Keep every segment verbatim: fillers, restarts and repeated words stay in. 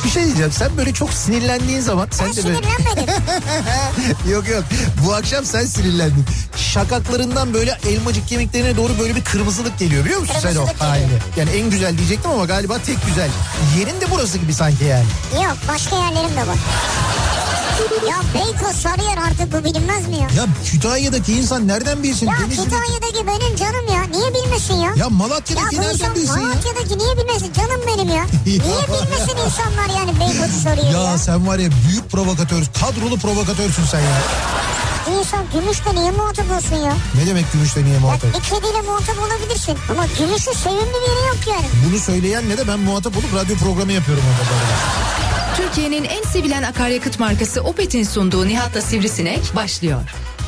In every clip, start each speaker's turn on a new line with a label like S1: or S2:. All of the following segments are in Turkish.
S1: Bir şey diyeceğim, sen böyle çok sinirlendiğin zaman sen
S2: ben
S1: de böyle...
S2: sinirlenmedim.
S1: Yok yok, bu akşam sen sinirlendin. Şakaklarından böyle elmacık kemiklerine doğru böyle bir kırmızılık geliyor, biliyor musun sen o halini? Yani en güzel diyecektim ama galiba tek güzel. Yerin de burası gibi sanki yani.
S2: Yok, başka yerlerim de var. Ya Beykoz, Sarıyer, artık bu bilinmez mi ya?
S1: Ya Kütahya'daki insan nereden bilsin?
S2: Ya
S1: Denizli...
S2: Kütahya'daki benim canım ya. Niye bilmesin ya?
S1: Ya Malatya'daki
S2: ya
S1: nereden bilsin ya?
S2: Malatya'daki niye bilmesin? Canım benim ya. Niye bilmesin insanlar yani Beykoz'u Sarıyer'i ya?
S1: Ya sen var ya büyük provokatör, kadrolu provokatörsün sen ya.
S2: İnsan gümüşle niye muhatap olsun ya?
S1: Ne demek gümüşle niye muhatap?
S2: Ya bir kediyle muhatap olabilirsin. Ama gümüşün sevimli bir yeri yok yani.
S1: Bunu söyleyen ne de ben muhatap olup radyo programı yapıyorum orada.
S3: Türkiye'nin en sevilen akaryakıt markası Opet'in sunduğu Nihat'la Sivrisinek başlıyor.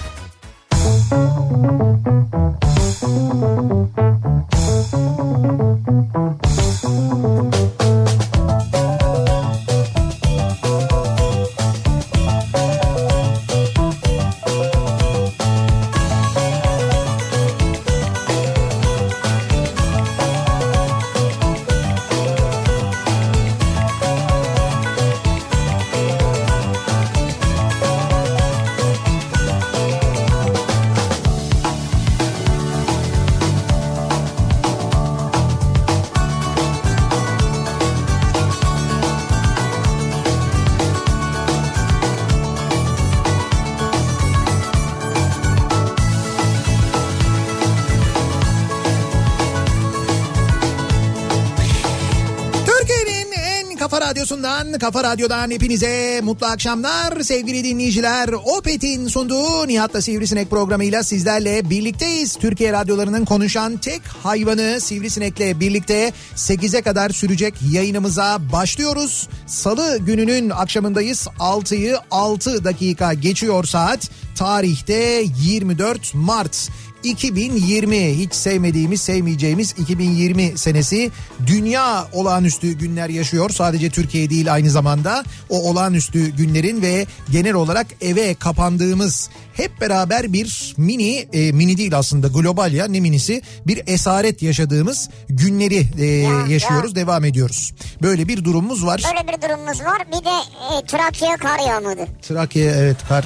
S1: Radyosu'ndan, Kafa Radyo'dan hepinize mutlu akşamlar sevgili dinleyiciler. Opet'in sunduğu Nihat'la Sivrisinek programıyla sizlerle birlikteyiz. Türkiye radyolarının konuşan tek hayvanı Sivrisinek'le birlikte sekize kadar sürecek yayınımıza başlıyoruz. Salı gününün akşamındayız. altıyı altı dakika geçiyor saat. Tarihte yirmi dört Mart. iki bin yirmi, hiç sevmediğimiz, sevmeyeceğimiz iki bin yirmi senesi. Dünya olağanüstü günler yaşıyor. Sadece Türkiye değil, aynı zamanda o olağanüstü günlerin ve genel olarak eve kapandığımız, hep beraber bir mini, e, mini değil aslında, global ya, ne minisi, bir esaret yaşadığımız günleri e, ya, yaşıyoruz, ya. Devam ediyoruz. Böyle bir durumumuz var.
S2: Böyle bir durumumuz var. Bir de e, Trakya kar yağmadı.
S1: Trakya, evet, kar.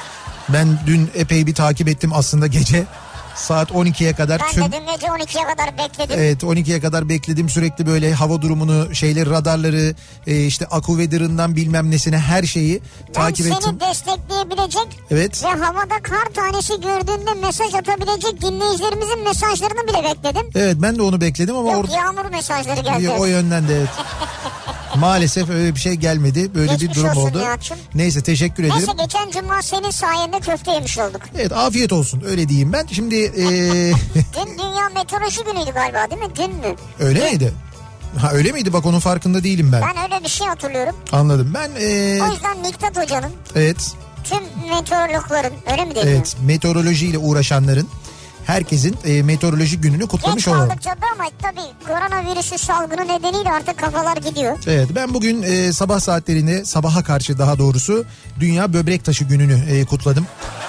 S1: Ben dün epey bir takip ettim aslında gece. Saat on ikiye kadar.
S2: Ben
S1: tüm...
S2: de dün gece on ikiye kadar bekledim.
S1: Evet, on ikiye kadar bekledim. Sürekli böyle hava durumunu, şeyleri, radarları, e, işte AccuWeather'ından bilmem nesine, her şeyi ben takip ettim.
S2: Ben seni destekleyebilecek,
S1: evet,
S2: ve havada kar tanesi gördüğünde mesaj atabilecek dinleyicilerimizin mesajlarını bile bekledim.
S1: Evet, ben de onu bekledim ama
S2: yok,
S1: orada...
S2: yağmur mesajları geldi.
S1: O yönden de evet. Maalesef öyle bir şey gelmedi. Böyle
S2: geçmiş
S1: bir durum oldu.
S2: Nihat'cığım.
S1: Neyse, teşekkür ederim.
S2: Neyse, geçen cuma senin sayende köfte yemiş olduk.
S1: Evet, afiyet olsun, öyle diyeyim ben. Şimdi... E...
S2: Dün Dünya Meteoroloji Günü'ydü galiba, değil mi? Dün mü?
S1: Öyle
S2: Dün.
S1: miydi? Ha, öyle miydi? Bak, onun farkında değilim ben.
S2: Ben öyle bir şey hatırlıyorum.
S1: Anladım. Ben... E...
S2: O yüzden Miktat Hoca'nın...
S1: Evet.
S2: Tüm meteorologların, öyle mi deniyor?
S1: Evet, meteorolojiyle uğraşanların, herkesin e, meteoroloji gününü kutlamış olalım.
S2: Geç kaldıkça da, ama tabii koronavirüsü salgını nedeniyle artık kafalar gidiyor.
S1: Evet, ben bugün e, sabah saatlerinde, sabaha karşı daha doğrusu, Dünya Böbrek Taşı gününü e, kutladım.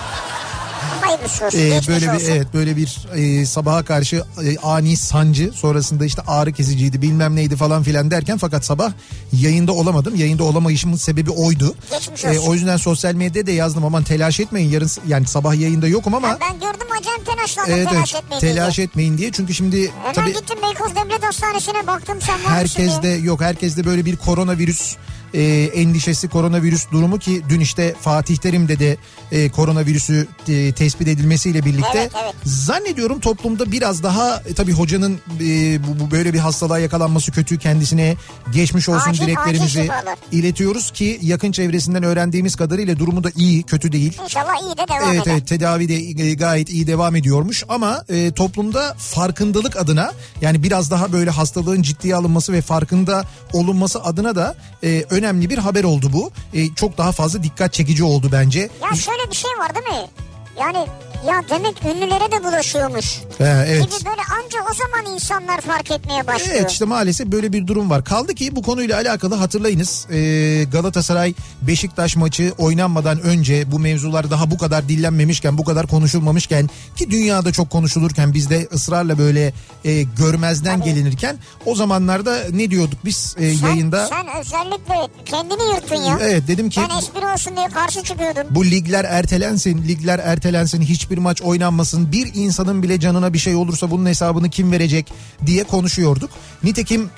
S1: Ee, böyle bir, evet, böyle bir e, sabaha karşı e, ani sancı, sonrasında işte ağrı kesiciydi, bilmem neydi falan filan derken, fakat sabah yayında olamadım. Yayında olamayışımın sebebi oydu.
S2: E,
S1: o yüzden sosyal medyada da yazdım, aman telaş etmeyin, yarın yani sabah yayında yokum ama.
S2: Ya ben gördüm, acayip telaşlandım,
S1: evet,
S2: telaş
S1: evet,
S2: etmeyin
S1: telaş
S2: diye.
S1: etmeyin diye. Çünkü şimdi
S2: hemen
S1: tabii
S2: gittim Beykoz Devlet Hastanesi'ne, baktım sen var
S1: herkes de yok, herkes de böyle bir koronavirüs e, endişesi, koronavirüs durumu, ki dün işte Fatih Terim'de de e, koronavirüsü e, tespit edilmesiyle birlikte,
S2: evet, evet.
S1: zannediyorum toplumda biraz daha e, tabii hocanın e, bu, bu böyle bir hastalığa yakalanması kötü, kendisine geçmiş olsun acil, dileklerimizi acil iletiyoruz ki yakın çevresinden öğrendiğimiz kadarıyla durumu da iyi, kötü değil.
S2: İnşallah iyi de devam
S1: evet,
S2: eder.
S1: Evet, tedavi de gayet iyi devam ediyormuş ama e, toplumda farkındalık adına, yani biraz daha böyle hastalığın ciddiye alınması ve farkında olunması adına da e, önemli bir haber oldu bu. E, çok daha fazla dikkat çekici oldu bence.
S2: Ya şöyle bir şey var değil mi? Yani Ya demek ünlülere de bulaşıyormuş.
S1: He, evet.
S2: Gibi böyle anca o zaman insanlar fark etmeye başlıyor.
S1: Evet işte maalesef böyle bir durum var. Kaldı ki bu konuyla alakalı hatırlayınız ee, Galatasaray Beşiktaş maçı oynanmadan önce bu mevzular daha bu kadar dillenmemişken, bu kadar konuşulmamışken ki dünyada çok konuşulurken bizde ısrarla böyle e, görmezden Tabii. gelinirken o zamanlarda ne diyorduk biz e,
S2: sen,
S1: yayında?
S2: Sen özellikle kendini yırttın ya.
S1: Evet dedim ki.
S2: Ben espri olsun diye karşı çıkıyordum.
S1: Bu ligler ertelensin, ligler ertelensin, hiçbir maç oynanmasın. Bir insanın bile canına bir şey olursa bunun hesabını kim verecek diye konuşuyorduk. Nitekim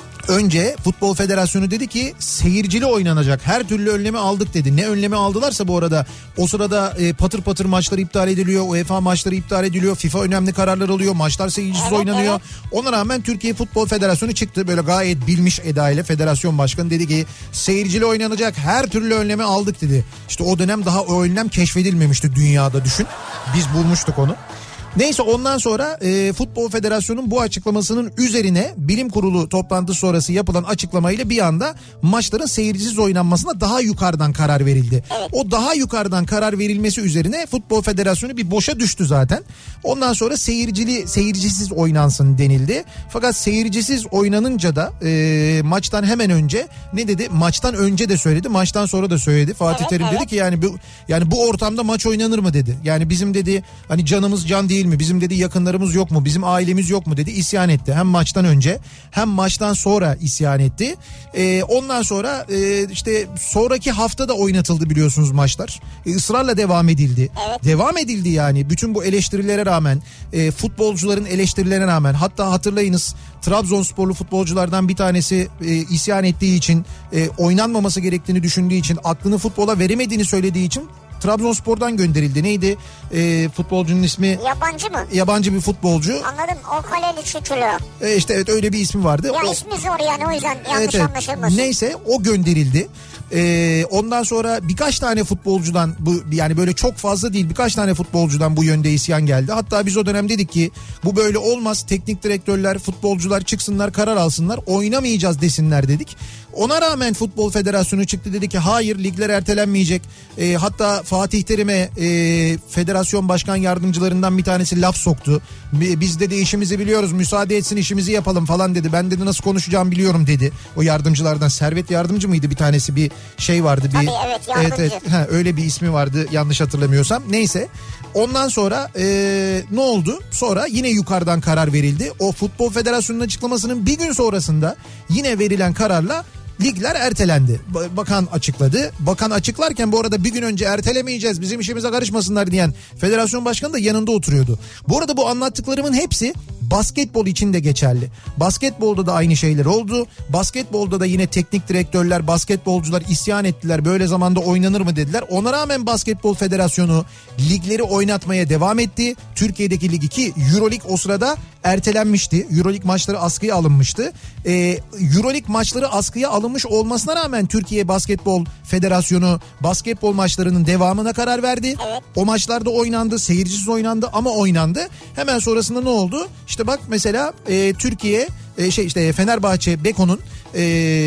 S1: önce Futbol Federasyonu dedi ki seyircili oynanacak, her türlü önlemi aldık dedi. Ne önlemi aldılarsa bu arada o sırada e, patır patır maçlar iptal ediliyor, UEFA maçları iptal ediliyor, FIFA önemli kararlar alıyor, maçlar seyircisiz evet, oynanıyor. Evet. Ona rağmen Türkiye Futbol Federasyonu çıktı böyle gayet bilmiş edayla, federasyon başkanı dedi ki seyircili oynanacak, her türlü önlemi aldık dedi. İşte o dönem daha o önlem keşfedilmemişti dünyada, düşün. Biz bulmuştuk onu. Neyse ondan sonra e, Futbol Federasyonu'nun bu açıklamasının üzerine bilim kurulu toplantısı sonrası yapılan açıklamayla bir anda maçların seyircisiz oynanmasına daha yukarıdan karar verildi. Evet. O daha yukarıdan karar verilmesi üzerine Futbol Federasyonu bir boşa düştü zaten. Ondan sonra seyircili seyircisiz oynansın denildi. Fakat seyircisiz oynanınca da e, maçtan hemen önce ne dedi? Maçtan önce de söyledi, maçtan sonra da söyledi. Fatih evet, Terim evet. dedi ki yani bu yani bu ortamda maç oynanır mı dedi. Yani bizim dedi hani canımız can değil mi? Bizim dedi yakınlarımız yok mu? Bizim ailemiz yok mu dedi. İsyan etti. Hem maçtan önce hem maçtan sonra isyan etti. Ee, ondan sonra e, işte sonraki hafta da oynatıldı biliyorsunuz maçlar. E, ısrarla devam edildi. Evet. Devam edildi yani. Bütün bu eleştirilere rağmen, e, futbolcuların eleştirilerine rağmen, hatta hatırlayınız Trabzonsporlu futbolculardan bir tanesi e, isyan ettiği için, e, oynanmaması gerektiğini düşündüğü için, aklını futbola veremediğini söylediği için Trabzonspor'dan gönderildi. Neydi e, futbolcunun ismi?
S2: Yabancı mı?
S1: Yabancı bir futbolcu.
S2: Anladım. O kaleli Çuçulu.
S1: E işte evet öyle bir ismi vardı.
S2: Ya
S1: o,
S2: ismi zor yani, o yüzden yanlış
S1: evet, evet.
S2: anlaşılmasın.
S1: Neyse o gönderildi. Ee, ondan sonra birkaç tane futbolcudan, bu yani böyle çok fazla değil, birkaç tane futbolcudan bu yönde isyan geldi. Hatta biz o dönem dedik ki bu böyle olmaz, teknik direktörler, futbolcular çıksınlar, karar alsınlar, oynamayacağız desinler dedik. Ona rağmen Futbol Federasyonu çıktı, dedi ki hayır, ligler ertelenmeyecek. E, hatta Fatih Terim'e e, federasyon başkan yardımcılarından bir tanesi laf soktu. Biz dedi işimizi biliyoruz, müsaade etsin işimizi yapalım falan dedi. Ben dedi nasıl konuşacağımı biliyorum dedi. O yardımcılardan Servet yardımcı mıydı bir tanesi, bir şey vardı. Bir,
S2: Tabii evet yardımcı. Evet, evet,
S1: ha, öyle bir ismi vardı yanlış hatırlamıyorsam. Neyse ondan sonra e, ne oldu? Sonra yine yukarıdan karar verildi. O Futbol Federasyonu'nun açıklamasının bir gün sonrasında yine verilen kararla ligler ertelendi. Bakan açıkladı. Bakan açıklarken bu arada bir gün önce ertelemeyeceğiz, bizim işimize karışmasınlar diyen federasyon başkanı da yanında oturuyordu. Bu arada bu anlattıklarımın hepsi basketbol için de geçerli. Basketbolda da aynı şeyler oldu. Basketbolda da yine teknik direktörler, basketbolcular isyan ettiler. Böyle zamanda oynanır mı dediler. Ona rağmen Basketbol Federasyonu ligleri oynatmaya devam etti. Türkiye'deki ligi, ki Euroleague o sırada ertelenmişti. Euroleague maçları askıya alınmıştı. Ee, Euroleague maçları askıya alınmış olmasına rağmen Türkiye Basketbol Federasyonu basketbol maçlarının devamına karar verdi.
S2: Evet.
S1: O maçlarda oynandı, seyircisiz oynandı ama oynandı. Hemen sonrasında ne oldu? İşte bak mesela e, Türkiye e, şey işte Fenerbahçe Beko'nun e,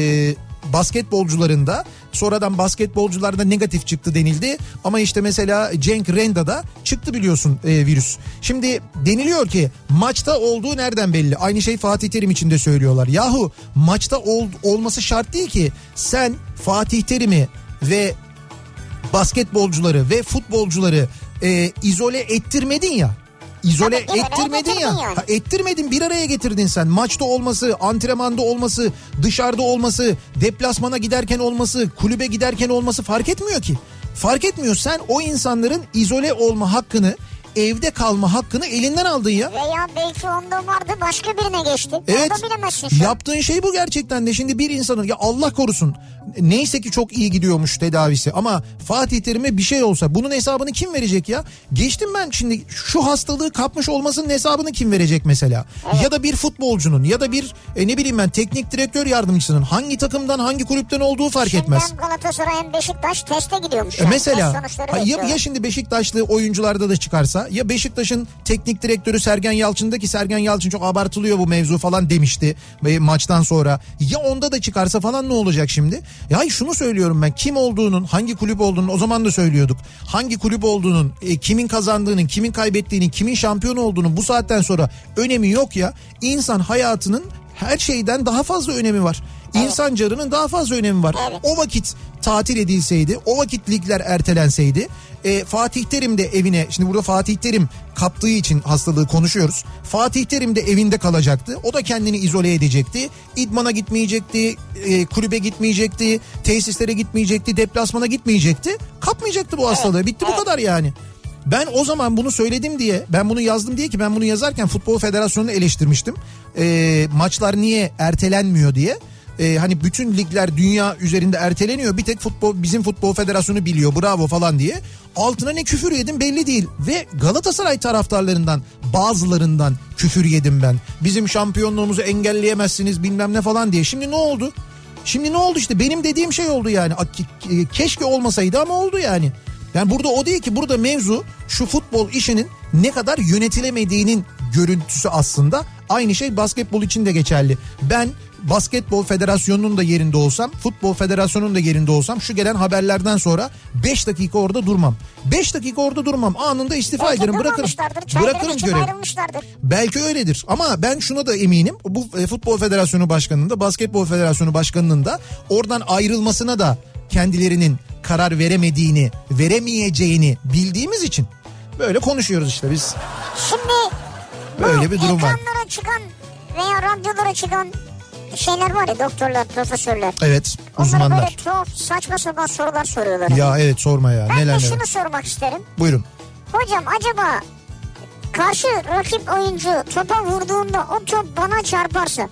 S1: basketbolcularında sonradan basketbolcularda negatif çıktı denildi. Ama işte mesela Cenk Renda'da çıktı biliyorsun e, virüs. Şimdi deniliyor ki maçta olduğu nereden belli? Aynı şey Fatih Terim için de söylüyorlar. Yahu maçta ol, olması şart değil ki. Sen Fatih Terim'i ve basketbolcuları ve futbolcuları e, izole ettirmedin ya. İzole
S2: Tabii,
S1: ettirmedin ya.
S2: Yani.
S1: Ha, ettirmedin, bir araya getirdin sen. Maçta olması, antrenmanda olması, dışarıda olması, deplasmana giderken olması, kulübe giderken olması fark etmiyor ki. Fark etmiyor. Sen o insanların izole olma hakkını, evde kalma hakkını elinden aldın ya.
S2: Veya belki onda vardı, başka birine geçti.
S1: Evet.
S2: Onu da bilemezsin sen.
S1: Yaptığın şey bu gerçekten de. Şimdi bir insanın, ya Allah korusun, neyse ki çok iyi gidiyormuş tedavisi ama Fatih Terim'e bir şey olsa bunun hesabını kim verecek ya? Geçtim ben şimdi, şu hastalığı kapmış olmasının hesabını kim verecek mesela? Evet. Ya da bir futbolcunun ya da bir e, ne bileyim ben teknik direktör yardımcısının hangi takımdan hangi kulüpten olduğu fark
S2: şimdi
S1: etmez.
S2: Şimdi hem Galatasaray hem Beşiktaş teste gidiyormuş.
S1: E
S2: yani.
S1: mesela
S2: ya, ya
S1: şimdi Beşiktaşlı oyuncularda da çıkarsa sonra ya Beşiktaş'ın teknik direktörü Sergen Yalçın'da, ki Sergen Yalçın çok abartılıyor bu mevzu falan demişti maçtan sonra. Ya onda da çıkarsa falan ne olacak şimdi? Ya şunu söylüyorum ben, kim olduğunun, hangi kulüp olduğunun, o zaman da söylüyorduk. Hangi kulüp olduğunun, e, kimin kazandığının, kimin kaybettiğinin, kimin şampiyon olduğunun bu saatten sonra önemi yok ya. İnsan hayatının her şeyden daha fazla önemi var. Evet. İnsan canının daha fazla önemi var.
S2: Evet.
S1: O vakit tatil edilseydi, o vakit ligler ertelenseydi, e, Fatih Terim de evine, şimdi burada Fatih Terim kaptığı için hastalığı konuşuyoruz. Fatih Terim de evinde kalacaktı. O da kendini izole edecekti. İdmana gitmeyecekti, e, kulübe gitmeyecekti, tesislere gitmeyecekti, deplasmana gitmeyecekti. Kapmayacaktı bu hastalığı. Evet. Bitti, evet. Bu kadar yani. Ben o zaman bunu söyledim diye, ben bunu yazdım diye, ki ben bunu yazarken Futbol Federasyonu'nu eleştirmiştim. E, maçlar niye ertelenmiyor diye. Ee, hani bütün ligler dünya üzerinde erteleniyor, bir tek futbol, bizim Futbol Federasyonu biliyor, bravo falan diye. Altına ne küfür yedim belli değil. Ve Galatasaray taraftarlarından bazılarından küfür yedim ben. Bizim şampiyonluğumuzu engelleyemezsiniz bilmem ne falan diye. Şimdi ne oldu? Şimdi ne oldu işte, benim dediğim şey oldu yani. Keşke olmasaydı ama oldu yani. Yani burada o değil ki, burada mevzu şu futbol işinin ne kadar yönetilemediğinin görüntüsü aslında. Aynı şey basketbol için de geçerli. Ben Basketbol Federasyonu'nun da yerinde olsam, Futbol Federasyonu'nun da yerinde olsam şu gelen haberlerden sonra beş dakika orada durmam. beş dakika orada durmam. Anında istifa
S2: belki
S1: ederim, bırakırım. Bırakırım görev. Belki öyledir ama ben şuna da eminim. Bu Futbol Federasyonu Başkanı'nın da, Basketbol Federasyonu Başkanı'nın da oradan ayrılmasına da kendilerinin karar veremediğini, veremeyeceğini bildiğimiz için böyle konuşuyoruz işte biz.
S2: Şimdi
S1: böyle bir durum var.
S2: Ekranlara çıkan veya radyolara çıkan şeyler var ya, doktorlar, profesörler.
S1: Evet, uzmanlar.
S2: Onlara böyle tuhaf, saçma sapan sorular soruyorlar.
S1: Ya evet, sorma ya.
S2: Ben
S1: neler
S2: de
S1: neler.
S2: şunu sormak isterim.
S1: Buyurun.
S2: Hocam acaba karşı rakip oyuncu topa vurduğunda o top bana çarparsa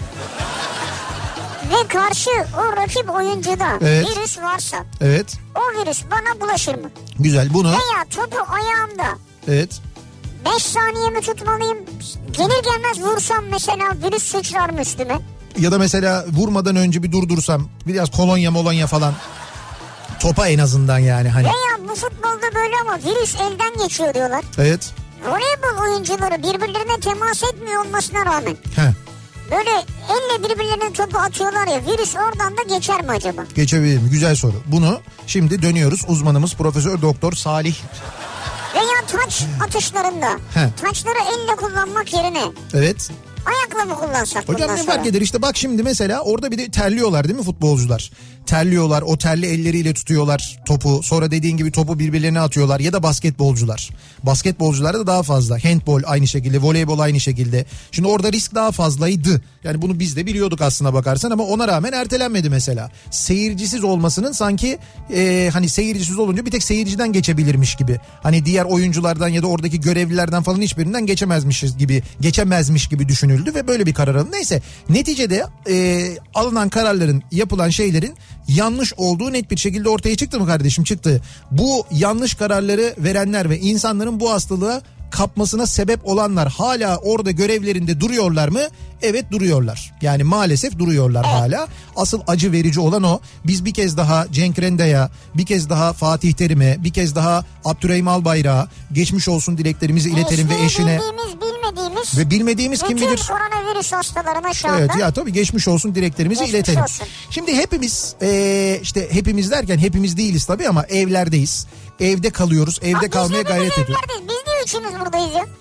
S2: ve karşı o rakip oyuncuda evet. virüs varsa,
S1: evet.
S2: o virüs bana bulaşır mı?
S1: Güzel, bunu.
S2: Veya topu ayağımda.
S1: Evet.
S2: beş saniye mi tutmalıyım? Gelir gelmez vursam mesela virüs sıçrar mı üstüme?
S1: Ya da mesela vurmadan önce bir durdursam, biraz kolonya molonya falan topa en azından yani hani.
S2: Veya bu futbolda böyle ama virüs elden geçiyor diyorlar.
S1: Evet.
S2: Voleybol oyuncuları birbirlerine temas etmiyor olmasına rağmen.
S1: He.
S2: Böyle elle birbirlerine topu atıyorlar ya, virüs oradan da geçer mi acaba?
S1: Geçebilir mi? Güzel soru. Bunu şimdi dönüyoruz, uzmanımız Profesör Doktor Salih.
S2: Veya taç atışlarında. He. Taçları elle kullanmak yerine.
S1: Evet.
S2: Ayakla mı kullansak?
S1: Hocam ne fark eder işte, bak şimdi mesela orada bir de terliyorlar değil mi futbolcular? Terliyorlar, o terli elleriyle tutuyorlar topu, sonra dediğin gibi topu birbirlerine atıyorlar. Ya da basketbolcular. Basketbolcularda da daha fazla. Handbol aynı şekilde, voleybol aynı şekilde. Şimdi orada risk daha fazlaydı. Yani bunu biz de biliyorduk aslına bakarsan ama ona rağmen ertelenmedi mesela. Seyircisiz olmasının sanki e, hani seyircisiz olunca bir tek seyirciden geçebilirmiş gibi. Hani diğer oyunculardan ya da oradaki görevlilerden falan hiçbirinden geçemezmişiz gibi, geçemezmiş gibi düşünüldü ve böyle bir karar alındı. Neyse, neticede e, alınan kararların, yapılan şeylerin yanlış olduğu net bir şekilde ortaya çıktı mı kardeşim? Çıktı. Bu yanlış kararları verenler ve insanların bu hastalığa kapmasına sebep olanlar hala orada görevlerinde duruyorlar mı? Evet, duruyorlar. Yani maalesef duruyorlar hala. Asıl acı verici olan o. Biz bir kez daha Cenk Renda'ya, bir kez daha Fatih Terim'e, bir kez daha Abdurrahim Albayrak'a geçmiş olsun dileklerimizi iletelim
S2: Eşli
S1: ve eşine.
S2: Bildiğimiz, bilmediğimiz.
S1: Ve bilmediğimiz kim bilir.
S2: Bütün koronavirüs hastalarına şu anda.
S1: Evet ya, tabii geçmiş olsun dileklerimizi geçmiş iletelim. Olsun. Şimdi hepimiz e, işte hepimiz derken hepimiz değiliz tabii ama evlerdeyiz. Evde kalıyoruz. Evde Aa, kalmaya gayret ediyoruz.
S2: Biz niye üçümüz buradayız ya?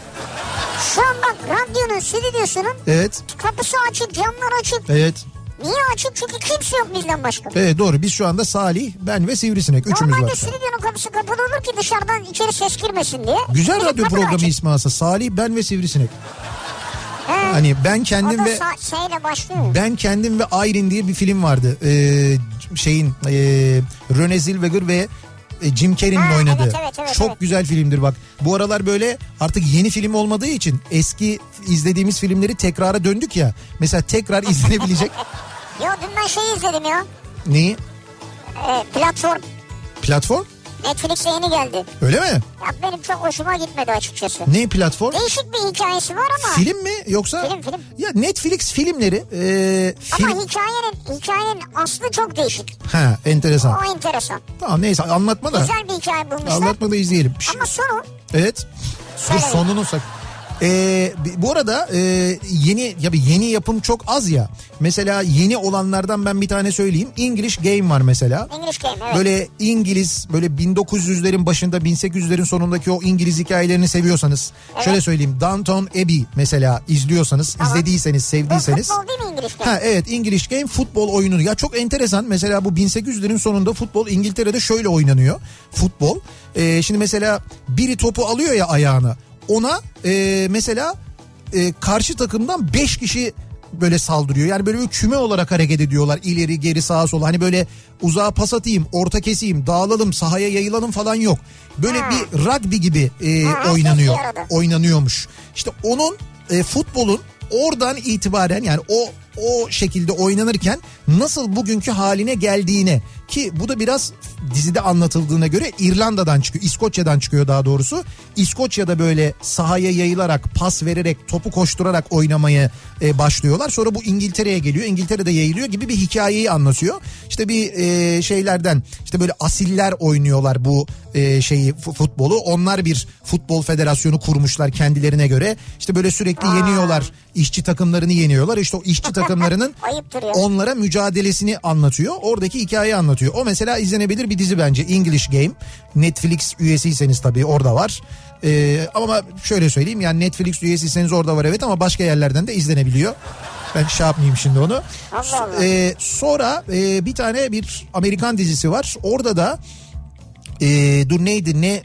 S2: Şu an bak, radyonun, stüdyosunun
S1: evet.
S2: kapısı açık, camlar açık.
S1: Evet.
S2: Niye açık? Çünkü kimse yok bizden başka.
S1: Evet, doğru. Biz şu anda Salih, ben ve Sivrisinek. Üçümüz var.
S2: Normalde stüdyonun kapısı kapalı olur ki dışarıdan içeri ses girmesin diye.
S1: Güzel
S2: Bizim
S1: radyo programı açık. İsmi aslında. Salih, ben ve Sivrisinek. He. Hani ben kendim ve
S2: şeyle başlıyor.
S1: Ben kendim ve Ayrin diye bir film vardı. Ee, şeyin e, Renée Zellweger ve Jim Carrey'nin ha, oynadığı. Evet, evet, evet, çok evet. güzel filmdir bak. Bu aralar böyle artık yeni film olmadığı için eski izlediğimiz filmleri tekrara döndük ya. Mesela tekrar izlenebilecek.
S2: Yo, dün ben şeyi izledim ya.
S1: Neyi?
S2: Ee, platform.
S1: Platform?
S2: Netflix'e yeni geldi.
S1: Öyle mi?
S2: Ya benim çok hoşuma gitmedi açıkçası.
S1: Ne platform?
S2: Değişik bir hikayesi var ama.
S1: Film mi yoksa?
S2: Film film.
S1: Ya Netflix filmleri. E, film...
S2: Ama hikayenin, hikayenin aslı çok değişik.
S1: Ha, enteresan.
S2: O enteresan.
S1: Tamam neyse anlatma da.
S2: Güzel bir hikaye bulmuşlar.
S1: Anlatma da izleyelim.
S2: Ama sonu.
S1: Evet. Dur sonunu sak. Ee, bu arada e, yeni ya bir yeni yapım çok az ya. Mesela yeni olanlardan ben bir tane söyleyeyim. English Game var mesela.
S2: English Game, evet.
S1: Böyle İngiliz, böyle bin dokuz yüzlerin başında bin sekiz yüzlerin sonundaki o İngiliz hikayelerini seviyorsanız. Evet. Şöyle söyleyeyim. Downton Abbey mesela izliyorsanız, tamam. izlediyseniz, sevdiyseniz.
S2: Bu futbol değil mi English Game?
S1: Ha, evet, English Game futbol oyunu. Ya çok enteresan. Mesela bu bin sekiz yüzlerin sonunda futbol İngiltere'de şöyle oynanıyor. Futbol. Ee, şimdi mesela biri topu alıyor ya ayağına. Ona e, mesela e, karşı takımdan beş kişi böyle saldırıyor. Yani böyle bir küme olarak hareket ediyorlar. İleri geri sağa sola. Hani böyle uzağa pas atayım, orta keseyim, dağılalım, sahaya yayılalım falan yok. Böyle ha. bir rugby gibi e, ha, oynanıyor. Oynanıyormuş. İşte onun e, futbolun oradan itibaren yani o o şekilde oynanırken nasıl bugünkü haline geldiğine, ki bu da biraz dizide anlatıldığına göre İrlanda'dan çıkıyor, İskoçya'dan çıkıyor daha doğrusu. İskoçya'da böyle sahaya yayılarak, pas vererek, topu koşturarak oynamaya e, başlıyorlar. Sonra bu İngiltere'ye geliyor, İngiltere'de yayılıyor gibi bir hikayeyi anlatıyor. İşte bir e, şeylerden, işte böyle asiller oynuyorlar bu e, şeyi futbolu. Onlar bir futbol federasyonu kurmuşlar kendilerine göre. İşte böyle sürekli yeniyorlar, işçi takımlarını yeniyorlar. İşte o işçi takımlarının onlara mücadelesini anlatıyor. Oradaki hikayeyi anlatıyor. O mesela izlenebilir bir dizi bence. English Game. Netflix üyesiyseniz tabii orada var. Ee, ama şöyle söyleyeyim, yani Netflix üyesiyseniz orada var evet, ama başka yerlerden de izlenebiliyor. Ben şey yapmayayım şimdi onu.
S2: Allah Allah.
S1: Ee, sonra e, bir tane bir Amerikan dizisi var. Orada da e, dur neydi ne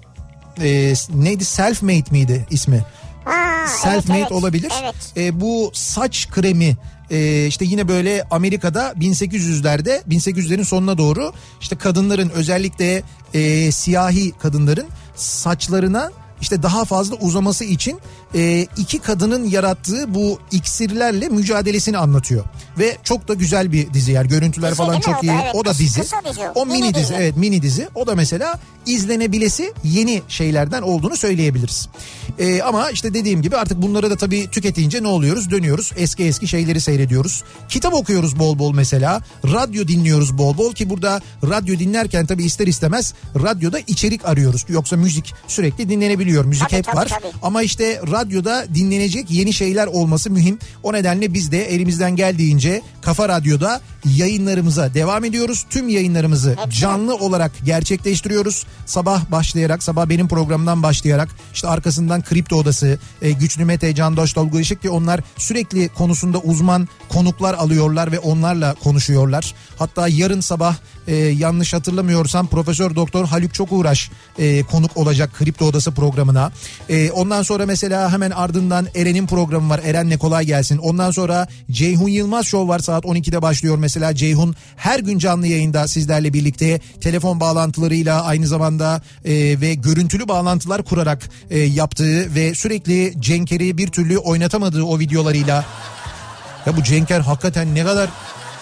S1: e, neydi Self-Made miydi ismi?
S2: Ha,
S1: Self-Made
S2: evet,
S1: olabilir.
S2: Evet.
S1: E, bu saç kremi e, işte yine böyle Amerika'da bin sekiz yüzlerde, bin sekiz yüzlerin sonuna doğru işte kadınların, özellikle e, siyahi kadınların saçlarına işte daha fazla uzaması için e, iki kadının yarattığı bu iksirlerle mücadelesini anlatıyor. Ve çok da güzel bir dizi, yani görüntüler
S2: dizi
S1: falan çok
S2: o
S1: iyi.
S2: Da, evet.
S1: O da dizi.
S2: Kısa dizi.
S1: O mini, mini dizi. dizi evet mini dizi. O da mesela izlenebilesi yeni şeylerden olduğunu söyleyebiliriz. E, ama işte dediğim gibi artık bunları da tabii tüketince ne oluyoruz? Dönüyoruz. Eski eski şeyleri seyrediyoruz. Kitap okuyoruz bol bol mesela. Radyo dinliyoruz bol bol, ki burada radyo dinlerken tabii ister istemez radyoda içerik arıyoruz. Yoksa müzik sürekli dinlenebiliyor. Müzik
S2: tabii,
S1: hep
S2: tabii,
S1: var.
S2: Tabii.
S1: Ama işte radyoda dinlenecek yeni şeyler olması mühim. O nedenle biz de elimizden geldiğince Kafa Radyo'da yayınlarımıza devam ediyoruz. Tüm yayınlarımızı Hepsi. canlı olarak gerçekleştiriyoruz. Sabah başlayarak, sabah benim programdan başlayarak, işte arkasından Kripto Odası, e, Güçlü Mete, Candaş Tolga Işık, ki onlar sürekli konusunda uzman konuklar alıyorlar ve onlarla konuşuyorlar. Hatta yarın sabah e, yanlış hatırlamıyorsam Profesör Doktor Haluk Çokuğraş e, konuk olacak Kripto Odası programına. E, ondan sonra mesela hemen ardından Eren'in programı var. Eren'le kolay gelsin. Ondan sonra Ceyhun Yılmaz Show var, saat on ikide başlıyor mesela. Ceyhun her gün canlı yayında sizlerle birlikte, telefon bağlantılarıyla aynı zamanda e, ve görüntülü bağlantılar kurarak e, yaptığı ve sürekli Cenker'i bir türlü oynatamadığı o videolarıyla. Ya bu Cenker hakikaten ne kadar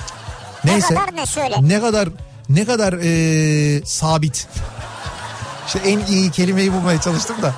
S1: neyse
S2: ne kadar ne söyle
S1: ne kadar ne kadar e, sabit. İşte en iyi kelimeyi bulmaya çalıştım da.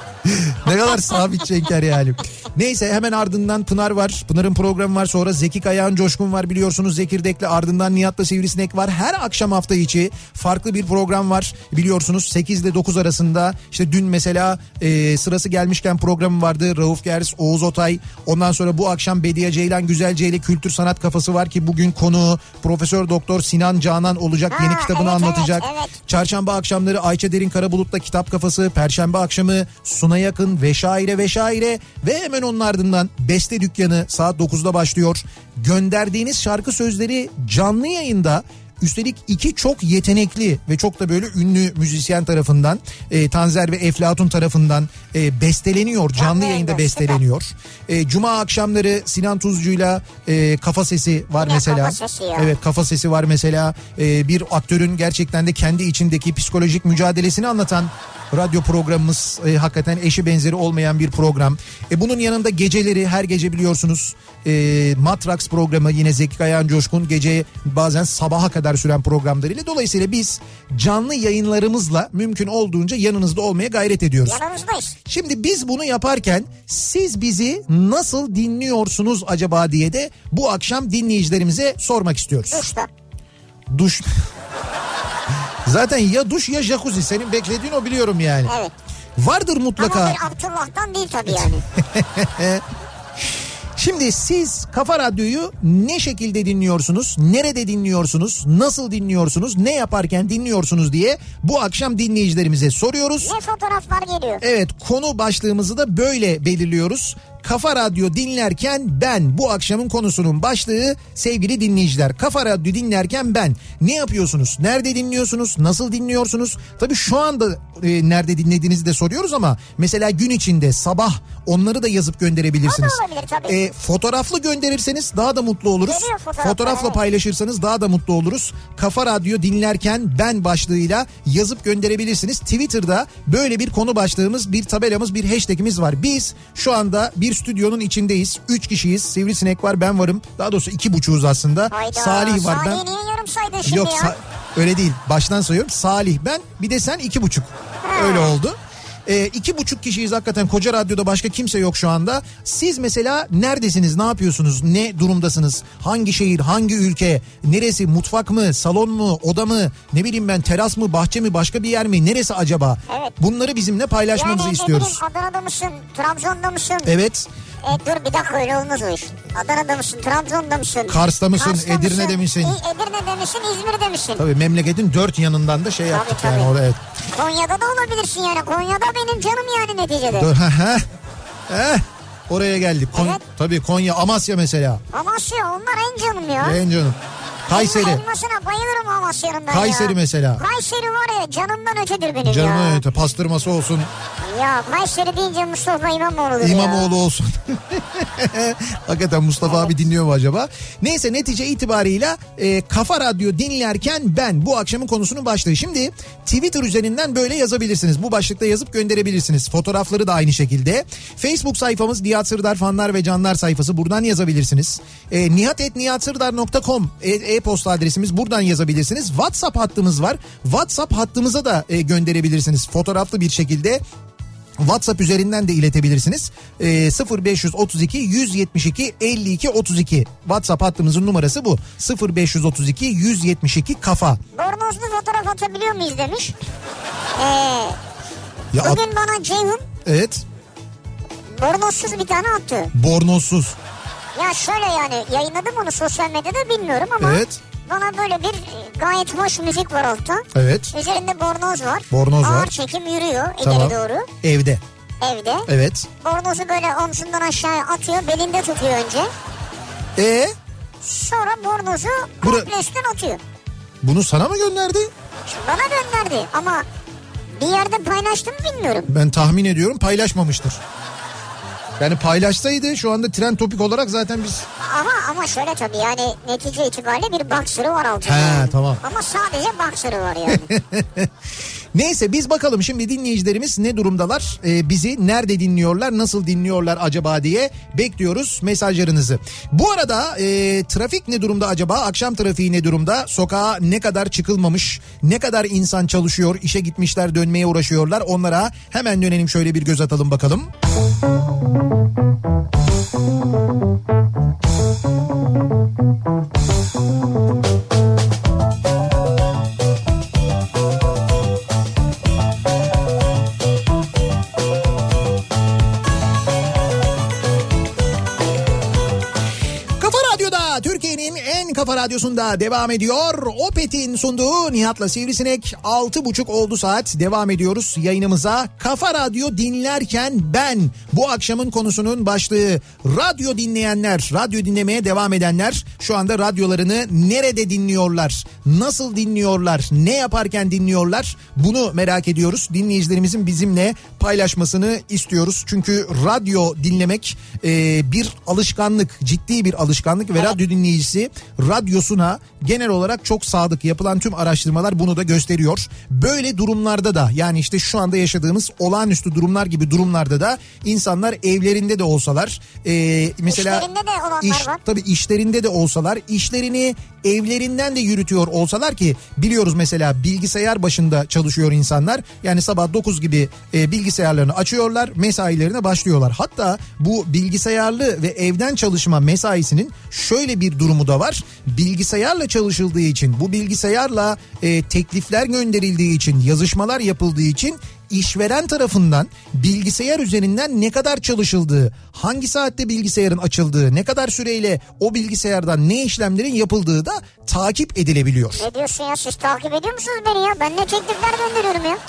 S1: Ne kadar sabit Cenker yani. Neyse, hemen ardından Pınar var. Pınar'ın programı var. Sonra Zeki Kayağan Coşkun var biliyorsunuz Zekirdek'le. Ardından Nihat'la Sivrisinek var. Her akşam hafta içi farklı bir program var biliyorsunuz. sekiz ile dokuz arasında. İşte dün mesela e, sırası gelmişken programı vardı. Rauf Gers, Oğuz Otay. Ondan sonra bu akşam Bediye Ceylan Güzelce ile Kültür Sanat Kafası var, ki bugün konuğu Profesör Doktor Sinan Canan olacak. Ha, yeni kitabını evet, anlatacak. Evet, evet. Çarşamba akşamları Ayça Derin Karabulut'la Kitap Kafası. Perşembe akşamı Suna Yakın ve şaire ve şaire ve hemen onun ardından Beste Dükkanı saat dokuzda başlıyor. Gönderdiğiniz şarkı sözleri canlı yayında, üstelik iki çok yetenekli ve çok da böyle ünlü müzisyen tarafından, e, Tanzer ve Eflatun tarafından e, besteleniyor. Canlı yayında besteleniyor. E, Cuma akşamları Sinan Tuzcu'yla e, Kafa Sesi var Yine mesela.
S2: Kafa Sesi
S1: evet, Kafa Sesi var mesela. E, bir aktörün gerçekten de kendi içindeki psikolojik mücadelesini anlatan radyo programımız, e, hakikaten eşi benzeri olmayan bir program. E, bunun yanında geceleri her gece biliyorsunuz e, Matrax programı, yine Zeki Kayağan Coşkun gece bazen sabaha kadar kadar süren programlarıyla. Dolayısıyla biz canlı yayınlarımızla mümkün olduğunca yanınızda olmaya gayret ediyoruz.
S2: Yanınızdayız.
S1: Şimdi biz bunu yaparken siz bizi nasıl dinliyorsunuz acaba diye de bu akşam dinleyicilerimize sormak istiyoruz.
S2: Duşta.
S1: Duş. Zaten ya duş ya jacuzzi, senin beklediğin o, biliyorum yani.
S2: Evet.
S1: Vardır mutlaka.
S2: Ama bir Abdullah'tan değil tabii yani.
S1: Şimdi siz Kafa Radyo'yu ne şekilde dinliyorsunuz, nerede dinliyorsunuz, nasıl dinliyorsunuz, ne yaparken dinliyorsunuz diye bu akşam dinleyicilerimize soruyoruz.
S2: Ne fotoğraflar geliyor.
S1: Evet, konu başlığımızı da böyle belirliyoruz. Kafa Radyo dinlerken ben, bu akşamın konusunun başlığı sevgili dinleyiciler. Kafa Radyo dinlerken ben, ne yapıyorsunuz? Nerede dinliyorsunuz? Nasıl dinliyorsunuz? Tabii şu anda e, nerede dinlediğinizi de soruyoruz ama mesela gün içinde, sabah, onları da yazıp gönderebilirsiniz.
S2: O da olabilir tabii.
S1: E, fotoğraflı gönderirseniz daha da mutlu oluruz.
S2: Geliyor fotoğraflar,
S1: Fotoğrafla
S2: evet.
S1: paylaşırsanız daha da mutlu oluruz. Kafa Radyo dinlerken ben başlığıyla yazıp gönderebilirsiniz. Twitter'da böyle bir konu başlığımız, bir tabelamız, bir hashtagimiz var. Biz şu anda bir stüdyonun içindeyiz. Üç kişiyiz. Sivrisinek var, ben varım. Daha doğrusu iki buçuğuz aslında.
S2: Hayda,
S1: Salih var.
S2: Salih
S1: ben...
S2: niye yarım saydın şimdi
S1: Yok,
S2: ya?
S1: sa- öyle değil. Baştan sayıyorum. Salih, ben, bir de sen, iki buçuk.
S2: Ha.
S1: Öyle oldu. E, iki buçuk kişiyiz hakikaten, koca radyoda başka kimse yok şu anda. Siz mesela neredesiniz, ne yapıyorsunuz, ne durumdasınız, hangi şehir, hangi ülke, neresi, mutfak mı, salon mu, oda mı, ne bileyim ben, teras mı, bahçe mi, başka bir yer mi, neresi acaba?
S2: Evet.
S1: Bunları bizimle paylaşmanızı
S2: yani
S1: istiyoruz.
S2: Yani Adana'da mısın, Trabzon'da mısın?
S1: Evet.
S2: E, dur bir dakika, öyle olmaz o iş. Adana'da mısın, Trabzon'da mısın?
S1: Kars'ta mısın, Edirne'de misin?
S2: E, Edirne'de misin, İzmir'de misin?
S1: Tabii memleketin dört yanından da şey yaptık
S2: tabii,
S1: yani
S2: tabii.
S1: orada, evet.
S2: Konya'da da olabilirsin yani. Konya'da benim canım yani neticede.
S1: Dur, heh, heh, oraya geldik. Kon-
S2: Evet.
S1: Tabii Konya, Amasya mesela.
S2: Amasya, onlar en canım ya.
S1: En canım. Kayseri.
S2: Elmasına bayılırım Amasya'nın ben
S1: Kayseri
S2: ya.
S1: mesela.
S2: Kayseri var ya, canımdan ötedir benim
S1: Canım
S2: ya.
S1: öte, pastırması olsun.
S2: Ya Kayseri deyince Mustafa İmamoğlu'dur ya.
S1: İmamoğlu olsun. Hakikaten Mustafa evet. abi dinliyor mu acaba? Neyse, netice itibarıyla e, Kafa Radyo dinlerken ben, bu akşamın konusunun başlığı. Şimdi Twitter üzerinden böyle yazabilirsiniz. Bu başlıkta yazıp gönderebilirsiniz. Fotoğrafları da aynı şekilde. Facebook sayfamız Nihat Sırdar fanlar ve canlar sayfası, buradan yazabilirsiniz. E, nihat et nihat sırdar nokta com e-posta adresimiz, buradan yazabilirsiniz. WhatsApp hattımız var. WhatsApp hattımıza da e, gönderebilirsiniz fotoğraflı bir şekilde. WhatsApp üzerinden de iletebilirsiniz. E, sıfır beş otuz iki yüz yetmiş iki elli iki otuz iki WhatsApp hattımızın numarası bu. sıfır beş otuz iki yüz yetmiş iki kafa.
S2: Bornozlu fotoğraf atabiliyor muyuz demiş. Ee,
S1: Ya
S2: bugün
S1: at-
S2: bana Ceyhun
S1: Evet.
S2: bornozsuz bir tane attı.
S1: Bornozsuz.
S2: Ya şöyle yani, yayınladım onu sosyal medyada, bilmiyorum ama
S1: Evet.
S2: bana böyle bir gayet hoş müzik var altta.
S1: Evet.
S2: Üzerinde bornoz var.
S1: Bornoz
S2: Ağır
S1: var.
S2: çekim yürüyor
S1: Tamam.
S2: ileri doğru.
S1: Evde.
S2: Evde.
S1: Evet.
S2: Bornozu böyle omzundan aşağıya atıyor, belinde tutuyor önce.
S1: E
S2: Sonra bornozu
S1: Bura-
S2: komple üstten atıyor.
S1: bunu sana mı gönderdi?
S2: Şimdi bana gönderdi ama bir yerde paylaştım mı bilmiyorum.
S1: Ben tahmin ediyorum paylaşmamıştır. Yani paylaşsaydı şu anda trend topik olarak zaten biz...
S2: Ama ama şöyle tabii yani, netice itibariyle bir boxer'ı var altında.
S1: He,
S2: yani.
S1: tamam.
S2: Ama sadece boxer'ı var yani.
S1: Neyse, biz bakalım şimdi dinleyicilerimiz ne durumdalar? Ee, bizi nerede dinliyorlar, nasıl dinliyorlar acaba diye bekliyoruz mesajlarınızı. Bu arada e, trafik ne durumda acaba? Akşam trafiği ne durumda? Sokağa ne kadar çıkılmamış? Ne kadar insan çalışıyor? İşe gitmişler, dönmeye uğraşıyorlar. Onlara hemen dönelim, şöyle bir göz atalım bakalım. Kafa Radyosu'nda devam ediyor. Opet'in sunduğu Nihat'la Sivrisinek, altı buçuk oldu saat, devam ediyoruz yayınımıza. Kafa Radyo dinlerken ben, bu akşamın konusunun başlığı. Radyo dinleyenler, radyo dinlemeye devam edenler şu anda radyolarını nerede dinliyorlar, nasıl dinliyorlar, ne yaparken dinliyorlar, bunu merak ediyoruz. Dinleyicilerimizin bizimle paylaşmasını istiyoruz. Çünkü radyo dinlemek e, bir alışkanlık, ciddi bir alışkanlık ve radyo dinleyicisi radyosuna genel olarak çok sadık. Yapılan tüm araştırmalar bunu da gösteriyor. Böyle durumlarda da, yani işte şu anda yaşadığımız olağanüstü durumlar gibi durumlarda da insanlar evlerinde de olsalar, e, mesela
S2: İşlerinde de olanlar
S1: iş,
S2: var.
S1: tabii işlerinde de olsalar, işlerini evlerinden de yürütüyor olsalar, ki biliyoruz mesela bilgisayar başında çalışıyor insanlar. Yani sabah dokuz gibi e, bilgisayarlarını açıyorlar, mesailerine başlıyorlar. Hatta bu bilgisayarlı ve evden çalışma mesaisinin şöyle bir durumu da var. Bilgisayarla çalışıldığı için, bu bilgisayarla e, teklifler gönderildiği için, yazışmalar yapıldığı için işveren tarafından bilgisayar üzerinden ne kadar çalışıldığı, hangi saatte bilgisayarın açıldığı, ne kadar süreyle o bilgisayardan ne işlemlerin yapıldığı da takip edilebiliyor.
S2: Ne diyorsun ya, siz takip ediyor musunuz beni ya? Ben ne teklifler gönderiyorum ya?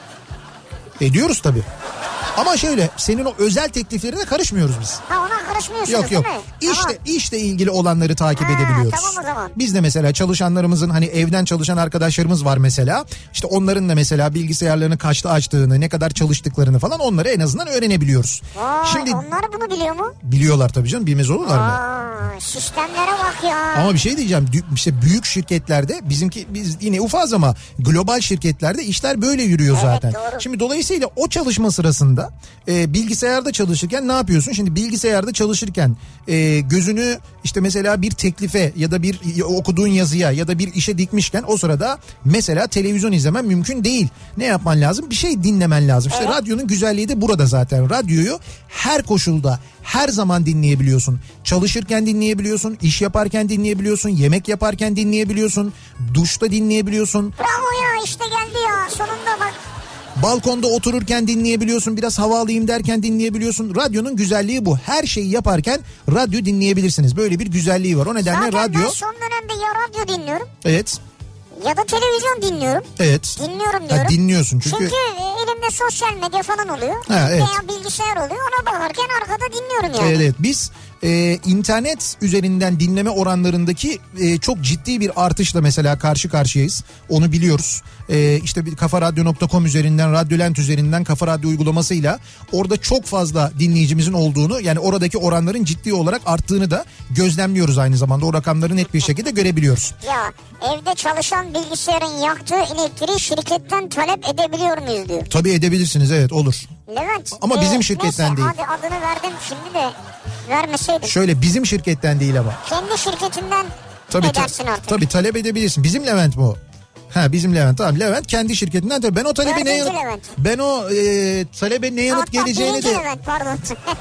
S1: Ediyoruz tabii. Ama şöyle, senin o özel tekliflerine karışmıyoruz biz.
S2: Ha, ona karışmıyorsunuz
S1: Yok yok.
S2: değil mi?
S1: İşte
S2: Tamam.
S1: işle ilgili olanları takip
S2: Ha,
S1: edebiliyoruz.
S2: tamam o zaman.
S1: Biz de mesela çalışanlarımızın, hani evden çalışan arkadaşlarımız var mesela. İşte onların da mesela bilgisayarlarını kaçta açtığını, ne kadar çalıştıklarını falan, onları en azından öğrenebiliyoruz.
S2: Vay,
S1: Şimdi
S2: onlar bunu biliyor mu?
S1: biliyorlar tabii canım, bilmez olurlar mı?
S2: Aa, sistemlere bak ya.
S1: Ama bir şey diyeceğim, işte büyük şirketlerde, bizimki biz yine ufaz ama global şirketlerde işler böyle yürüyor
S2: Evet,
S1: zaten.
S2: doğru.
S1: Şimdi dolayısıyla o çalışma sırasında e, bilgisayarda çalışırken ne yapıyorsun? Şimdi bilgisayarda çalışırken e, gözünü işte mesela bir teklife ya da bir okuduğun yazıya ya da bir işe dikmişken o sırada mesela televizyon izlemen mümkün değil. Ne yapman lazım? Bir şey dinlemen lazım. İşte
S2: Evet.
S1: radyonun güzelliği de burada zaten. Radyoyu her koşulda, her zaman dinleyebiliyorsun. Çalışırken dinleyebiliyorsun, iş yaparken dinleyebiliyorsun, yemek yaparken dinleyebiliyorsun, duşta dinleyebiliyorsun.
S2: Bravo ya, işte geldi ya sonunda bak.
S1: Balkonda otururken dinleyebiliyorsun, biraz hava alayım derken dinleyebiliyorsun. Radyonun güzelliği bu. Her şeyi yaparken radyo dinleyebilirsiniz. Böyle bir güzelliği var. O nedenle
S2: Zaten
S1: radyo...
S2: ben son dönemde ya radyo dinliyorum
S1: Evet.
S2: ya da televizyon dinliyorum.
S1: Evet.
S2: Dinliyorum
S1: Ha,
S2: diyorum.
S1: dinliyorsun çünkü...
S2: Çünkü elimde sosyal medya falan oluyor.
S1: Ha, evet.
S2: Veya bilgisayar oluyor. Ona bakarken arkada dinliyorum yani.
S1: Evet, evet. Biz e, internet üzerinden dinleme oranlarındaki e, çok ciddi bir artışla mesela karşı karşıyayız. Onu biliyoruz. E, işte bir kafaradyo nokta com üzerinden, Radyolent üzerinden, Kafa Radyo uygulamasıyla orada çok fazla dinleyicimizin olduğunu, yani oradaki oranların ciddi olarak arttığını da gözlemliyoruz aynı zamanda. O rakamları net bir şekilde görebiliyoruz.
S2: Ya evde çalışan bilgisayarın yaktığı elektriği şirketten talep edebiliyor muyuz diyor.
S1: Tabii edebilirsiniz, evet, olur.
S2: Levent.
S1: Ama bizim şirketten
S2: neyse,
S1: değil.
S2: Hadi adını verdim şimdi de vermeseydim.
S1: Şöyle, bizim şirketten değil ama.
S2: Kendi şirketinden
S1: Tabii,
S2: edersin
S1: ta-
S2: artık.
S1: tabii talep edebilirsin. Bizim Levent mi o? Ha, bizim Levent, tamam. Levent kendi şirketinden tabii. Ben o talebe ne yanıt,
S2: Levent.
S1: ben o e, talebe ne yanıt
S2: Hatta
S1: geleceğini de
S2: birinci Levent, pardon.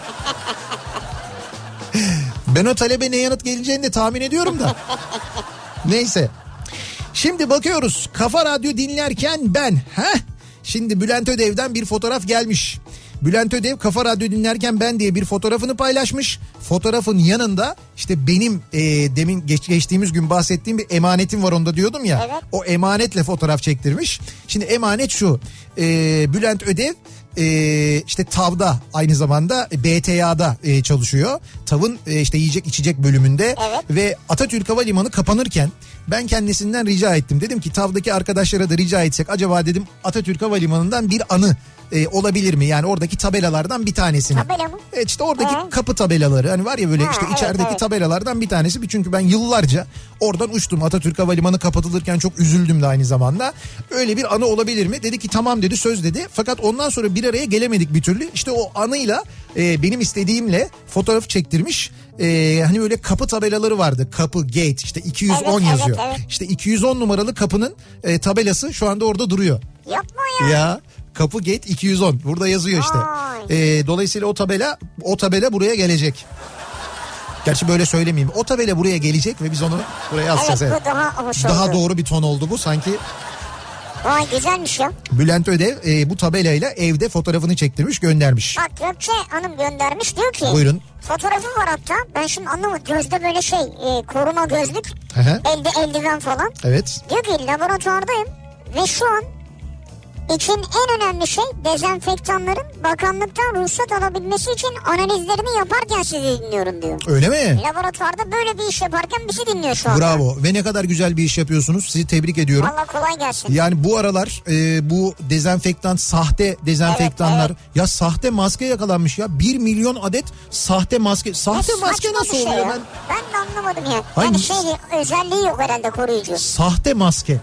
S1: ben o talebe ne yanıt geleceğini de tahmin ediyorum da. Neyse. Şimdi bakıyoruz. Kafa Radyo dinlerken ben. Heh. Şimdi Bülent Ödev'den bir fotoğraf gelmiş. Bülent Ödev Kafa Radyo dinlerken ben diye bir fotoğrafını paylaşmış. Fotoğrafın yanında işte benim e, demin geç, geçtiğimiz gün bahsettiğim bir emanetim var, onda diyordum ya.
S2: Evet.
S1: O emanetle fotoğraf çektirmiş. Şimdi emanet şu. E, Bülent Ödev e, işte TAV'da, aynı zamanda B T A'da e, çalışıyor. TAV'ın e, işte yiyecek içecek bölümünde.
S2: Evet.
S1: Ve Atatürk Havalimanı kapanırken ben kendisinden rica ettim. Dedim ki TAV'daki arkadaşlara da rica etsek acaba dedim Atatürk Havalimanı'ndan bir anı e, olabilir mi? Yani oradaki tabelalardan bir tanesini.
S2: Tabela mı?
S1: Evet, işte oradaki
S2: He.
S1: kapı tabelaları, hani var ya böyle
S2: Ha,
S1: işte
S2: evet,
S1: içerideki
S2: evet.
S1: tabelalardan bir tanesi. Çünkü ben yıllarca oradan uçtum. Atatürk Havalimanı kapatılırken çok üzüldüm de aynı zamanda. Öyle bir anı olabilir mi? Dedi ki tamam dedi, söz dedi. Fakat ondan sonra bir araya gelemedik bir türlü. İşte o anıyla e, benim istediğimle fotoğraf çektirmiş. E, hani böyle kapı tabelaları vardı. Kapı, gate, işte iki yüz on
S2: Evet,
S1: yazıyor.
S2: evet, evet.
S1: İşte iki yüz on numaralı kapının e, tabelası şu anda orada duruyor.
S2: Yapma ya.
S1: Ya kapı gate iki yüz on burada yazıyor işte.
S2: Vay.
S1: Ee, dolayısıyla o tabela o tabela buraya gelecek. Gerçi böyle söylemeyeyim. O tabela buraya gelecek ve biz onu buraya asacağız.
S2: Evet,
S1: Evet.
S2: bu daha hoş
S1: Daha
S2: oldu.
S1: doğru bir ton oldu bu sanki.
S2: Vay, güzelmiş ya.
S1: Bülent Ödev e, bu tabelayla evde fotoğrafını çektirmiş, göndermiş.
S2: Bak Gökçe Hanım göndermiş, diyor ki.
S1: Buyurun.
S2: Fotoğrafı var hatta. Ben şimdi anlamadım. Gözde böyle şey e, koruma gözlük.
S1: Hı hı.
S2: Elde eldiven falan.
S1: Evet.
S2: Diyor ki laboratuvardayım ve şu an için en önemli şey dezenfektanların bakanlıktan ruhsat alabilmesi için analizlerini yaparken sizi dinliyorum diyor.
S1: Öyle mi?
S2: Laboratuvarda böyle bir iş yaparken bizi dinliyor şu an.
S1: Bravo ve ne kadar güzel bir iş yapıyorsunuz. Sizi tebrik ediyorum.
S2: Vallahi kolay gelsin.
S1: Yani bu aralar e, bu dezenfektan, sahte dezenfektanlar. Evet, evet. Ya sahte maske yakalanmış ya. Bir milyon adet sahte maske. Sahte
S2: ya
S1: maske nasıl
S2: şey
S1: oluyor?
S2: Ya.
S1: Ben...
S2: ben de anlamadım ya.
S1: Hayır.
S2: Yani şey özelliği yok herhalde koruyucu.
S1: Sahte maske.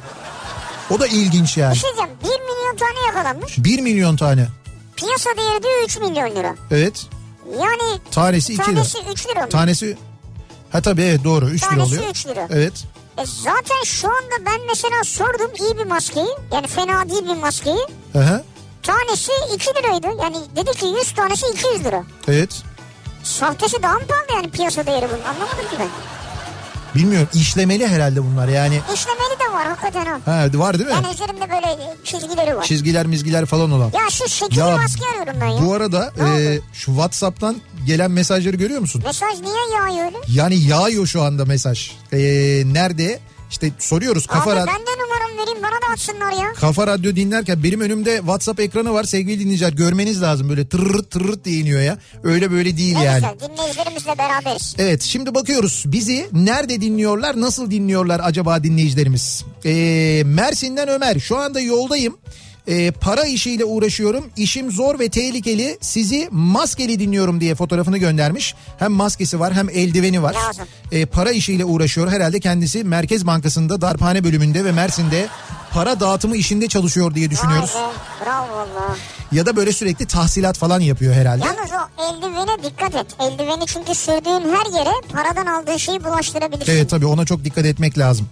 S1: O da ilginç yani.
S2: Bir şey diyeceğim. Bir milyon tane yakalanmış.
S1: Bir milyon tane.
S2: Piyasa değeri diyor üç milyon lira.
S1: Evet.
S2: Yani
S1: tanesi iki lira.
S2: Tanesi üç lira mı?
S1: Tanesi ha tabii evet doğru üç lira oluyor.
S2: Tanesi üç lira.
S1: Evet.
S2: E zaten şu anda ben mesela sordum iyi bir maskeyi. Yani fena değil bir maskeyi.
S1: Hı hı.
S2: Tanesi iki liraydı. Yani dedi ki yüz tanesi iki yüz lira.
S1: Evet.
S2: Sahtesi daha mı pahalı yani piyasa değeri bunun? Anlamadım ki ben.
S1: Bilmiyorum, işlemeli herhalde bunlar yani.
S2: İşlemeli de var hakikaten ha.
S1: Ha, var değil mi?
S2: Yani üzerinde böyle çizgileri var.
S1: Çizgiler mizgiler falan olan.
S2: Ya şu şekilli
S1: ya,
S2: maske arıyorum ben ya.
S1: Bu arada e, şu WhatsApp'tan gelen mesajları görüyor musun?
S2: Mesaj niye yağıyor öyle?
S1: Yani yağıyor şu anda mesaj. E, nerede? İşte soruyoruz. Kafa
S2: Abi
S1: Rad-
S2: ben de numaramı vereyim bana da atsınlar ya.
S1: Kafa Radyo dinlerken benim önümde WhatsApp ekranı var sevgili dinleyiciler, görmeniz lazım, böyle tırırt tırırt diye iniyor ya. Öyle böyle değil
S2: ne
S1: yani.
S2: Güzel, dinleyicilerimizle beraberiz.
S1: Evet, şimdi bakıyoruz bizi nerede dinliyorlar, nasıl dinliyorlar acaba dinleyicilerimiz. Ee, Mersin'den Ömer, şu anda yoldayım. Ee, para işiyle uğraşıyorum. İşim zor ve tehlikeli. Sizi maskeli dinliyorum diye fotoğrafını göndermiş. Hem maskesi var hem eldiveni var.
S2: Lazım.
S1: Ee, para işiyle uğraşıyor. Herhalde kendisi Merkez Bankası'nda darphane bölümünde ve Mersin'de para dağıtımı işinde çalışıyor diye düşünüyoruz.
S2: Vay be, bravo valla.
S1: Ya da böyle sürekli tahsilat falan yapıyor herhalde.
S2: Yalnız o eldivene dikkat et. Eldiveni çünkü sürdüğün her yere paradan aldığın şeyi bulaştırabilirsin.
S1: Evet tabii, ona çok dikkat etmek lazım.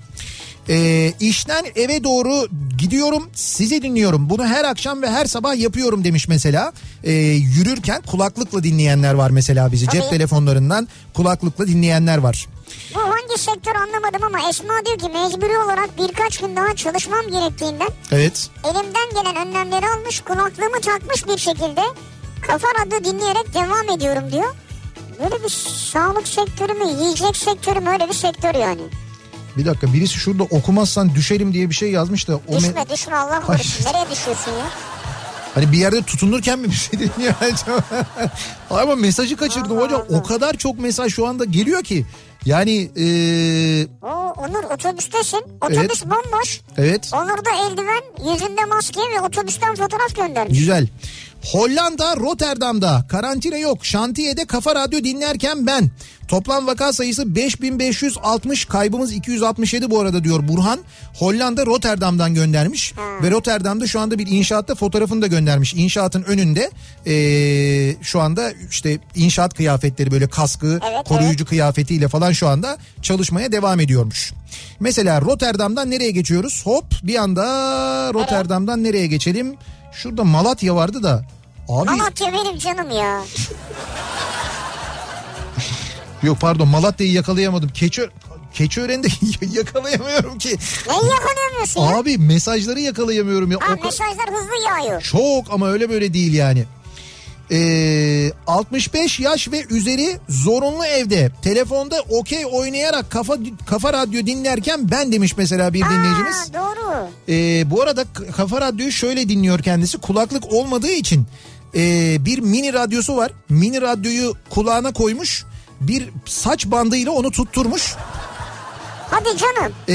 S1: Ee, işten eve doğru gidiyorum, sizi dinliyorum. Bunu her akşam ve her sabah yapıyorum demiş mesela. Ee, yürürken kulaklıkla dinleyenler var mesela bizi.
S2: Tabii.
S1: Cep telefonlarından kulaklıkla dinleyenler var.
S2: Bu hangi sektör anlamadım ama Esma diyor ki mecburi olarak birkaç gün daha çalışmam gerektiğinden
S1: Evet.
S2: elimden gelen önlemleri almış, kulaklığımı takmış bir şekilde Kafa Radyo dinleyerek devam ediyorum diyor. Böyle bir sağlık sektörü mü, yiyecek sektörü mü, öyle bir sektör yani.
S1: Bir dakika, birisi şurada okumazsan düşerim diye bir şey yazmış da. O
S2: düşme
S1: me-
S2: düşme Allah korusun. Nereye düşüyorsun ya?
S1: Hani bir yerde tutunurken mi bir şey dinliyor acaba? Ama mesajı kaçırdım
S2: Allah
S1: hocam.
S2: Allah.
S1: O kadar çok mesaj şu anda geliyor ki. Yani ee...
S2: Oo, Onur otobüstesin. Otobüs
S1: Evet.
S2: bomboş.
S1: Evet.
S2: Onur da eldiven, yüzünde maske ve otobüsten fotoğraf göndermiş.
S1: Güzel. Hollanda Rotterdam'da karantina yok. Şantiyede Kafa Radyo dinlerken ben. Toplam vaka sayısı beş bin beş yüz altmış, kaybımız iki yüz altmış yedi bu arada diyor Burhan. Hollanda Rotterdam'dan göndermiş. Hmm. Ve Rotterdam'da şu anda bir inşaatta fotoğrafını da göndermiş. İnşaatın önünde ee, şu anda işte inşaat kıyafetleri, böyle kaskı,
S2: evet,
S1: koruyucu
S2: evet.
S1: kıyafetiyle falan şu anda çalışmaya devam ediyormuş. Mesela Rotterdam'dan nereye geçiyoruz? Hop bir anda Rotterdam'dan nereye geçelim? Şurada Malatya vardı da. Abi...
S2: Malatya benim canım ya.
S1: Yok pardon, Malatya'yı yakalayamadım. Keçi Keçiören'de yakalayamıyorum ki.
S2: Neyi yakalayamıyorsun ya?
S1: Abi mesajları yakalayamıyorum ya.
S2: Ha,
S1: O...
S2: mesajlar hızlı yağıyor.
S1: Çok ama öyle böyle değil yani. Ee, altmış beş yaş ve üzeri zorunlu evde telefonda okey oynayarak kafa kafa radyo dinlerken ben demiş mesela bir dinleyicimiz.
S2: Aa, doğru.
S1: Ee, bu arada Kafa Radyo'yu şöyle dinliyor kendisi, kulaklık olmadığı için e, bir mini radyosu var. Mini radyoyu kulağına koymuş, bir saç bandıyla onu tutturmuş.
S2: Hadi canım.
S1: Ee,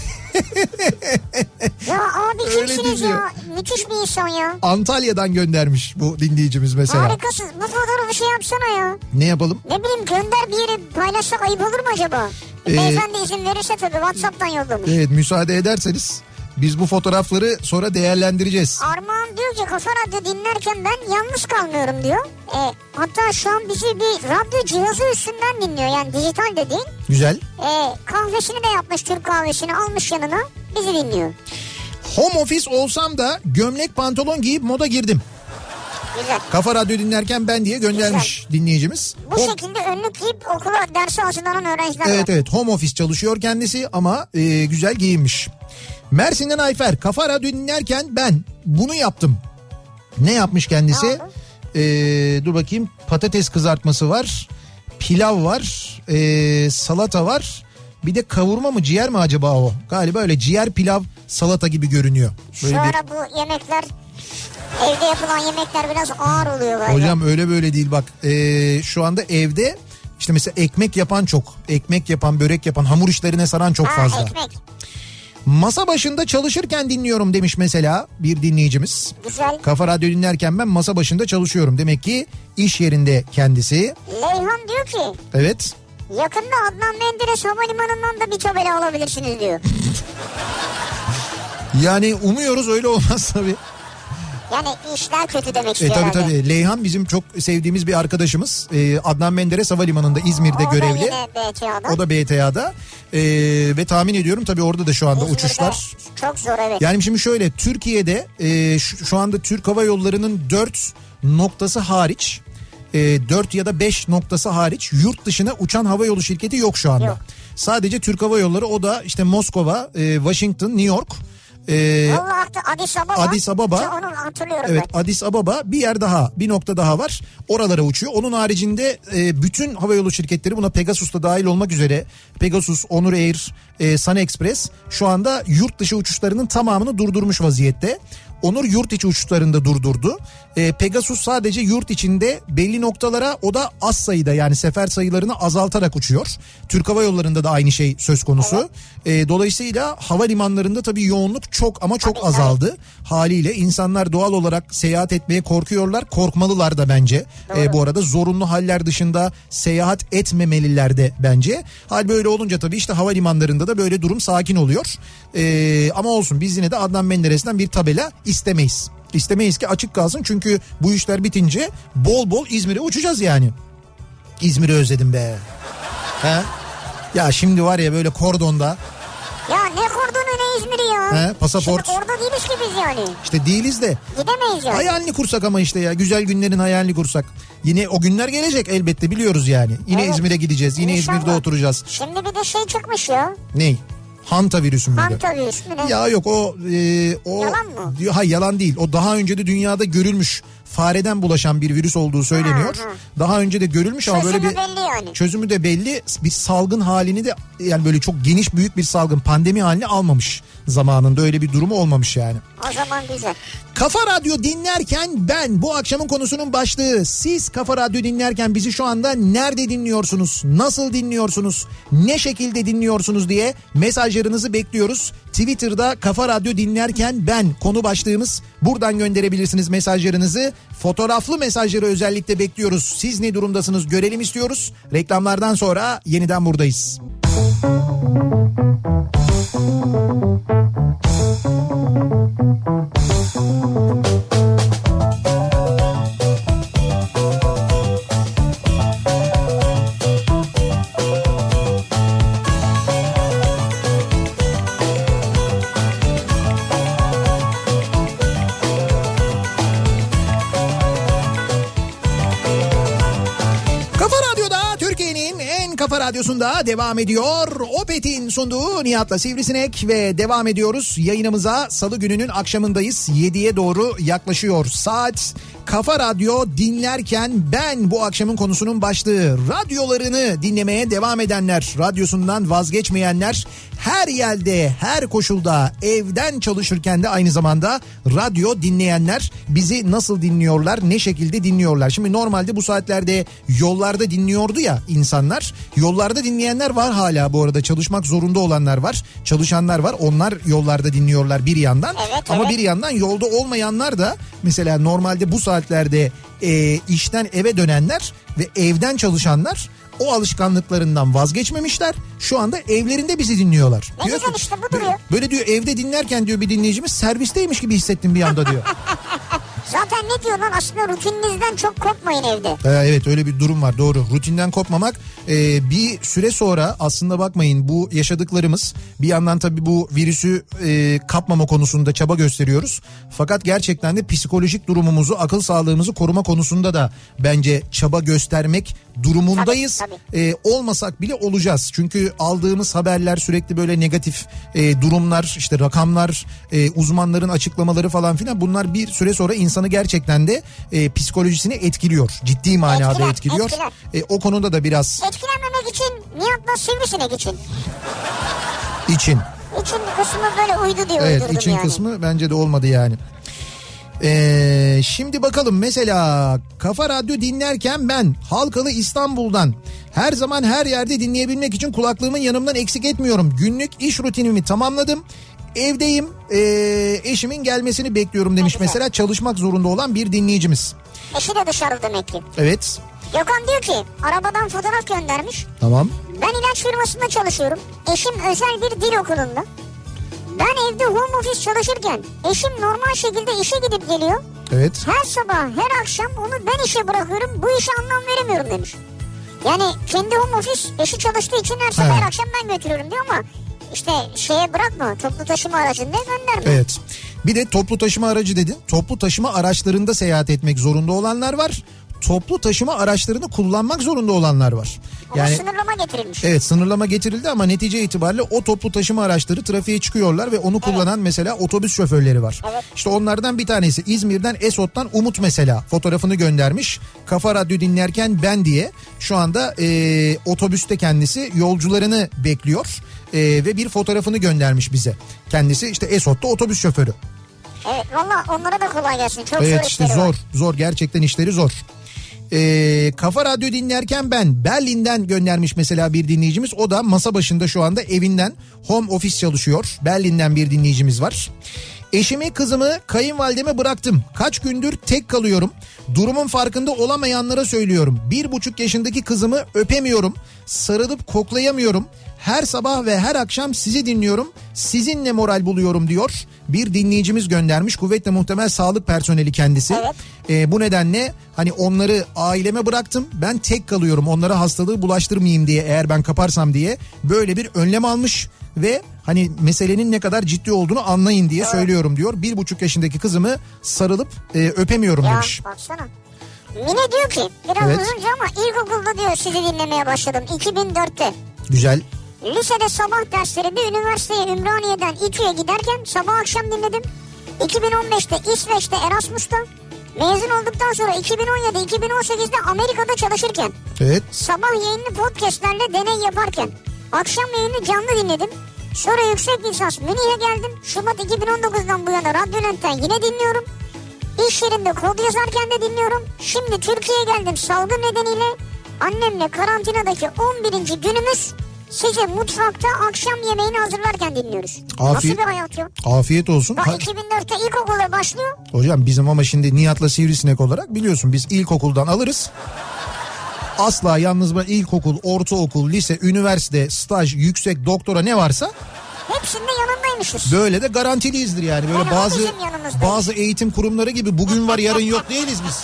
S2: Ya abi
S1: Öyle
S2: kimsiniz
S1: dinliyor.
S2: ya? Müthiş bir insan ya.
S1: Antalya'dan göndermiş bu dinleyicimiz mesela.
S2: Harikasın. Bu fotoğrafı şey yapsana ya.
S1: Ne yapalım?
S2: Ne bileyim gönder bir yere, paylaşsak ayıp olur mu acaba?
S1: Ee,
S2: Beyefendi izin verirse tabii WhatsApp'tan yollamış.
S1: Evet, müsaade ederseniz biz bu fotoğrafları sonra değerlendireceğiz.
S2: Armağan diyor ki Kafa Radyo dinlerken ben yalnız kalmıyorum diyor. E, hatta şu an bizi bir radyo cihazı üstünden dinliyor, yani dijital de değil.
S1: Güzel.
S2: E, kahvesini de yapmış, Türk kahvesini almış yanına, bizi dinliyor.
S1: Home office olsam da gömlek pantolon giyip moda girdim.
S2: Güzel.
S1: Kafa Radyo dinlerken ben diye göndermiş Güzel. dinleyicimiz.
S2: Bu
S1: Home...
S2: şekilde önlük giyip okula derse hazırlanan öğrenciler
S1: evet,
S2: var.
S1: Evet evet, home office çalışıyor kendisi ama e, güzel giyinmiş. Mersin'den Ayfer, Kafa Radyo dinlerken ben bunu yaptım. Ne yapmış kendisi? E, dur bakayım, patates kızartması var, pilav var, e, salata var. Bir de kavurma mı ciğer mi acaba o? Galiba öyle ciğer pilav salata gibi görünüyor. Böyle
S2: Şu
S1: bir...
S2: ara bu yemekler, evde yapılan yemekler biraz ağır oluyor galiba.
S1: Hocam öyle böyle değil bak. Ee, şu anda evde işte mesela ekmek yapan çok. Ekmek yapan, börek yapan, hamur işlerine saran çok
S2: ha,
S1: fazla.
S2: Ekmek.
S1: Masa başında çalışırken dinliyorum demiş mesela bir dinleyicimiz.
S2: Güzel.
S1: Kafa Radyo dinlerken ben masa başında çalışıyorum. Demek ki iş yerinde kendisi.
S2: Leyhan diyor ki.
S1: Evet.
S2: Yakında Adnan Menderes Havalimanı'ndan da bir tabela alabilirsiniz diyor.
S1: Yani umuyoruz öyle olmaz tabii.
S2: Yani işler kötü demek
S1: E
S2: istiyor
S1: tabii
S2: herhalde.
S1: tabii. Leyhan bizim çok sevdiğimiz bir arkadaşımız. Ee, Adnan Menderes Havalimanı'nda İzmir'de
S2: o
S1: görevli.
S2: O da yine B T A'da.
S1: O da B T A'da. Ee, ve tahmin ediyorum tabii orada da şu anda
S2: İzmir'de
S1: uçuşlar.
S2: Çok zor evet.
S1: Yani şimdi şöyle Türkiye'de e, şu, şu anda Türk Hava Yolları'nın dört noktası hariç, e, dört ya da beş noktası hariç yurt dışına uçan havayolu şirketi yok şu anda.
S2: Yok.
S1: Sadece Türk Hava Yolları, o da işte Moskova, e, Washington, New York. E,
S2: Valla Addis Ababa.
S1: Addis Ababa.
S2: Ki onu hatırlıyorum
S1: Evet,
S2: ben.
S1: Addis Ababa, bir yer daha, bir nokta daha var. Oralara uçuyor. Onun haricinde e, bütün havayolu şirketleri, buna Pegasus da dahil olmak üzere, Pegasus, Onur Air, e, Sun Express şu anda yurt dışı uçuşlarının tamamını durdurmuş vaziyette. Onur yurt içi uçuşlarında durdurdu. E, Pegasus sadece yurt içinde belli noktalara, o da az sayıda, yani sefer sayılarını azaltarak uçuyor. Türk Hava Yolları'nda da aynı şey söz konusu. Evet. E, dolayısıyla havalimanlarında tabii yoğunluk çok ama çok tabii, azaldı. Evet. Haliyle insanlar doğal olarak seyahat etmeye korkuyorlar. Korkmalılar da bence. E, bu arada zorunlu haller dışında seyahat etmemeliler de bence. Hal böyle olunca tabii işte havalimanlarında da böyle durum sakin oluyor. E, ama olsun, biz yine de Adnan Menderes'ten bir tabela istemeyiz. İstemeyiz ki açık kalsın, çünkü bu işler bitince bol bol İzmir'e uçacağız yani. İzmir'i özledim be. He? Ya şimdi var ya böyle kordonda.
S2: Ya ne kordonu ne İzmir'i ya.
S1: He, pasaport.
S2: Şimdi orada değiliz ki biz yani.
S1: İşte değiliz de.
S2: Gidemeyiz yani.
S1: Hayalini kursak ama işte ya, güzel günlerin hayalini kursak. Yine o günler gelecek elbette, biliyoruz yani. Yine evet. İzmir'e gideceğiz, yine İnşallah. İzmir'de oturacağız.
S2: Şimdi bir de şey çıkmış ya.
S1: Ney? Hanta virüsü müydü?
S2: Hanta virüsü mü ne?
S1: Ya yok o... E, o
S2: yalan mı?
S1: Hayır, yalan değil. O daha önce de dünyada görülmüş, fareden bulaşan bir virüs olduğu söyleniyor. Ha, ha. Daha önce de görülmüş çözümü ama böyle bir...
S2: belli yani.
S1: Çözümü de belli. Bir salgın halini de, yani böyle çok geniş büyük bir salgın, pandemi halini almamış zamanında, öyle bir durumu olmamış yani.
S2: O zaman güzel.
S1: Kafa Radyo dinlerken ben, bu akşamın konusunun başlığı. Siz Kafa Radyo dinlerken bizi şu anda nerede dinliyorsunuz? Nasıl dinliyorsunuz? Ne şekilde dinliyorsunuz diye mesajlarınızı bekliyoruz. Twitter'da Kafa Radyo dinlerken ben konu başlığımız. Buradan gönderebilirsiniz mesajlarınızı. Fotoğraflı mesajları özellikle bekliyoruz. Siz ne durumdasınız görelim istiyoruz. Reklamlardan sonra yeniden buradayız. Kafa Radyosu'nda devam ediyor. Opet'in sunduğu Nihat'la Sivrisinek ve devam ediyoruz. Yayınımıza salı gününün akşamındayız. yediye doğru yaklaşıyor saat. Kafa Radyo dinlerken ben, bu akşamın konusunun başlığı. Radyolarını dinlemeye devam edenler, radyosundan vazgeçmeyenler, her yerde, her koşulda, evden çalışırken de aynı zamanda radyo dinleyenler bizi nasıl dinliyorlar, ne şekilde dinliyorlar? Şimdi normalde bu saatlerde yollarda dinliyordu ya insanlar. Yollarda dinleyenler var hala bu arada, çalışmak zorunda olanlar var, çalışanlar var, onlar yollarda dinliyorlar bir yandan.
S2: Evet,
S1: ama
S2: evet.
S1: bir yandan yolda olmayanlar da mesela normalde bu saatlerde e, işten eve dönenler ve evden çalışanlar o alışkanlıklarından vazgeçmemişler. Şu anda evlerinde bizi dinliyorlar.
S2: Ne diyor güzel ki, işte bu duruyor.
S1: Böyle diyor, evde dinlerken diyor bir dinleyicimiz, servisteymiş gibi hissettim bir anda diyor.
S2: Zaten ne diyor lan, aslında rutininizden çok kopmayın evde.
S1: Ee, evet, öyle bir durum var, doğru. Rutinden kopmamak e, bir süre sonra aslında bakmayın, bu yaşadıklarımız bir yandan tabii bu virüsü e, kapmama konusunda çaba gösteriyoruz. Fakat gerçekten de psikolojik durumumuzu, akıl sağlığımızı koruma konusunda da bence çaba göstermek durumundayız.
S2: Tabii, tabii.
S1: E, olmasak bile olacağız. Çünkü aldığımız haberler sürekli böyle negatif e, durumlar, işte rakamlar, e, uzmanların açıklamaları falan filan, bunlar bir süre sonra insanı gerçekten de e, psikolojisini etkiliyor. Ciddi manada
S2: etkiler,
S1: etkiliyor.
S2: Etkiler.
S1: E, o konuda da biraz...
S2: Etkilenmemek için Nihat'la Sivrisinek için.
S1: İçin.
S2: İçin kısmı böyle uydu diye
S1: evet,
S2: uydurdum
S1: için
S2: yani.
S1: kısmı bence de olmadı yani. Ee, şimdi bakalım mesela Kafa Radyo dinlerken ben Halkalı İstanbul'dan her zaman her yerde dinleyebilmek için kulaklığımın yanımdan eksik etmiyorum. Günlük iş rutinimi tamamladım. Evdeyim, e, eşimin gelmesini bekliyorum demiş mesela çalışmak zorunda olan bir dinleyicimiz.
S2: Eşi de dışarıda demek ki.
S1: Evet.
S2: Gökhan diyor ki arabadan fotoğraf göndermiş.
S1: Tamam.
S2: Ben ilaç firmasında çalışıyorum. Eşim özel bir dil okulunda. Ben evde home office çalışırken eşim normal şekilde işe gidip geliyor.
S1: Evet.
S2: Her sabah her akşam onu ben işe bırakıyorum. Bu işe anlam veremiyorum demiş. Yani kendi home office eşi çalıştığı için her sabah
S1: He.
S2: her akşam ben götürüyorum diyor ama işte şeye bırakma, toplu taşıma aracında gönderme.
S1: Evet. Bir de toplu taşıma aracı dedin. Toplu taşıma araçlarında seyahat etmek zorunda olanlar var. Toplu taşıma araçlarını kullanmak zorunda olanlar var.
S2: Ama
S1: Yani
S2: sınırlama getirilmiş.
S1: evet, sınırlama getirildi ama netice itibariyle o toplu taşıma araçları trafiğe çıkıyorlar ve onu kullanan evet. mesela otobüs şoförleri var.
S2: Evet.
S1: İşte onlardan bir tanesi İzmir'den Esot'tan Umut mesela fotoğrafını göndermiş. Kafa Radyo dinlerken ben diye şu anda e, otobüste kendisi yolcularını bekliyor e, ve bir fotoğrafını göndermiş bize. Kendisi işte Esot'ta otobüs şoförü.
S2: Evet, valla onlara da kolay gelsin. Çok
S1: evet,
S2: zor
S1: işte
S2: işleri
S1: zor,
S2: var.
S1: zor gerçekten işleri zor. Ee, Kafa Radyo dinlerken ben Berlin'den göndermiş mesela bir dinleyicimiz. O da masa başında şu anda evinden home office çalışıyor. Berlin'den bir dinleyicimiz var. Eşimi, kızımı kayınvalideme bıraktım. Kaç gündür tek kalıyorum. Durumun farkında olamayanlara söylüyorum. Bir buçuk yaşındaki kızımı öpemiyorum. Sarılıp koklayamıyorum. Her sabah ve her akşam sizi dinliyorum. Sizinle moral buluyorum diyor. Bir dinleyicimiz göndermiş. Kuvvetle muhtemel sağlık personeli kendisi.
S2: Evet.
S1: Ee, bu nedenle hani onları aileme bıraktım. Ben tek kalıyorum. Onlara hastalığı bulaştırmayayım diye, eğer ben kaparsam diye böyle bir önlem almış. Ve hani meselenin ne kadar ciddi olduğunu anlayın diye evet. söylüyorum diyor. Bir buçuk yaşındaki kızımı sarılıp e, öpemiyorum
S2: ya,
S1: demiş.
S2: Ya baksana. Mine diyor ki biraz evet. uzunca ama ilkokulda diyor sizi dinlemeye başladım iki bin dörtte.
S1: Güzel.
S2: Lisede sabah derslerinde üniversiteye Ümraniye'den İTÜ'ye giderken sabah akşam dinledim. iki bin on beşte İsveç'te Erasmus'ta, mezun olduktan sonra iki bin on yedi iki bin on sekizde Amerika'da çalışırken.
S1: Evet.
S2: Sabah yayınlı podcastlerle deney yaparken. Akşam yayını canlı dinledim. Sonra yüksek lisans Münih'e geldim. Şubat iki bin on dokuzdan bu yana Radyolent'ten yine dinliyorum. İş yerinde kod yazarken de dinliyorum. Şimdi Türkiye'ye geldim salgın nedeniyle. Annemle karantinadaki on birinci günümüz. Size mutfakta akşam yemeğini hazırlarken dinliyoruz.
S1: Afiyet,
S2: nasıl bir hayat yok?
S1: Afiyet olsun.
S2: Bak iki bin dörtte ilkokulda başlıyor.
S1: Hocam bizim ama şimdi Nihat'la Sivrisinek olarak biliyorsun biz ilkokuldan alırız. Asla yalnız ben ilkokul, ortaokul, lise, üniversite, staj, yüksek, doktora ne varsa
S2: hepsinde yanındaymışız.
S1: böyle de garantiliyizdir yani. Böyle yani bazı bazı eğitim kurumları gibi bugün var yarın yok değiliz biz.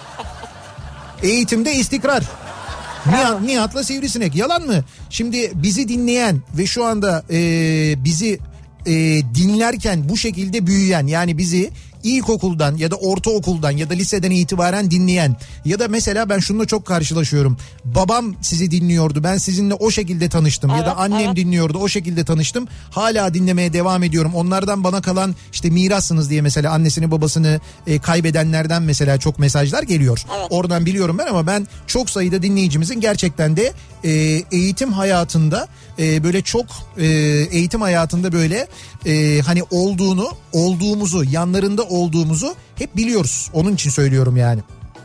S1: Eğitimde istikrar. Nihat, Nihat'la Sivrisinek yalan mı? Şimdi bizi dinleyen ve şu anda e, bizi e, dinlerken bu şekilde büyüyen, yani bizi ilkokuldan ya da ortaokuldan ya da liseden itibaren dinleyen ya da mesela ben şununla çok karşılaşıyorum. Babam sizi dinliyordu, ben sizinle o şekilde tanıştım evet, ya da annem evet. dinliyordu, o şekilde tanıştım. Hala dinlemeye devam ediyorum. Onlardan bana kalan işte mirassınız diye mesela annesini babasını e, kaybedenlerden mesela çok mesajlar geliyor. Evet. Oradan biliyorum ben ama ben çok sayıda dinleyicimizin gerçekten de e, eğitim hayatında e, böyle çok e, eğitim hayatında böyle e, hani olduğunu, olduğumuzu, yanlarında olduğumuzu hep biliyoruz. Onun için söylüyorum yani.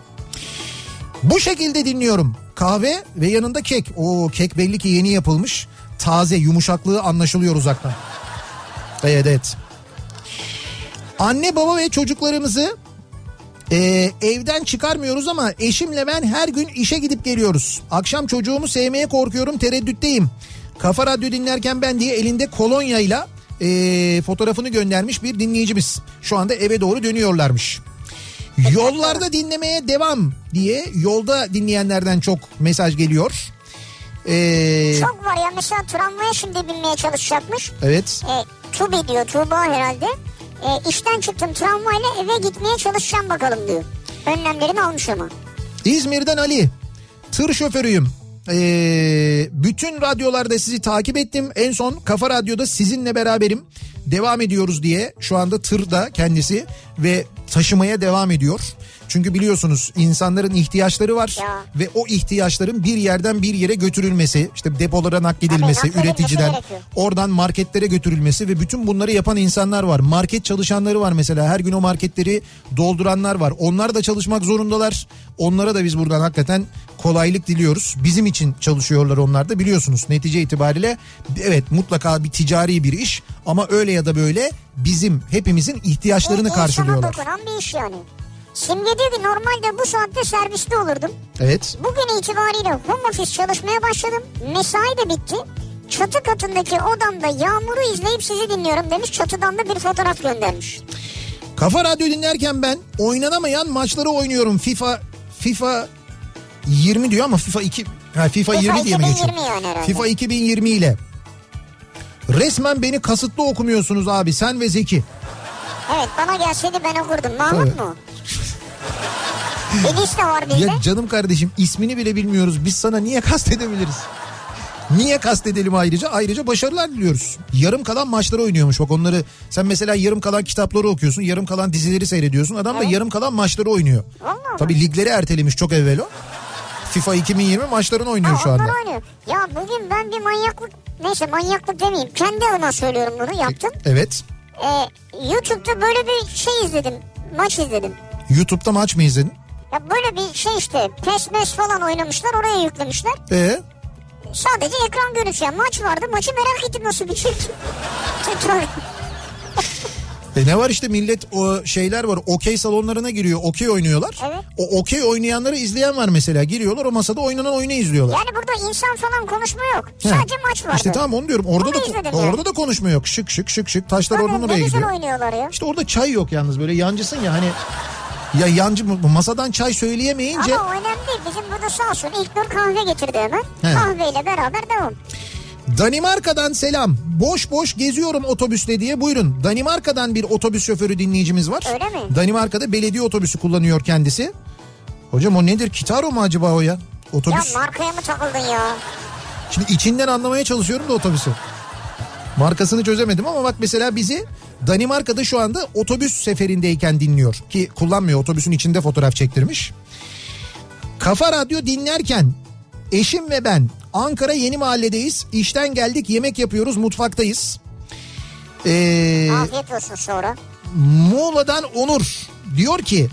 S1: Bu şekilde dinliyorum. Kahve ve yanında kek. O kek belli ki yeni yapılmış. Taze, yumuşaklığı anlaşılıyor uzaktan. Evet evet. Anne baba ve çocuklarımızı e, evden çıkarmıyoruz ama eşimle ben her gün işe gidip geliyoruz. Akşam çocuğumu sevmeye korkuyorum, tereddütteyim. Kafa Radyo dinlerken ben diye elinde kolonyayla e, fotoğrafını göndermiş bir dinleyicimiz. Şu anda eve doğru dönüyorlarmış. Yollarda dinlemeye devam diye yolda dinleyenlerden çok mesaj geliyor. Ee,
S2: çok var ya, mesela tramvaya şimdi binmeye çalışacakmış.
S1: Evet.
S2: E, Tubi diyor, Tuğba herhalde. E, işten çıktım tramvayla eve gitmeye çalışacağım bakalım diyor. Önlemlerini almış ama.
S1: İzmir'den Ali. Tır şoförüyüm. Ee, bütün radyolarda sizi takip ettim. En son Kafa Radyo'da sizinle beraberim. Devam ediyoruz diye şu anda tırda kendisi ve taşımaya devam ediyor. Çünkü biliyorsunuz insanların ihtiyaçları var
S2: ya.
S1: Ve o ihtiyaçların bir yerden bir yere götürülmesi, işte depolara nakledilmesi,
S2: Tabii,
S1: üreticiden
S2: gerekiyor.
S1: oradan marketlere götürülmesi ve bütün bunları yapan insanlar var. Market çalışanları var mesela, her gün o marketleri dolduranlar var. Onlar da çalışmak zorundalar. Onlara da biz buradan hakikaten kolaylık diliyoruz. Bizim için çalışıyorlar onlar da, biliyorsunuz. Netice itibariyle evet, mutlaka bir ticari bir iş ama öyle ya da böyle bizim hepimizin ihtiyaçlarını
S2: İyi,
S1: karşılıyorlar.
S2: İnsana dokunan bir iş yani. Simge diyor ki normalde bu saatte serviste olurdum.
S1: Evet.
S2: Bugün itibariyle home office çalışmaya başladım. Mesai de bitti. Çatı katındaki odamda yağmuru izleyip sizi dinliyorum demiş. Çatıdan da bir fotoğraf göndermiş.
S1: Kafa Radyo dinlerken ben oynanamayan maçları oynuyorum. FIFA FIFA yirmi diyor ama FIFA iki ha, FIFA, FIFA yirmi diye mi geçiyor?
S2: Yani
S1: FIFA iki bin yirmi ile. Resmen beni kasıtlı okumuyorsunuz abi, sen ve Zeki.
S2: Evet, bana gelseydi ben okurdum. Mahmut evet. mu? Elis de var bizde.
S1: Ya canım kardeşim, ismini bile bilmiyoruz. Biz sana niye kastedebiliriz? Niye kastedelim ayrıca? Ayrıca başarılar diliyoruz. Yarım kalan maçları oynuyormuş bak, onları. Sen mesela yarım kalan kitapları okuyorsun, yarım kalan dizileri seyrediyorsun. Adam evet. da yarım kalan maçları oynuyor.
S2: Vallahi
S1: Tabii ligleri ertelemiş çok evvel o. FIFA iki bin yirmi maçlarını oynuyor ha, şu anda.
S2: Oynuyor. Ya bugün ben bir manyaklık, neyse manyaklık demeyeyim, kendi adıma söylüyorum bunu, yaptım.
S1: Evet.
S2: Ee, YouTube'da böyle bir şey izledim, maç izledim.
S1: YouTube'da maç mı izledin?
S2: Ya böyle bir şey işte, pes mes falan oynamışlar, oraya yüklemişler.
S1: Ee?
S2: Sadece ekran görüntüsü, yani maç vardı, maçı merak ettim nasıl bir şey.
S1: E ne var işte, millet o şeyler var, okey salonlarına giriyor, okey oynuyorlar.
S2: Evet.
S1: O okey oynayanları izleyen var mesela, giriyorlar o masada oynanan oyunu izliyorlar.
S2: Yani burada insan falan konuşma yok. He. Sadece maç vardı.
S1: İşte tamam onu diyorum. Orada
S2: onu
S1: da orada yani. da konuşma yok. Şık şık şık şık taşlar
S2: Tabii,
S1: oradan oraya gidiyor.
S2: oynuyorlar ya.
S1: İşte orada çay yok yalnız, böyle yancısın ya hani. Ya yancı masadan çay söyleyemeyince.
S2: Ama o önemli değil. Bizim burada sağ olsun İlknur kahve getirdi hemen.
S1: He.
S2: Kahveyle beraber devam.
S1: Danimarka'dan selam. Boş boş geziyorum otobüsle diye, buyurun. Danimarka'dan bir otobüs şoförü dinleyicimiz var.
S2: Öyle mi?
S1: Danimarka'da belediye otobüsü kullanıyor kendisi. Hocam o nedir? Kitaro mu acaba o ya? Otobüs.
S2: Ya markaya mı takıldın ya?
S1: Şimdi içinden anlamaya çalışıyorum da otobüsü. Markasını çözemedim ama bak mesela bizi Danimarka'da şu anda otobüs seferindeyken dinliyor. Ki kullanmıyor, otobüsün içinde fotoğraf çektirmiş. Kafa Radyo dinlerken eşim ve ben Ankara Yeni Mahalle'deyiz. İşten geldik, yemek yapıyoruz, mutfaktayız. Ee,
S2: Afiyet olsun sonra.
S1: Muğla'dan Onur diyor ki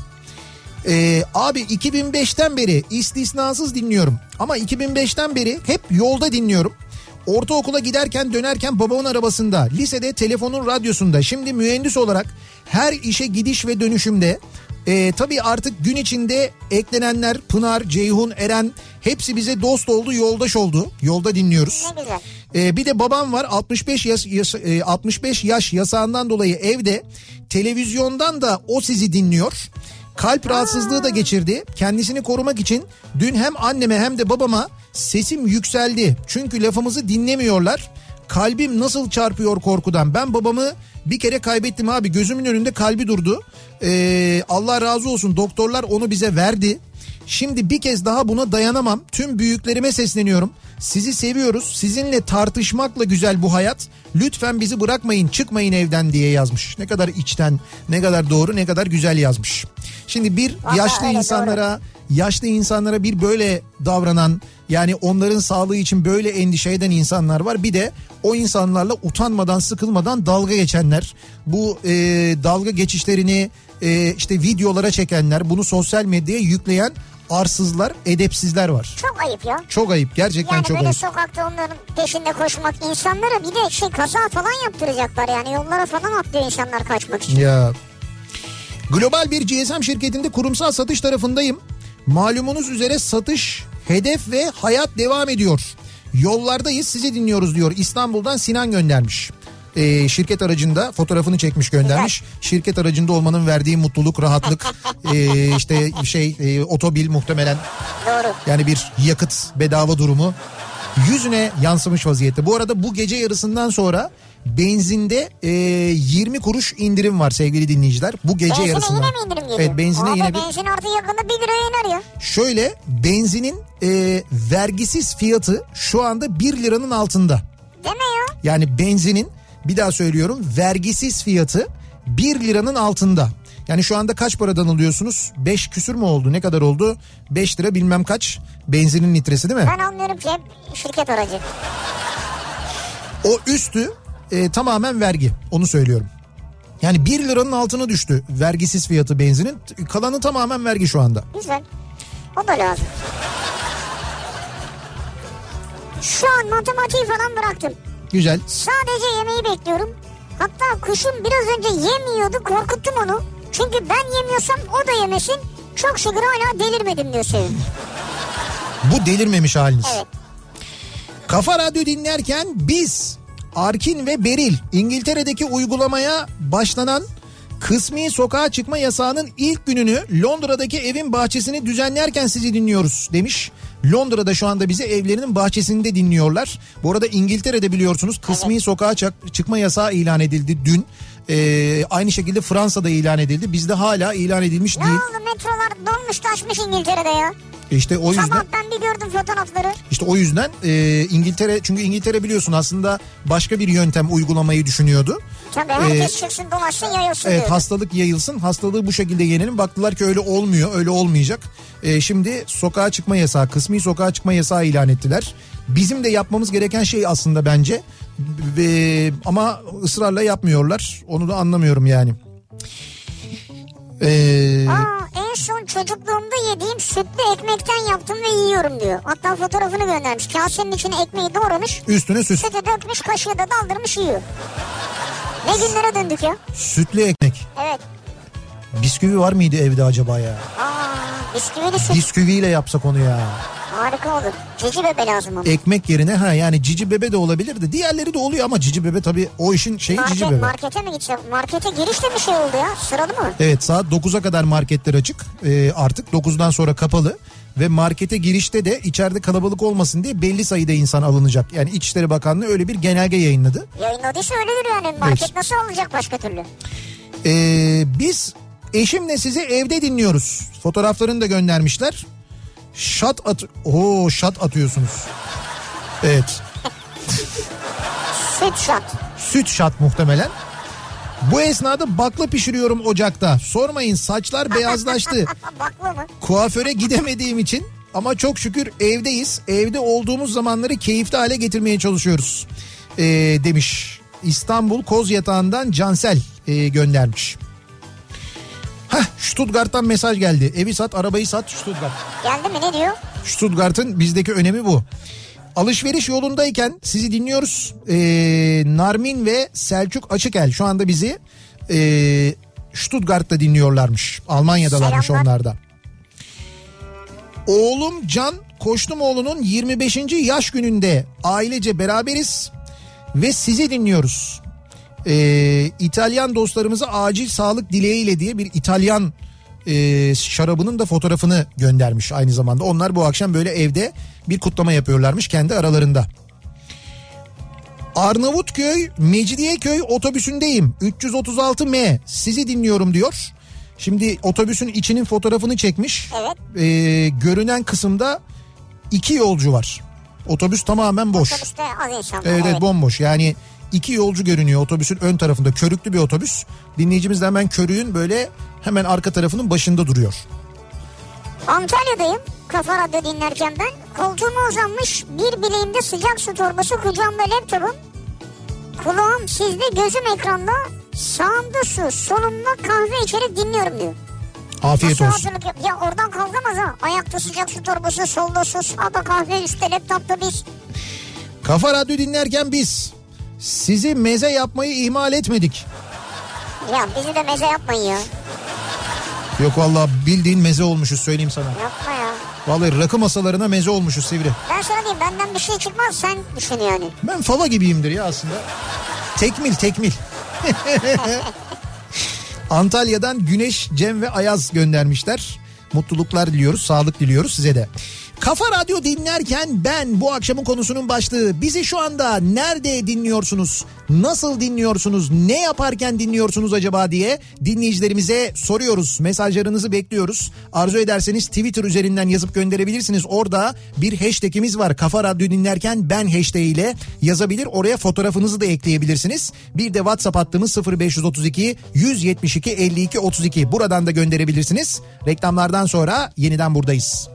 S1: e, abi iki bin beşten beri istisnasız dinliyorum. Ama iki bin beşten beri hep yolda dinliyorum. Ortaokula giderken dönerken babamın arabasında, lisede telefonun radyosunda, şimdi mühendis olarak her işe gidiş ve dönüşümde. Ee, tabii artık gün içinde eklenenler Pınar, Ceyhun, Eren hepsi bize dost oldu, yoldaş oldu. Yolda dinliyoruz.
S2: Ne güzel.
S1: Ee, bir de babam var, altmış beş yaş, yaş, altmış beş yaş yasağından dolayı evde, televizyondan da o sizi dinliyor. Kalp rahatsızlığı da geçirdi. Kendisini korumak için dün hem anneme hem de babama sesim yükseldi. Çünkü lafımızı dinlemiyorlar. Kalbim nasıl çarpıyor korkudan. Ben babamı bir kere kaybettim abi. Gözümün önünde kalbi durdu. Ee, Allah razı olsun, doktorlar onu bize verdi. Şimdi bir kez daha buna dayanamam. Tüm büyüklerime sesleniyorum. Sizi seviyoruz. Sizinle tartışmakla güzel bu hayat. Lütfen bizi bırakmayın, çıkmayın evden diye yazmış. Ne kadar içten, ne kadar doğru, ne kadar güzel yazmış. Şimdi bir
S2: Vallahi
S1: yaşlı insanlara, doğru. yaşlı insanlara bir böyle davranan, yani onların sağlığı için böyle endişe eden insanlar var. Bir de o insanlarla utanmadan, sıkılmadan dalga geçenler. Bu e, dalga geçişlerini e, işte videolara çekenler, bunu sosyal medyaya yükleyen arsızlar, edepsizler var.
S2: Çok ayıp ya.
S1: Çok ayıp, gerçekten
S2: yani
S1: çok ayıp.
S2: Yani böyle sokakta onların peşinde koşmak, insanlara bir de şey kaza falan yaptıracaklar, yani yollara falan atlıyor insanlar kaçmak için.
S1: Ya. Global bir G S M şirketinde kurumsal satış tarafındayım. Malumunuz üzere satış, hedef ve hayat devam ediyor. Yollardayız, sizi dinliyoruz diyor. İstanbul'dan Sinan göndermiş. Ee, şirket aracında fotoğrafını çekmiş, göndermiş. Güzel. Şirket aracında olmanın verdiği mutluluk, rahatlık, ee, işte şey e, otobil muhtemelen.
S2: Doğru.
S1: Yani bir yakıt bedava durumu yüzüne yansımış vaziyette. Bu arada bu gece yarısından sonra benzinde e, yirmi kuruş indirim var sevgili dinleyiciler. Bu gece
S2: benzine
S1: yarısından.
S2: Benzine yine mi indirim geliyor?
S1: Evet, benzine
S2: Abi
S1: yine bir.
S2: Benzin artı yakında bir liraya iner ya.
S1: Şöyle, benzinin e, vergisiz fiyatı şu anda bir liranın altında.
S2: Deme ya.
S1: Yani benzinin, bir daha söylüyorum, vergisiz fiyatı bir liranın altında. Yani şu anda kaç paradan alıyorsunuz? beş küsür mü oldu? Ne kadar oldu? beş lira bilmem kaç benzinin litresi değil mi?
S2: Ben anlıyorum ki hep şirket aracı.
S1: O üstü e, tamamen vergi, onu söylüyorum. Yani bir liranın altına düştü vergisiz fiyatı benzinin. Kalanı tamamen vergi şu anda.
S2: Güzel. O da lazım. Şu an matematiği falan bıraktım.
S1: Güzel.
S2: Sadece yemeği bekliyorum. Hatta kuşum biraz önce yemiyordu, korkuttum onu. Çünkü ben yemiyorsam o da yemesin. Çok şükür hala delirmedim diyor Sevim.
S1: Bu delirmemiş haliniz.
S2: Evet.
S1: Kafa Radyo dinlerken biz Arkin ve Beril İngiltere'deki uygulamaya başlanan kısmi sokağa çıkma yasağının ilk gününü Londra'daki evin bahçesini düzenlerken sizi dinliyoruz demiş. Londra'da şu anda bizi evlerinin bahçesinde dinliyorlar. Bu arada İngiltere'de biliyorsunuz kısmi evet. sokağa çıkma yasağı ilan edildi dün. Ee, aynı şekilde Fransa'da ilan edildi. Bizde hala ilan edilmiş
S2: ne
S1: değil.
S2: Ne oldu, metrolar dolmuş taşmış İngiltere'de ya.
S1: İşte o yüzden.
S2: Sabah ben bir gördüm fotoğrafları.
S1: İşte o yüzden e, İngiltere, çünkü İngiltere biliyorsun aslında başka bir yöntem uygulamayı düşünüyordu.
S2: Tabii herkes ee, çıksın dolaşsın yayılsın
S1: Evet
S2: diyordu.
S1: Hastalık yayılsın, hastalığı bu şekilde yenelim. Baktılar ki öyle olmuyor, öyle olmayacak. E, şimdi sokağa çıkma yasağı, kısmi sokağa çıkma yasağı ilan ettiler. Bizim de yapmamız gereken şey aslında bence. Ve, ama ısrarla yapmıyorlar. Onu da anlamıyorum yani.
S2: Ee... Aa, en son çocukluğumda yediğim sütlü ekmekten yaptım ve yiyorum diyor. Hatta fotoğrafını göndermiş. Kasenin içine ekmeği doğramış.
S1: Üstüne süt.
S2: Sütü dökmüş, kaşığı da daldırmış yiyor. Ne günlere döndük ya.
S1: Sütlü ekmek.
S2: Evet.
S1: Bisküvi var mıydı evde acaba ya?
S2: Aa, bisküvili süt.
S1: Bisküviyle yapsak onu ya.
S2: Harika olur. Cici bebe lazım ama.
S1: Ekmek yerine ha yani cici bebe de olabilir de diğerleri de oluyor ama cici bebe tabii o işin şeyi.
S2: Market,
S1: cici bebe.
S2: Markete mi gideceğim? Markete girişte bir şey oldu ya. Sıralı mı?
S1: Evet, saat dokuza kadar marketler açık. Ee, artık dokuzdan sonra kapalı. Ve markete girişte de içeride kalabalık olmasın diye belli sayıda insan alınacak. Yani İçişleri Bakanlığı öyle bir genelge yayınladı.
S2: Yayınladıysa öyledir yani. Market evet. Nasıl alınacak başka türlü?
S1: Ee, biz eşimle sizi evde dinliyoruz. Fotoğraflarını da göndermişler. Şat at... Oo, şat atıyorsunuz. Evet.
S2: Süt şat.
S1: Süt şat muhtemelen. Bu esnada bakla pişiriyorum ocakta. Sormayın, saçlar beyazlaştı.
S2: Bakla mı?
S1: Kuaföre gidemediğim için ama çok şükür evdeyiz. Evde olduğumuz zamanları keyifli hale getirmeye çalışıyoruz. Ee, demiş. İstanbul Kozyatağı'ndan Cansel e, göndermiş. Heh, Stuttgart'tan mesaj geldi. Evi sat, arabayı sat, Stuttgart.
S2: Geldi mi, ne diyor?
S1: Stuttgart'ın bizdeki önemi bu. Alışveriş yolundayken sizi dinliyoruz. Ee, Narmin ve Selçuk Açıkel şu anda bizi e, Stuttgart'ta dinliyorlarmış. Almanya'dalarmış Selamlar. Onlar da. Oğlum Can Koçlumoğlu'nun yirmi beşinci yaş gününde ailece beraberiz ve sizi dinliyoruz. Ee, İtalyan dostlarımıza acil sağlık dileğiyle diye bir İtalyan e, şarabının da fotoğrafını göndermiş aynı zamanda. Onlar bu akşam böyle evde bir kutlama yapıyorlarmış kendi aralarında. Arnavutköy Mecidiyeköy otobüsündeyim. üç yüz otuz altı M sizi dinliyorum diyor. Şimdi otobüsün içinin fotoğrafını çekmiş.
S2: Evet.
S1: Ee, görünen kısımda iki yolcu var. Otobüs tamamen boş.
S2: Otobüste az insan var.
S1: Evet, evet bomboş yani. İki yolcu görünüyor otobüsün ön tarafında, körüklü bir otobüs. Dinleyicimiz de hemen körüğün böyle hemen arka tarafının başında duruyor.
S2: Antalya'dayım. Kafa Radyo dinlerken ben koltuğuma uzanmış, bir bileğimde sıcak su torbası, kucağımda laptopum. Kulağım sizde, gözüm ekranda, sağımda su, solumda kahve içerek dinliyorum diyor.
S1: Afiyet
S2: Nasıl
S1: olsun.
S2: Yap- ya oradan kalkamaz ha. Ayakta sıcak su torbası, solda su, sağda kahve, üstte laptopta biz.
S1: Kafa Radyo dinlerken biz sizi meze yapmayı ihmal etmedik.
S2: Ya bizi de meze yapmayın ya.
S1: Yok vallahi bildiğin meze olmuşuz, söyleyeyim sana.
S2: Yapma ya.
S1: Vallahi rakı masalarına meze olmuşuz Sivri.
S2: Ben sana diyeyim, benden bir şey çıkmaz, sen düşün yani.
S1: Ben fava gibiyimdir ya aslında. Tekmil tekmil. Antalya'dan Güneş, Cem ve Ayaz göndermişler. Mutluluklar diliyoruz, sağlık diliyoruz size de. Kafa Radyo dinlerken ben bu akşamın konusunun başlığı. Bizi şu anda nerede dinliyorsunuz? Nasıl dinliyorsunuz? Ne yaparken dinliyorsunuz acaba diye dinleyicilerimize soruyoruz. Mesajlarınızı bekliyoruz. Arzu ederseniz Twitter üzerinden yazıp gönderebilirsiniz. Orada bir hashtagimiz var. Kafa Radyo dinlerken ben hashtag ile yazabilir. Oraya fotoğrafınızı da ekleyebilirsiniz. Bir de WhatsApp hattımız sıfır beş otuz iki yüz yetmiş iki elli iki otuz iki. Buradan da gönderebilirsiniz. Reklamlardan sonra yeniden buradayız.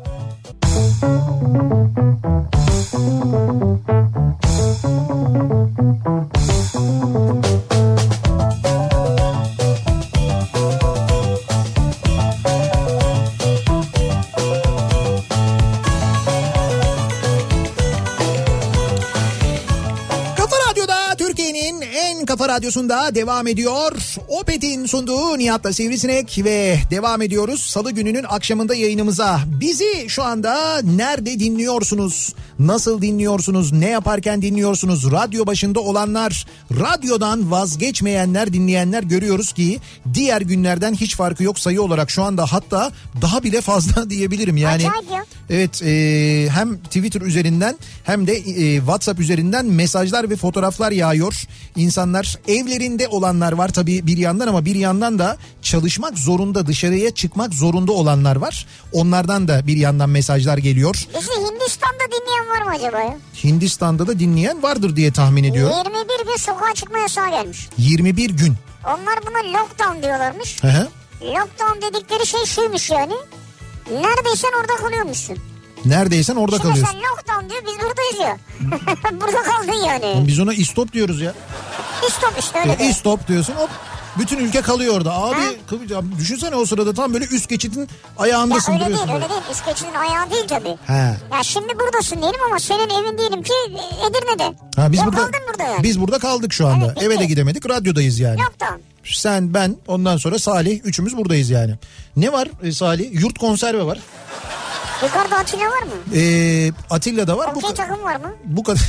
S1: Kafa Radyosu'nda devam ediyor. Opet'in sunduğu Nihat'la Sivrisinek ve devam ediyoruz. Salı gününün akşamında yayınımıza. Bizi şu anda nerede dinliyorsunuz? Nasıl dinliyorsunuz? Ne yaparken dinliyorsunuz? Radyo başında olanlar, radyodan vazgeçmeyenler, dinleyenler görüyoruz ki diğer günlerden hiç farkı yok sayı olarak şu anda, hatta daha bile fazla diyebilirim. Yani evet, e, hem Twitter üzerinden hem de e, WhatsApp üzerinden mesajlar ve fotoğraflar yağıyor. İnsanlar, evlerinde olanlar var tabii bir yandan, ama bir yandan da çalışmak zorunda, dışarıya çıkmak zorunda olanlar var. Onlardan da bir yandan mesajlar geliyor.
S2: Bizi Hindistan'da dinleyen var mı acaba ya?
S1: Hindistan'da da dinleyen vardır diye tahmin ediyorum.
S2: yirmi bir gün sokağa çıkma yasağı gelmiş.
S1: yirmi bir gün.
S2: Onlar buna lockdown diyorlarmış.
S1: Hı hı.
S2: Lockdown dedikleri şey şuymuş yani. Neredeysen orada kalıyormuşsun.
S1: Neredeysen orada
S2: Şimdi
S1: kalıyorsun.
S2: Şimdi sen lockdown diyor, biz buradayız ya. Burada kaldın yani.
S1: Biz ona istop diyoruz ya.
S2: İstop işte öyle.
S1: E, istop diyorsun, hop. Bütün ülke kalıyor orada. Abi ha? Düşünsene o sırada tam böyle üst geçidin ayağındasın.
S2: Ya öyle değil,
S1: böyle.
S2: öyle değil. Üst geçidin ayağı değil tabii.
S1: He.
S2: Ya şimdi buradasın diyelim ama senin evin diyelim ki Edirne'de.
S1: Ha, biz
S2: ya
S1: burada,
S2: kaldın burada yani.
S1: Biz burada kaldık şu anda.
S2: Evet,
S1: eve de gidemedik, radyodayız yani.
S2: Lockdown.
S1: Sen, ben, ondan sonra Salih, üçümüz buradayız yani. Ne var e, Salih? Yurt konserve var.
S2: Yukarıda Atilla var mı?
S1: Ee, Atilla da var.
S2: Okey bu takım var mı?
S1: Bu kadar.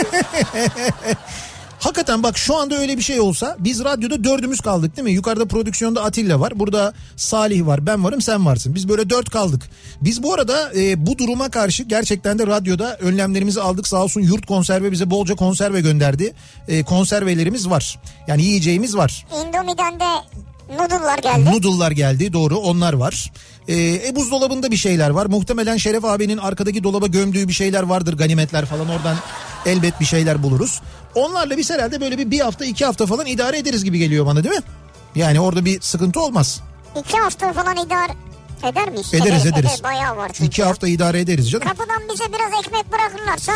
S1: Hakikaten bak, şu anda öyle bir şey olsa, biz radyoda dördümüz kaldık değil mi? Yukarıda prodüksiyonda Atilla var. Burada Salih var, ben varım, sen varsın. Biz böyle dört kaldık. Biz bu arada e, bu duruma karşı gerçekten de radyoda önlemlerimizi aldık. Sağ olsun Yurt Konserve bize bolca konserve gönderdi. E, konservelerimiz var. Yani yiyeceğimiz var.
S2: Indomie'den de noodle'lar geldi.
S1: Noodle'lar geldi, doğru, onlar var. Ee, e, buzdolabında bir şeyler var. Muhtemelen Şeref abinin arkadaki dolaba gömdüğü bir şeyler vardır. Ganimetler falan, oradan elbet bir şeyler buluruz. Onlarla biz herhalde böyle bir, bir hafta iki hafta falan idare ederiz gibi geliyor bana, değil mi? Yani orada bir sıkıntı olmaz.
S2: İki hafta falan idare eder miyiz?
S1: Ederiz
S2: eder,
S1: ederiz.
S2: Eder, bayağı var çünkü.
S1: İki hafta idare ederiz canım.
S2: Kapıdan bize biraz ekmek bırakırlarsa...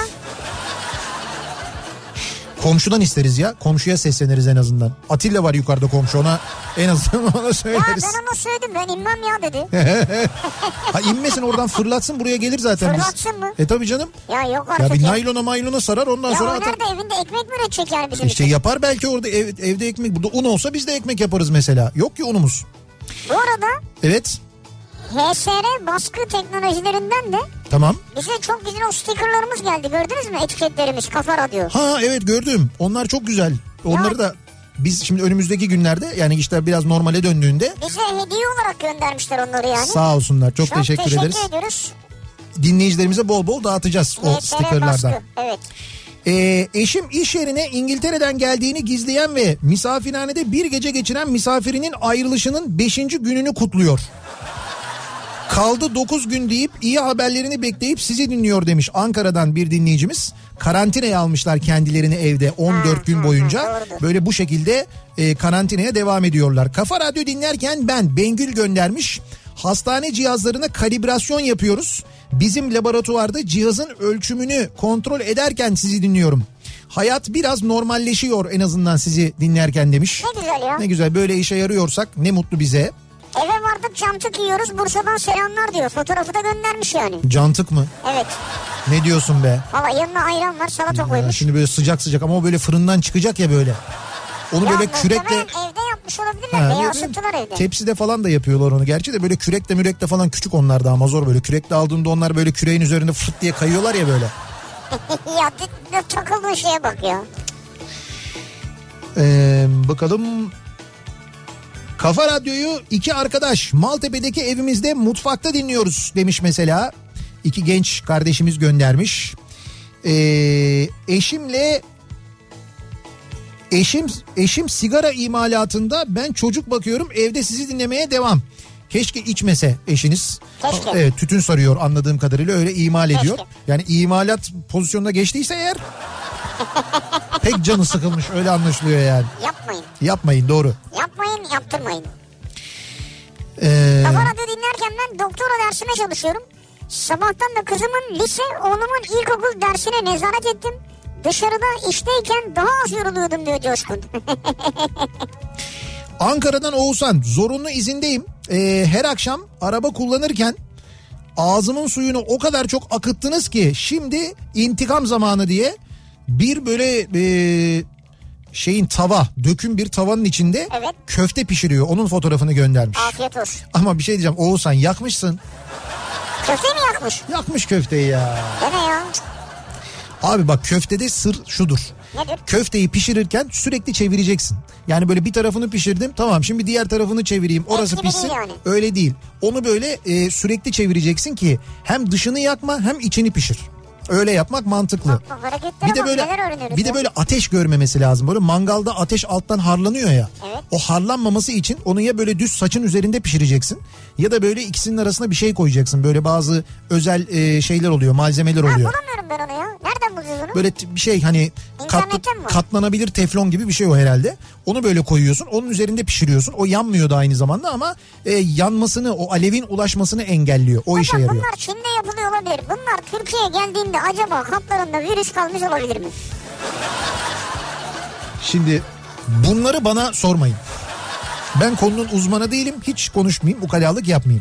S1: Komşudan isteriz ya. Komşuya sesleniriz en azından. Atilla var yukarıda komşu, ona en azından ona söyleriz.
S2: Ya ben ona söyledim, ben inmem ya dedi.
S1: Ha, inmesin oradan, fırlatsın, buraya gelir zaten.
S2: Fırlatsın
S1: biz.
S2: mı?
S1: E tabii canım.
S2: Ya yok artık.
S1: Ya bir
S2: ya.
S1: naylona maylona sarar, ondan
S2: ya
S1: sonra
S2: o
S1: atar.
S2: nerede, evinde ekmek mi üretecek yani bizim
S1: İşte
S2: için?
S1: yapar belki orada ev, evde ekmek. Burada un olsa biz de ekmek yaparız mesela. Yok ki unumuz.
S2: Bu arada...
S1: Evet.
S2: H S R baskı teknolojilerinden de
S1: Tamam.
S2: bize çok güzel o stickerlarımız geldi. Gördünüz mü etiketlerimiz, Kafa Radyo?
S1: Ha evet, gördüm. Onlar çok güzel. Onları ya, da biz şimdi önümüzdeki günlerde, yani işler biraz normale döndüğünde...
S2: Bize hediye olarak göndermişler onları yani.
S1: Sağ olsunlar. Çok,
S2: çok
S1: teşekkür,
S2: teşekkür
S1: ederiz.
S2: Teşekkür ediyoruz.
S1: Dinleyicilerimize bol bol dağıtacağız o
S2: H S R
S1: stickerlardan.
S2: Baskı, evet.
S1: Ee, eşim iş yerine İngiltere'den geldiğini gizleyen ve misafirhanede bir gece geçiren misafirinin ayrılışının beşinci gününü kutluyor. Kaldı dokuz gün deyip iyi haberlerini bekleyip sizi dinliyor demiş Ankara'dan bir dinleyicimiz. Karantinaya almışlar kendilerini evde on dört gün boyunca. Böyle bu şekilde e, karantinaya devam ediyorlar. Kafa Radyo dinlerken ben, Bengül göndermiş. Hastane cihazlarına kalibrasyon yapıyoruz. Bizim laboratuvarda cihazın ölçümünü kontrol ederken sizi dinliyorum. Hayat biraz normalleşiyor en azından sizi dinlerken demiş.
S2: Ne güzel ya.
S1: Ne güzel, böyle işe yarıyorsak ne mutlu bize.
S2: Eve vardık, cantık yiyoruz, Bursa'dan selamlar diyor. Fotoğrafı da göndermiş yani.
S1: Cantık mı?
S2: Evet.
S1: Ne diyorsun be?
S2: Valla yanına ayran var, salata ya koymuş.
S1: Şimdi böyle sıcak sıcak, ama o böyle fırından çıkacak ya böyle. Onu
S2: ya
S1: böyle kürekle...
S2: evde yapmış olabilirler veya ısıttılar evde.
S1: Tepside falan da yapıyorlar onu gerçi de, böyle kürekle mürekle falan, küçük onlar da ama zor böyle. Kürekle aldığında onlar böyle küreğin üzerinde fırt diye kayıyorlar ya böyle.
S2: Ya de, de takıldığın şeye bak ya.
S1: Ee, bakalım... Kafa Radyo'yu iki arkadaş Maltepe'deki evimizde mutfakta dinliyoruz demiş mesela. iki genç kardeşimiz göndermiş. Ee, eşimle eşim eşim sigara imalatında, ben çocuk bakıyorum, evde sizi dinlemeye devam. Keşke içmese eşiniz.
S2: Keşke.
S1: Evet, tütün sarıyor anladığım kadarıyla, öyle imal ediyor.
S2: Keşke.
S1: Yani imalat pozisyonuna geçtiyse eğer pek canı sıkılmış, öyle anlaşılıyor yani.
S2: Yapmayın.
S1: Yapmayın, doğru.
S2: Yapmayın, yaptırmayın.
S1: Ee...
S2: Kafa Radyo dinlerken ben doktora dersime çalışıyorum. Sabahtan da kızımın lise, oğlumun ilkokul dersine nezaret ettim. Dışarıda işteyken daha az yoruluyordum diyor Coşkun.
S1: Ankara'dan Oğuzhan, zorunlu izindeyim. Ee, her akşam araba kullanırken ağzımın suyunu o kadar çok akıttınız ki şimdi intikam zamanı diye bir böyle e, şeyin tava, döküm bir tavanın içinde
S2: evet.
S1: köfte pişiriyor. Onun fotoğrafını göndermiş.
S2: Afiyet olsun.
S1: Ama bir şey diyeceğim Oğuzhan, yakmışsın.
S2: Köfteyi mi yakmış?
S1: Yakmış köfteyi ya.
S2: Deme ya.
S1: Abi bak, köftede sır şudur.
S2: Nedir?
S1: Köfteyi pişirirken sürekli çevireceksin. Yani böyle bir tarafını pişirdim, tamam, şimdi diğer tarafını çevireyim, orası
S2: gibi
S1: pişsin.
S2: değil yani.
S1: Öyle değil. Onu böyle e, sürekli çevireceksin ki hem dışını yakma hem içini pişir. Öyle yapmak mantıklı.
S2: Bak, bak, hareketlere
S1: Bir de
S2: bak,
S1: böyle
S2: neler öğreniyoruz
S1: bir de
S2: ya.
S1: böyle ateş görmemesi lazım. Böyle mangalda ateş alttan harlanıyor ya.
S2: Evet.
S1: O harlanmaması için onu ya böyle düz saçın üzerinde pişireceksin ya da böyle ikisinin arasına bir şey koyacaksın. Böyle bazı özel e, şeyler oluyor, malzemeler
S2: Ha,
S1: oluyor.
S2: bulamıyorum ben onu ya. Nereden buluyorsun onu?
S1: Böyle t- bir şey hani katla-
S2: İnternetten mi?
S1: katlanabilir teflon gibi bir şey o herhalde. Onu böyle koyuyorsun, onun üzerinde pişiriyorsun. O yanmıyor da aynı zamanda ama e, yanmasını, o alevin ulaşmasını engelliyor. O işe
S2: Hocam
S1: yarıyor.
S2: bunlar Çin'de yapılıyor olabilir. Bunlar Türkiye'ye geldiğinde acaba kaplarında virüs kalmış olabilir mi?
S1: Şimdi bunları bana sormayın. Ben konunun uzmanı değilim. Hiç konuşmayayım, ukalalık yapmayayım.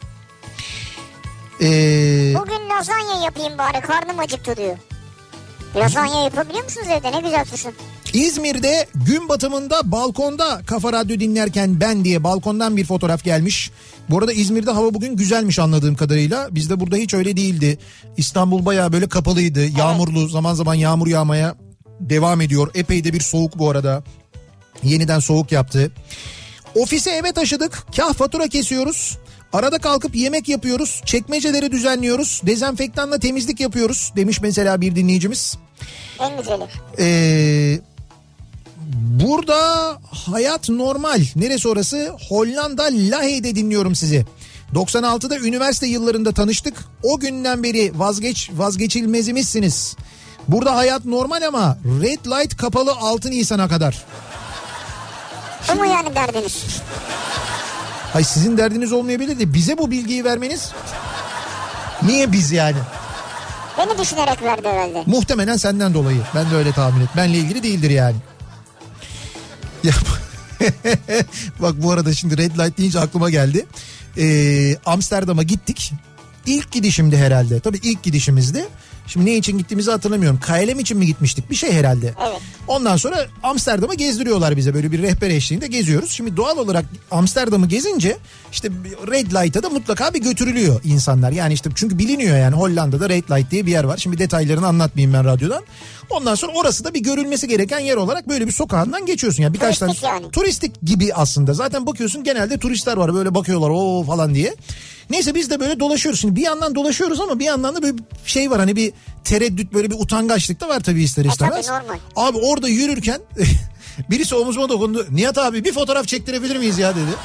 S1: Ee,
S2: Bugün lazanya yapayım bari, karnım acıktı diyor. Lazanya yapabiliyor musunuz evde? Ne güzel tutun.
S1: İzmir'de gün batımında balkonda Kafa Radyo dinlerken ben diye balkondan bir fotoğraf gelmiş. Bu arada İzmir'de hava bugün güzelmiş anladığım kadarıyla. Bizde burada hiç öyle değildi. İstanbul bayağı böyle kapalıydı. Evet. Yağmurlu, zaman zaman yağmur yağmaya devam ediyor. Epey de bir soğuk bu arada. Yeniden soğuk yaptı. Ofise eve taşıdık. Kah fatura kesiyoruz. Arada kalkıp yemek yapıyoruz. Çekmeceleri düzenliyoruz. Dezenfektanla temizlik yapıyoruz demiş mesela bir dinleyicimiz.
S2: En güzeli.
S1: Ee, burada hayat normal. Neresi orası? Hollanda Lahey'de dinliyorum sizi. doksan altıda üniversite yıllarında tanıştık. O günden beri vazgeç vazgeçilmezimizsiniz. Burada hayat normal ama red light kapalı altı Nisan'a kadar.
S2: Bu mu yani derdiniz?
S1: Hay sizin derdiniz olmayabilir de bize bu bilgiyi vermeniz niye biz yani?
S2: Beni düşünerek verdi herhalde.
S1: Muhtemelen senden dolayı. Ben de öyle tahmin et. Benle ilgili değildir yani. Ya, bak bu arada şimdi red light deyince aklıma geldi. Ee, Amsterdam'a gittik. İlk gidişimdi herhalde. Tabii ilk gidişimizdi. Şimdi ne için gittiğimizi hatırlamıyorum. K L M için mi gitmiştik? Bir şey herhalde.
S2: Evet.
S1: Ondan sonra Amsterdam'a gezdiriyorlar bize. Böyle bir rehber eşliğinde geziyoruz. Şimdi doğal olarak Amsterdam'ı gezince işte red light'a da mutlaka bir götürülüyor insanlar. Yani işte çünkü biliniyor yani Hollanda'da red light diye bir yer var. Şimdi detaylarını anlatmayayım ben radyodan. Ondan sonra orası da bir görülmesi gereken yer olarak böyle bir sokağından geçiyorsun. Yani birkaç
S2: turistik
S1: tane
S2: yani.
S1: Turistik gibi aslında. Zaten bakıyorsun genelde turistler var. Böyle bakıyorlar o falan diye. Neyse biz de böyle dolaşıyoruz. Şimdi bir yandan dolaşıyoruz ama bir yandan da böyle bir şey var. Hani bir tereddüt, böyle bir utangaçlık da var tabii ister istemez.
S2: E, tabii normal.
S1: Abi orada yürürken birisi omuzuma dokundu. Nihat abi bir fotoğraf çektirebilir miyiz ya dedi.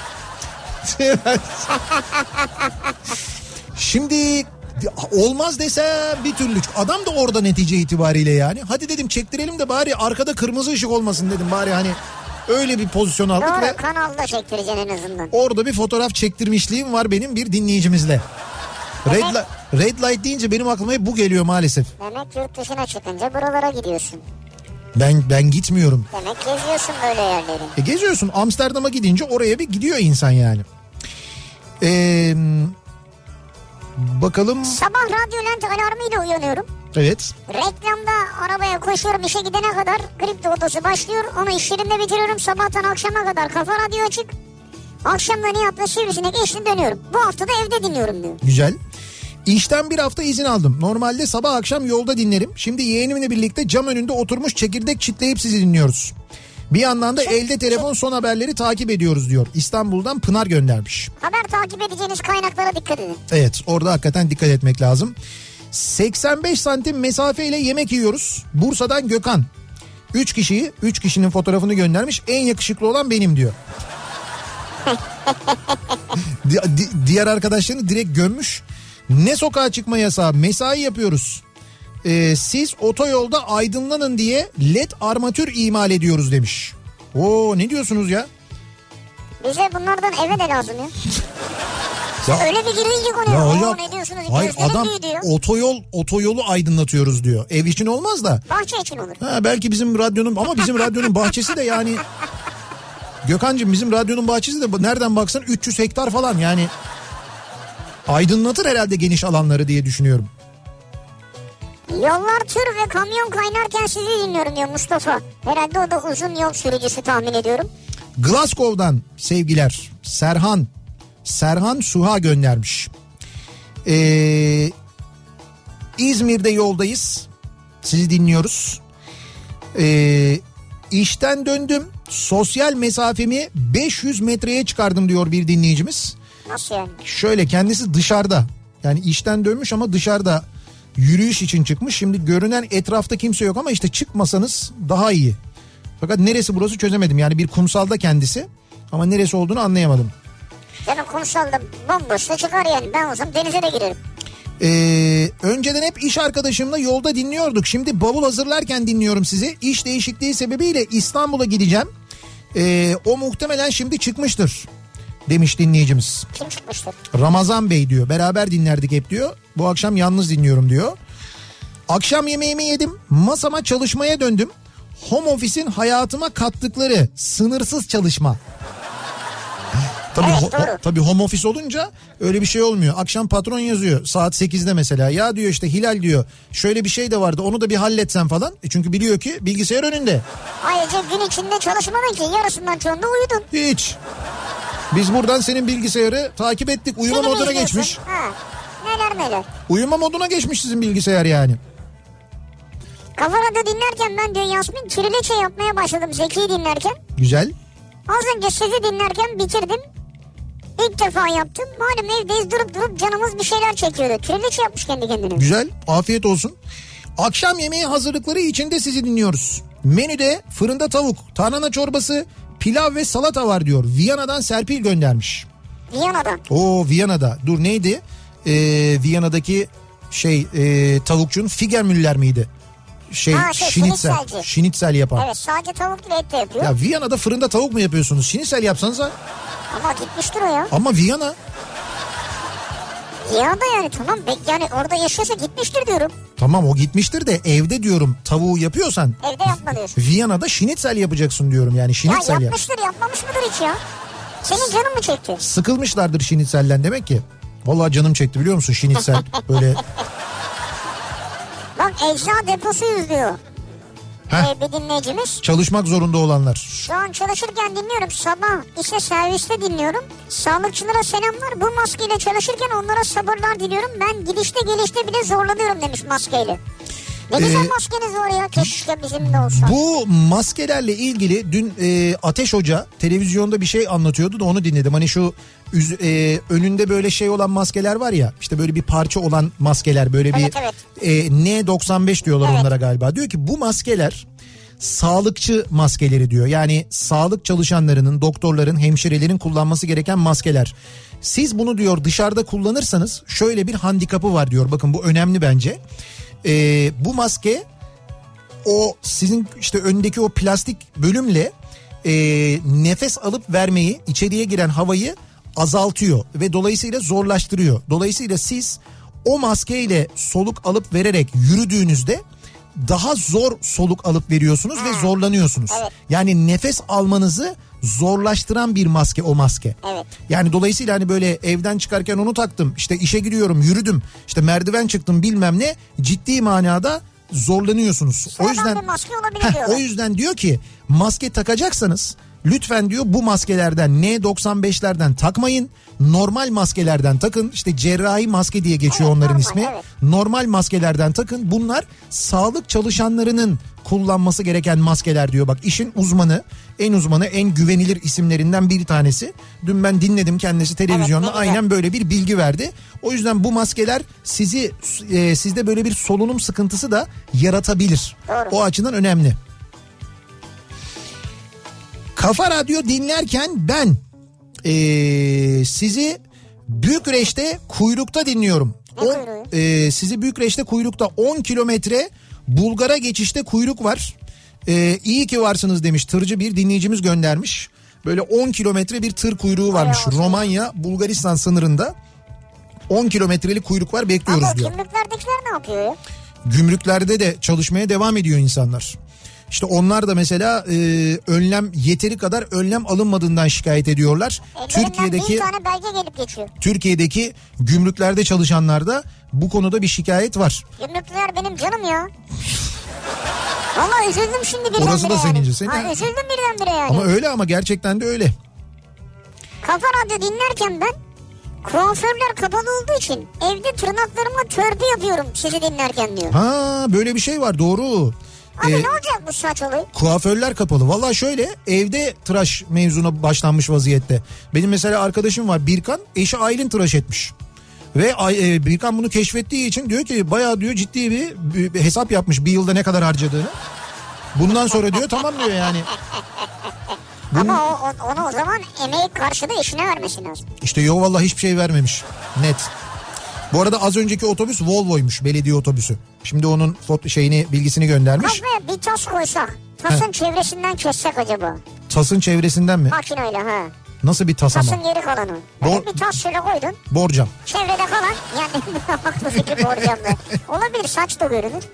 S1: Şimdi olmaz dese bir türlü. Adam da orada netice itibariyle yani. Hadi dedim çektirelim de bari arkada kırmızı ışık olmasın dedim. Bari hani öyle bir pozisyon aldık.
S2: Doğru,
S1: ve
S2: kanalda çektireceksin en azından.
S1: orada bir fotoğraf çektirmişliğim var benim bir dinleyicimizle. Red, li- red light deyince benim aklıma hep bu geliyor maalesef.
S2: Demek yurt dışına çıkınca buralara gidiyorsun.
S1: Ben ben gitmiyorum.
S2: Demek geziyorsun böyle yerleri.
S1: E geziyorsun, Amsterdam'a gidince oraya bir gidiyor insan yani. Eee... Bakalım.
S2: Sabah radyo lent alarmıyla uyanıyorum.
S1: Evet.
S2: Reklamda arabaya koşuyorum işe gidene kadar. Kripto odası başlıyor. Onu iş yerinde bitiriyorum. Sabahtan akşama kadar Kafa Radyo açık. Akşamda Nihat'la Sivrisinek eşliğinde dönüyorum. Bu hafta da evde dinliyorum diyor.
S1: Güzel. İşten bir hafta izin aldım. Normalde sabah akşam yolda dinlerim. Şimdi yeğenimle birlikte cam önünde oturmuş çekirdek çitleyip sizi dinliyoruz. Bir yandan da elde telefon son haberleri takip ediyoruz diyor. İstanbul'dan Pınar göndermiş.
S2: Haber takip edeceğiniz kaynaklara dikkat edin.
S1: Evet, orada hakikaten dikkat etmek lazım. seksen beş santim mesafeyle yemek yiyoruz. Bursa'dan Gökhan. üç kişiyi, üç kişinin fotoğrafını göndermiş. En yakışıklı olan benim diyor. Di- di- diğer arkadaşlarını direkt gömmüş. Ne sokağa çıkma yasağı, mesai yapıyoruz. Ee, siz otoyolda aydınlanın diye led armatür imal ediyoruz demiş. Oo, ne diyorsunuz ya?
S2: Bize bunlardan eve de lazım ya.
S1: Ya,
S2: öyle bir girince konuya.
S1: ya
S2: Oo,
S1: hocam,
S2: ne diyorsunuz?
S1: hayır, adam
S2: diyor.
S1: otoyol otoyolu aydınlatıyoruz diyor. Ev için olmaz da.
S2: Bahçe için olur.
S1: Ha, belki bizim radyonun, ama bizim radyonun bahçesi de yani... Gökhan'cığım, bizim radyonun bahçesi de nereden baksan üç yüz hektar falan yani. Aydınlatır herhalde geniş alanları diye düşünüyorum.
S2: Yollar tır ve kamyon kaynarken sizi dinliyorum diyor Mustafa. Herhalde o da uzun yol sürücüsü tahmin ediyorum.
S1: Glasgow'dan sevgiler. Serhan. Serhan Suha göndermiş. Ee, İzmir'de yoldayız. Sizi dinliyoruz. Ee, işten döndüm. Sosyal mesafemi beş yüz metreye çıkardım diyor bir dinleyicimiz.
S2: Nasıl yani?
S1: Şöyle, kendisi dışarıda. Yani işten dönmüş ama dışarıda yürüyüş için çıkmış. Şimdi görünen etrafta kimse yok ama işte çıkmasanız daha iyi. Fakat neresi burası çözemedim. Yani bir kumsalda kendisi ama neresi olduğunu anlayamadım.
S2: Canım kumsalda bomboşta çıkar yani. Ben olsam denize de girerim.
S1: Ee, önceden hep iş arkadaşımla yolda dinliyorduk. Şimdi bavul hazırlarken dinliyorum sizi. İş değişikliği sebebiyle İstanbul'a gideceğim. Ee, o muhtemelen şimdi çıkmıştır demiş dinleyicimiz.
S2: Kim çıkmıştır?
S1: Ramazan Bey diyor. Beraber dinlerdik hep diyor. Bu akşam yalnız dinliyorum diyor. Akşam yemeğimi yedim. Masama çalışmaya döndüm. Home office'in hayatıma kattıkları sınırsız çalışma. Tabii,
S2: evet,
S1: ho- tabii home office olunca öyle bir şey olmuyor. Akşam patron yazıyor saat sekizde mesela. Ya diyor işte Hilal diyor şöyle bir şey de vardı, onu da bir halletsen falan. E çünkü biliyor ki bilgisayar önünde.
S2: Ayrıca gün içinde çalışmadın ki, yarısından çoğunda uyudun.
S1: Hiç. Biz buradan senin bilgisayarı takip ettik. Uyuma
S2: Film
S1: moduna
S2: izliyorsun.
S1: geçmiş.
S2: Ha, neler neler.
S1: Uyuma moduna geçmiş sizin bilgisayar yani.
S2: Kafa Radyo dinlerken ben diyor Yasmin Kiriliçe yapmaya başladım Zeki'yi dinlerken.
S1: Güzel.
S2: Az önce sizi dinlerken bitirdim. İlk defa yaptım. Malum evdeyiz, durup durup canımız bir şeyler çekiyordu. Kiriliçe yapmış kendi kendine.
S1: Güzel. Afiyet olsun. Akşam yemeği hazırlıkları içinde sizi dinliyoruz. Menüde fırında tavuk, tarhana çorbası, pilav ve salata var diyor. Viyana'dan Serpil göndermiş.
S2: Viyana'dan.
S1: Oo, Viyana'da. Dur neydi? Ee, Viyana'daki şey e, tavukçunun Figermüller miydi? Şey,
S2: ha, şey
S1: şinitzel.
S2: şinitselci.
S1: Şinitzel yapan.
S2: Evet, sadece tavuk ile et de yapıyor.
S1: Ya Viyana'da fırında tavuk mu yapıyorsunuz? Şinitzel yapsanıza.
S2: Ama gitmiştir o ya.
S1: Ama Viyana.
S2: Viyana'da yani tamam. Yani orada yaşıyorsa gitmiştir diyorum.
S1: Tamam, o gitmiştir de evde diyorum tavuğu yapıyorsan.
S2: Evde yapma diyorsun.
S1: Viyana'da şinitzel yapacaksın diyorum yani. Şinitzel
S2: ya
S1: yap.
S2: yapmıştır, yapmamış mıdır hiç ya? Senin canın mı çekti?
S1: Sıkılmışlardır şinitselden demek ki. Vallahi canım çekti biliyor musun şinitsel böyle.
S2: Bak ecza deposuyuz diyor. Ee, bir dinleyicimiz.
S1: Çalışmak zorunda olanlar.
S2: Şu an çalışırken dinliyorum. Sabah ise serviste dinliyorum. Sağlıkçılara selamlar. Bu maskeyle çalışırken onlara sabırlar diliyorum. Ben gidişte gelişte bile zorlanıyorum demiş maskeyle. Ne güzel ee, maskeniz var ya. Keşke bizim de olsa.
S1: Bu maskelerle ilgili dün e, Ateş Hoca televizyonda bir şey anlatıyordu da onu dinledim. Hani şu e, önünde böyle şey olan maskeler var ya, işte böyle bir parça olan maskeler, böyle
S2: evet,
S1: bir
S2: evet.
S1: E, N doksan beş diyorlar evet. onlara galiba. Diyor ki bu maskeler sağlıkçı maskeleri diyor. Yani sağlık çalışanlarının, doktorların, hemşirelerin kullanması gereken maskeler. Siz bunu diyor dışarıda kullanırsanız şöyle bir handikapı var diyor. Bakın bu önemli bence. Ee, bu maske o sizin işte öndeki o plastik bölümle e, nefes alıp vermeyi, içeriye giren havayı azaltıyor ve dolayısıyla zorlaştırıyor. Dolayısıyla siz o maskeyle soluk alıp vererek yürüdüğünüzde daha zor soluk alıp veriyorsunuz ha. ve zorlanıyorsunuz.
S2: Evet.
S1: Yani nefes almanızı zorlaştıran bir maske o maske.
S2: Evet.
S1: Yani dolayısıyla hani böyle evden çıkarken onu taktım, işte işe gidiyorum, yürüdüm, işte merdiven çıktım bilmem ne, ciddi manada zorlanıyorsunuz.
S2: Sıradan
S1: o yüzden
S2: bir maske olabilir diyorlar.
S1: O yüzden diyor ki maske takacaksanız lütfen diyor bu maskelerden N doksan beşlerden takmayın. Normal maskelerden takın. İşte cerrahi maske diye geçiyor
S2: Evet,
S1: onların
S2: normal,
S1: ismi.
S2: evet.
S1: Normal maskelerden takın. Bunlar sağlık çalışanlarının kullanması gereken maskeler diyor. Bak işin uzmanı, en uzmanı, en güvenilir isimlerinden bir tanesi. Dün ben dinledim kendisi televizyonda,
S2: Evet, ne güzel.
S1: aynen böyle bir bilgi verdi. O yüzden bu maskeler sizi e, sizde böyle bir solunum sıkıntısı da yaratabilir.
S2: Doğru.
S1: O açıdan önemli. Kafa Radyo dinlerken ben e, sizi Bükreş'te kuyrukta dinliyorum.
S2: Ne
S1: On-
S2: kuyruğu?
S1: e, sizi Bükreş'te kuyrukta on kilometre Bulgar'a geçişte kuyruk var. E, iyi ki varsınız demiş, tırcı bir dinleyicimiz göndermiş. Böyle on kilometre bir tır kuyruğu varmış
S2: olsun.
S1: Romanya Bulgaristan sınırında. on kilometrelik kuyruk var, bekliyoruz
S2: Ama
S1: diyor.
S2: kimliklerdekiler ne yapıyor ya?
S1: Gümrüklerde de çalışmaya devam ediyor insanlar. İşte onlar da mesela e, önlem yeteri kadar önlem alınmadığından şikayet ediyorlar.
S2: Ellerinden
S1: Türkiye'deki
S2: bir tane belge gelip geçiyor.
S1: Türkiye'deki gümrüklerde çalışanlarda bu konuda bir şikayet var.
S2: Gümrüklüler benim canım ya. Valla üzüldüm şimdi birdenbire
S1: Orası da
S2: yani.
S1: seninci, senin.
S2: Ha, üzüldüm birdenbire yani.
S1: Ama öyle, ama gerçekten de öyle.
S2: Kafa Radyo dinlerken ben kuaförler kapalı olduğu için evde tırnaklarıma törpü yapıyorum sizi dinlerken diyor.
S1: Ha, böyle bir şey var, doğru.
S2: Abi
S1: Ee,
S2: ne olacak bu saç olayı?
S1: Kuaförler kapalı. Valla şöyle, evde tıraş mevzuna başlanmış vaziyette. Benim mesela arkadaşım var, Birkan, eşi Aylin tıraş etmiş. Ve Ay- e, Birkan bunu keşfettiği için diyor ki bayağı diyor ciddi bir, bir hesap yapmış bir yılda ne kadar harcadığını. Bundan sonra diyor tamam diyor yani. Bunun,
S2: Ama o, o- onu o zaman emeği karşılığı işine vermesi lazım.
S1: işte yok vallahi hiçbir şey vermemiş. Net. Bu arada az önceki otobüs Volvo'ymuş, belediye otobüsü. Şimdi onun foto şeyini, bilgisini göndermiş.
S2: Kafaya bir tas koysak, tasın çevresinden kessek acaba?
S1: TAS'ın çevresinden mi?
S2: Makineyle ha.
S1: Nasıl bir tas ama?
S2: Tasın geri kalanı. Böyle
S1: Bor-
S2: bir tas şöyle koydun.
S1: Borcam.
S2: Çevrede kalan yani haklı fikir borcamda. Olabilir, saç da görünür.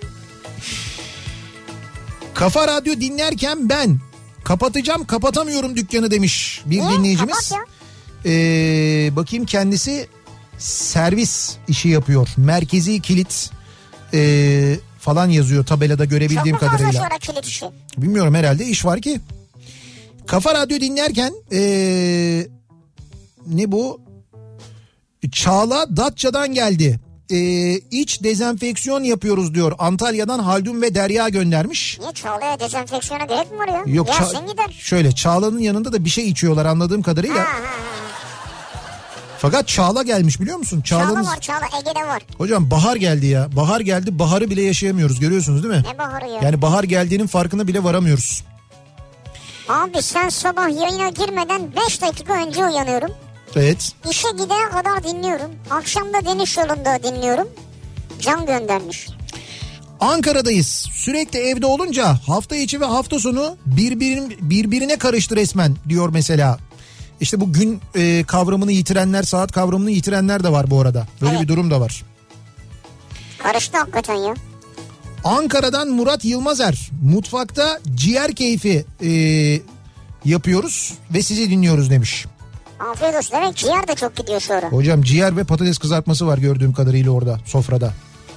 S1: Kafa Radyo dinlerken ben kapatacağım kapatamıyorum dükkanı demiş bir
S2: Niye?
S1: dinleyicimiz.
S2: Kapat
S1: Ee, bakayım, kendisi servis işi yapıyor. Merkezi kilit ee, falan yazıyor tabelada görebildiğim
S2: Çok mu fazla
S1: kadarıyla.
S2: sonra kilit işi?
S1: Bilmiyorum, herhalde iş var ki. Kafa Radyo dinlerken ee, ne bu? Çağla Datça'dan geldi. Ee, iç dezenfeksiyon yapıyoruz diyor. Antalya'dan Haldun ve Derya göndermiş.
S2: Niye Çağla'ya dezenfeksiyona gerek mi var ya?
S1: Yok, Ça-
S2: Yersin gider.
S1: şöyle Çağla'nın yanında da bir şey içiyorlar anladığım kadarıyla.
S2: Ha, ha, ha.
S1: Fakat Çağla gelmiş, biliyor musun?
S2: Çağla
S1: Çağla'nın...
S2: var, Çağla Ege'de var.
S1: Hocam bahar geldi ya. Bahar geldi, baharı bile yaşayamıyoruz, görüyorsunuz değil mi?
S2: Ne baharı ya?
S1: Yani bahar geldiğinin farkına bile varamıyoruz.
S2: Abi sen sabah yayına girmeden beş dakika önce uyanıyorum.
S1: Evet.
S2: İşe gidene kadar dinliyorum. Akşam da deniz yolunda dinliyorum. Can göndermiş.
S1: Ankara'dayız. Sürekli evde olunca hafta içi ve hafta sonu birbirin, birbirine karıştı resmen diyor mesela. İşte bu gün e, kavramını yitirenler, saat kavramını yitirenler de var bu arada. Böyle
S2: Evet.
S1: bir durum da var.
S2: Karıştı hakikaten ya.
S1: Ankara'dan Murat Yılmazer. Mutfakta ciğer keyfi e, yapıyoruz ve sizi dinliyoruz demiş.
S2: Afiyet olsun. Demek ciğer de çok gidiyor sonra.
S1: Hocam ciğer ve patates kızartması var gördüğüm kadarıyla orada, sofrada.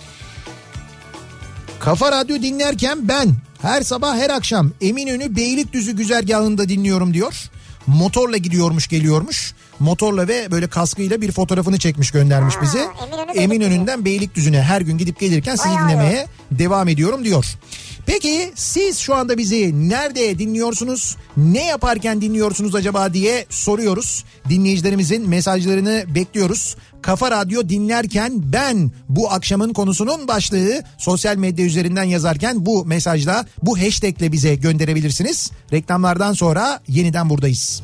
S1: Kafa Radyo dinlerken ben her sabah her akşam Eminönü Beylikdüzü güzergahında dinliyorum diyor. Motorla gidiyormuş geliyormuş. Motorla ve böyle kaskıyla bir fotoğrafını çekmiş göndermiş
S2: Ha,
S1: bize.
S2: Eminönü Beylikdüzü.
S1: Eminönü'nden Beylikdüzü'ne her gün gidip gelirken sizi
S2: Bayağı
S1: dinlemeye devam ediyorum diyor. Peki siz şu anda bizi nerede dinliyorsunuz? Ne yaparken dinliyorsunuz acaba diye soruyoruz. Dinleyicilerimizin mesajlarını bekliyoruz. Kafa Radyo dinlerken ben bu akşamın konusunun başlığı, sosyal medya üzerinden yazarken bu mesajla, bu hashtagle bize gönderebilirsiniz. Reklamlardan sonra yeniden buradayız.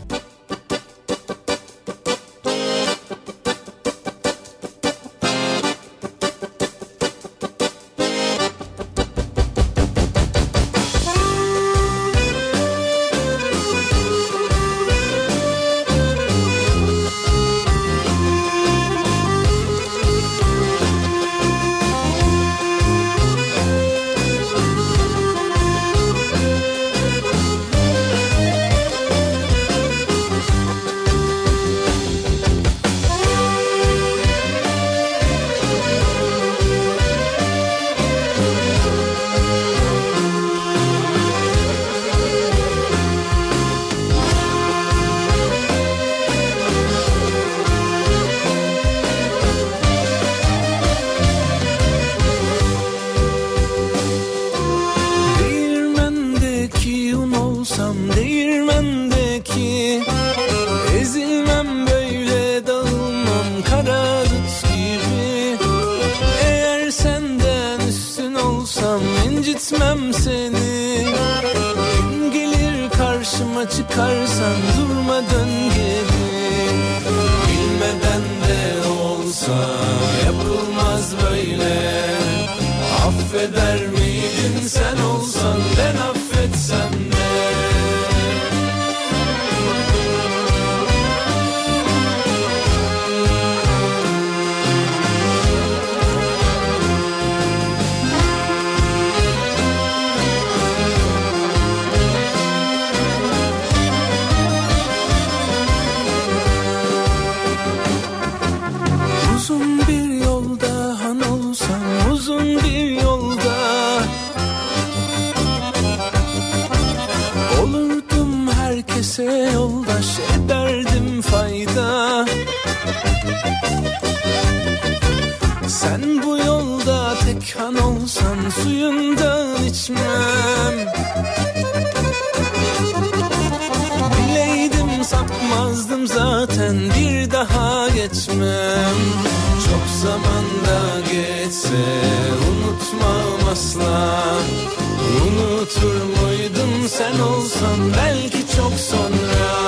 S4: geçmem seni. Gün gelir karşıma çıkarsan durma dön geri. Bilmeden de olsa yapılmaz böyle. Affeder miydin sen olsan ben affetsem de. Uzun bir yolda han olsam, uzun bir yolda olurdum, herkese yoldaş ederdim fayda. Sen bu yolda tek han olsan suyundan içmem. Bileydim sapmazdım zaten, bir daha geçmem. Çok zamanda geçse unutmam asla. Unutur muydun sen olsan belki çok sonra.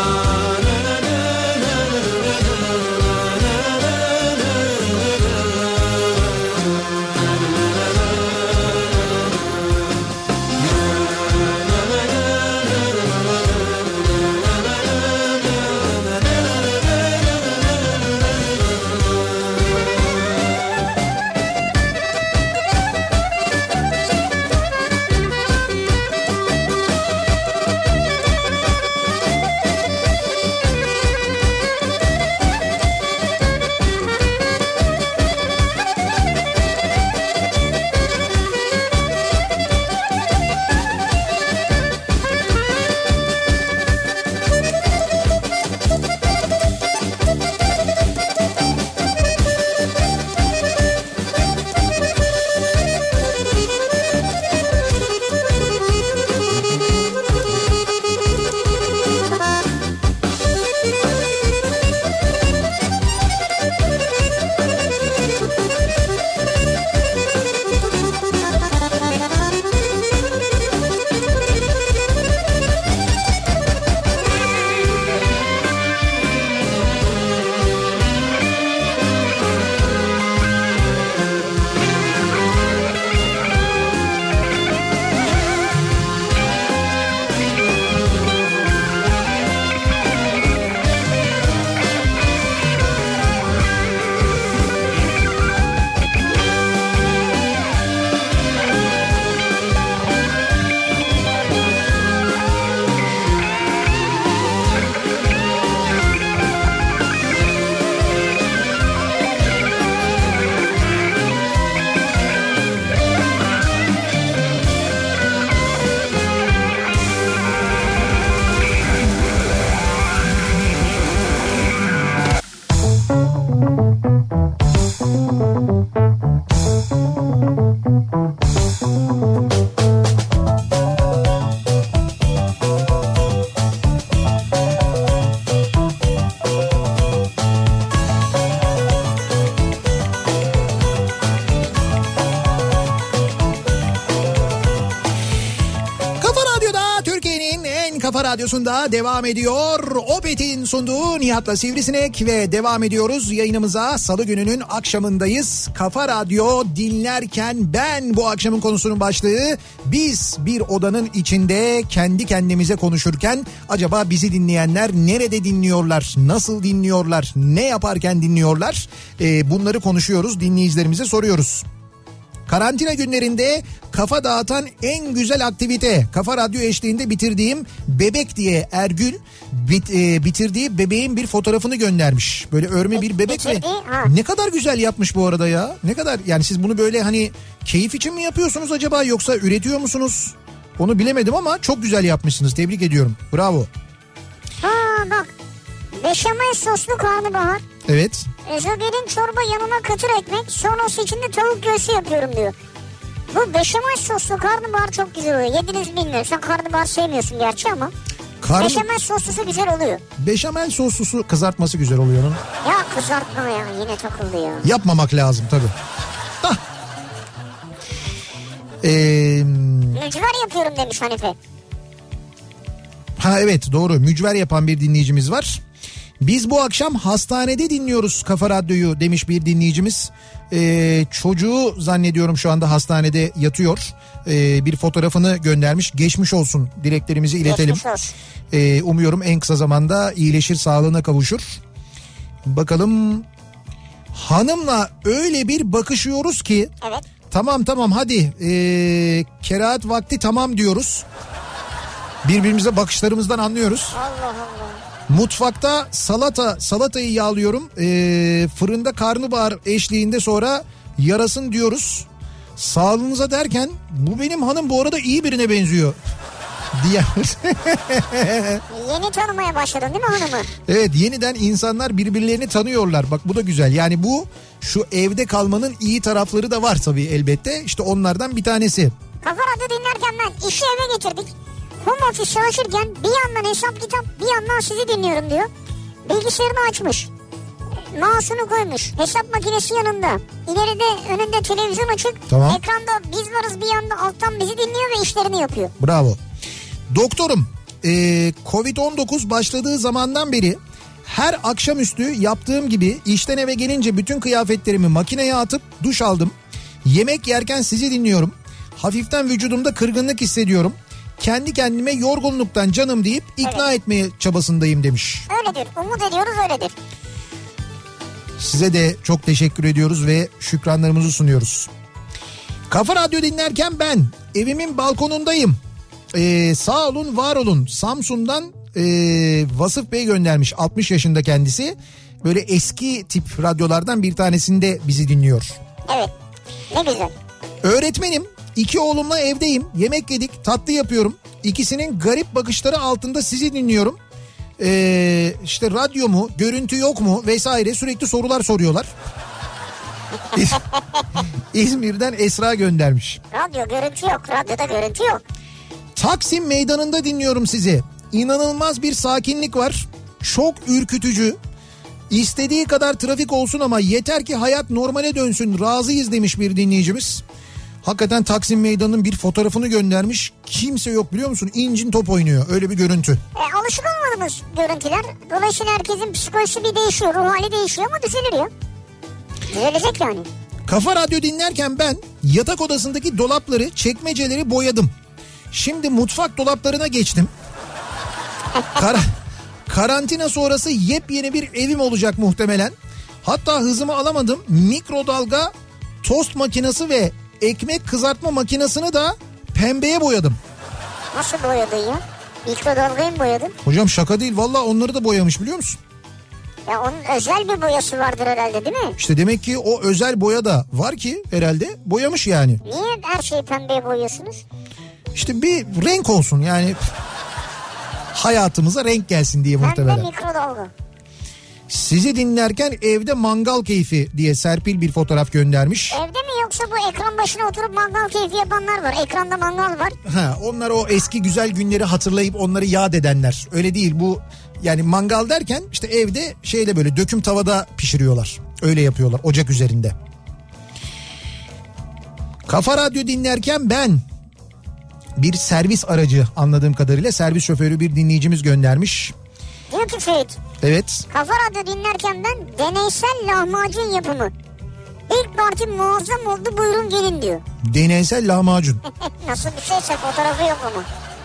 S1: Kafa Radyosu'nda devam ediyor. Opet'in sunduğu Nihat'la Sivrisinek ve devam ediyoruz yayınımıza. Salı gününün akşamındayız. Kafa Radyo dinlerken ben, bu akşamın konusunun başlığı, biz bir odanın içinde kendi kendimize konuşurken acaba bizi dinleyenler nerede dinliyorlar, nasıl dinliyorlar, ne yaparken dinliyorlar? Ee, bunları konuşuyoruz, dinleyicilerimize soruyoruz. Karantina günlerinde kafa dağıtan en güzel aktivite, Kafa Radyo eşliğinde bitirdiğim bebek diye Ergül bit, e, bitirdiği bebeğin bir fotoğrafını göndermiş. Böyle örme bir bebek ve ne kadar güzel yapmış bu arada ya. Ne kadar, yani siz bunu böyle hani keyif için mi yapıyorsunuz acaba, yoksa üretiyor musunuz? Onu bilemedim ama çok güzel yapmışsınız. Tebrik ediyorum. Bravo.
S2: Ha bak. Beşamel soslu karnabahar.
S1: Evet.
S2: Ezogelin çorba, yanına kıtır ekmek, sonrası içinde tavuk göğsü yapıyorum diyor. Bu beşamel soslu karnabahar çok güzel oluyor. Yediniz bilmiyorum. Sen karnabahar sevmiyorsun gerçi ama. Karn... Beşamel soslusu güzel oluyor.
S1: Beşamel soslusu kızartması güzel oluyor onun.
S2: Ya kızartma ya, yine takıldı ya.
S1: Yapmamak lazım tabii. Hah. Ee,
S2: Mücver yapıyorum demiş Hanife.
S1: Ha evet doğru, mücver yapan bir dinleyicimiz var. Biz bu akşam hastanede dinliyoruz Kafa Radyo'yu demiş bir dinleyicimiz. Ee, çocuğu zannediyorum şu anda hastanede yatıyor. Ee, bir fotoğrafını göndermiş. Geçmiş olsun dileklerimizi iletelim.
S2: Geçmiş olsun.
S1: Ee, umuyorum en kısa zamanda iyileşir, sağlığına kavuşur. Bakalım, hanımla öyle bir bakışıyoruz ki
S2: evet.
S1: Tamam tamam hadi ee, kerahat vakti tamam diyoruz. Birbirimize bakışlarımızdan anlıyoruz.
S2: Allah Allah.
S1: Mutfakta salata salatayı yağlıyorum. Ee, fırında karnabahar eşliğinde sonra yarasın diyoruz. Sağlığınıza derken bu benim hanım bu arada iyi birine benziyor diye.
S2: Yeni tanımaya başladın değil mi hanımı?
S1: Evet, yeniden insanlar birbirlerini tanıyorlar. Bak bu da güzel. Yani bu şu evde kalmanın iyi tarafları da var tabii elbette. İşte onlardan bir tanesi.
S2: Kafa Radyo dinlerken ben işi eve getirdik. Home office çalışırken bir yandan hesap kitap bir yandan sizi dinliyorum diyor. Bilgisayarını açmış. Mouse'unu koymuş. Hesap makinesi yanında. İleride önünde televizyon açık.
S1: Tamam.
S2: Ekranda biz varız bir yanda, alttan bizi dinliyor ve işlerini yapıyor.
S1: Bravo. Doktorum, ee, kovid on dokuz başladığı zamandan beri her akşamüstü yaptığım gibi işten eve gelince bütün kıyafetlerimi makineye atıp duş aldım. Yemek yerken sizi dinliyorum. Hafiften vücudumda kırgınlık hissediyorum. Kendi kendime yorgunluktan canım deyip ikna evet. etmeye çabasındayım demiş.
S2: Öyledir. Umut ediyoruz öyledir.
S1: Size de çok teşekkür ediyoruz ve şükranlarımızı sunuyoruz. Kafa Radyo dinlerken ben evimin balkonundayım. Ee, sağ olun var olun. Samsun'dan e, Vasıf Bey göndermiş, altmış yaşında kendisi. Böyle eski tip radyolardan bir tanesinde bizi dinliyor.
S2: Evet, ne güzel.
S1: Öğretmenim, iki oğlumla evdeyim, yemek yedik, tatlı yapıyorum. İkisinin garip bakışları altında sizi dinliyorum. Ee, işte radyo mu, görüntü yok mu vesaire sürekli sorular soruyorlar. İzmir'den Esra göndermiş.
S2: Radyo görüntü yok, radyoda görüntü yok.
S1: Taksim Meydanı'nda dinliyorum sizi. İnanılmaz bir sakinlik var. Çok ürkütücü. İstediği kadar trafik olsun ama yeter ki hayat normale dönsün. Razıyız demiş bir dinleyicimiz. Hakikaten Taksim Meydanı'nın bir fotoğrafını göndermiş. Kimse yok biliyor musun? İncin top oynuyor. Öyle bir görüntü.
S2: E, alışık olmadığımız görüntüler. Dolayısıyla herkesin psikolojisi bir değişiyor. Ruh hali değişiyor ama düzelir ya. Düzelecek yani.
S1: Kafa Radyo dinlerken ben yatak odasındaki dolapları, çekmeceleri boyadım. Şimdi mutfak dolaplarına geçtim. Kar- karantina sonrası yepyeni bir evim olacak muhtemelen. Hatta hızımı alamadım. Mikrodalga, tost makinesi ve ekmek kızartma makinesini de pembeye boyadım.
S2: Nasıl boyadın ya? Mikrodalgayı mı boyadın?
S1: Hocam şaka değil, vallahi onları da boyamış biliyor musun?
S2: Ya onun özel bir boyası vardır herhalde değil mi?
S1: İşte demek ki o özel boya da var ki herhalde boyamış yani.
S2: Niye her şeyi pembeye boyuyorsunuz?
S1: İşte bir renk olsun yani, hayatımıza renk gelsin diye muhtemelen.
S2: Pembe mikrodalga.
S1: Sizi dinlerken evde mangal keyfi diye Serpil bir fotoğraf göndermiş.
S2: Evde mi yoksa bu ekran başına oturup mangal keyfi yapanlar var. Ekranda mangal var.
S1: Ha, onlar o eski güzel günleri hatırlayıp onları yad edenler. Öyle değil bu, yani mangal derken işte evde şeyle böyle döküm tavada pişiriyorlar. Öyle yapıyorlar ocak üzerinde. Kafa Radyo dinlerken ben bir servis aracı, anladığım kadarıyla servis şoförü bir dinleyicimiz göndermiş.
S2: Diyor ki Ferit.
S1: Evet.
S2: Kafa Radyo dinlerken ben deneysel lahmacun yapımı. İlk parti muazzam oldu, buyurun gelin diyor.
S1: Deneysel lahmacun.
S2: Nasıl bir şeyse fotoğrafı yok ama.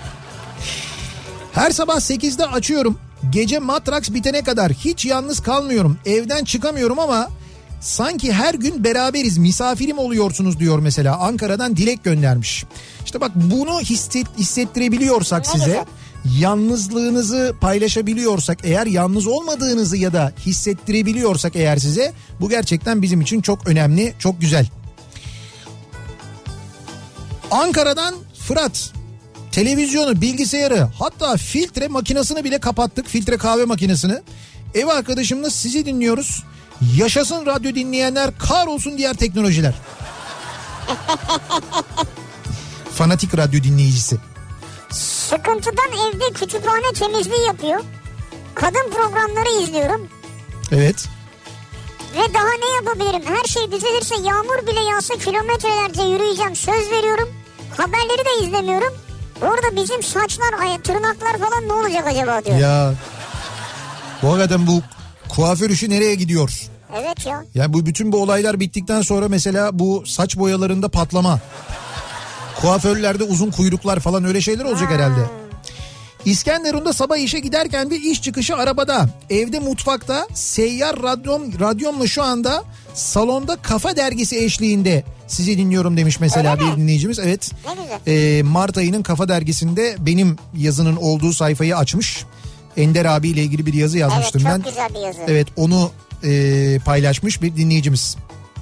S1: Her sabah sekizde açıyorum. Gece matraks bitene kadar hiç yalnız kalmıyorum. Evden çıkamıyorum ama sanki her gün beraberiz, misafirim oluyorsunuz diyor mesela. Ankara'dan Dilek göndermiş. İşte bak bunu hisset, hissettirebiliyorsak size,
S2: güzel.
S1: yalnızlığınızı paylaşabiliyorsak eğer, yalnız olmadığınızı ya da hissettirebiliyorsak eğer size, bu gerçekten bizim için çok önemli, çok güzel. Ankara'dan Fırat, televizyonu, bilgisayarı, hatta filtre makinesini bile kapattık, filtre kahve makinesini. Ev arkadaşımla sizi dinliyoruz. Yaşasın radyo dinleyenler, kahrolsun diğer teknolojiler. Fanatik radyo dinleyicisi.
S2: Sıkıntıdan evde kütüphane temizliği yapıyor. Kadın programları izliyorum.
S1: Evet.
S2: Ve daha ne yapabilirim? Her şey düzelirse, yağmur bile yağsa kilometrelerce yürüyeceğim, söz veriyorum. Haberleri de izlemiyorum. Orada bizim saçlar, tırnaklar falan ne olacak acaba diyor.
S1: Ya bu hakikaten bu kuaför işi nereye gidiyor?
S2: Evet ya.
S1: Yani bu bütün bu olaylar bittikten sonra mesela bu saç boyalarında patlama. Kuaförlerde uzun kuyruklar falan öyle şeyler olacak ha. herhalde. İskenderun'da sabah işe giderken bir iş çıkışı arabada, evde mutfakta seyyar radyom, radyomla şu anda salonda Kafa Dergisi eşliğinde sizi dinliyorum demiş mesela öyle bir mi? Dinleyicimiz. Evet.
S2: Ne güzel.
S1: Ee, Mart ayının Kafa Dergisi'nde benim yazının olduğu sayfayı açmış. Ender abiyle ilgili bir yazı yazmıştım
S2: evet,
S1: ben.
S2: Evet, çok güzel bir yazı.
S1: Evet, onu e, paylaşmış bir dinleyicimiz.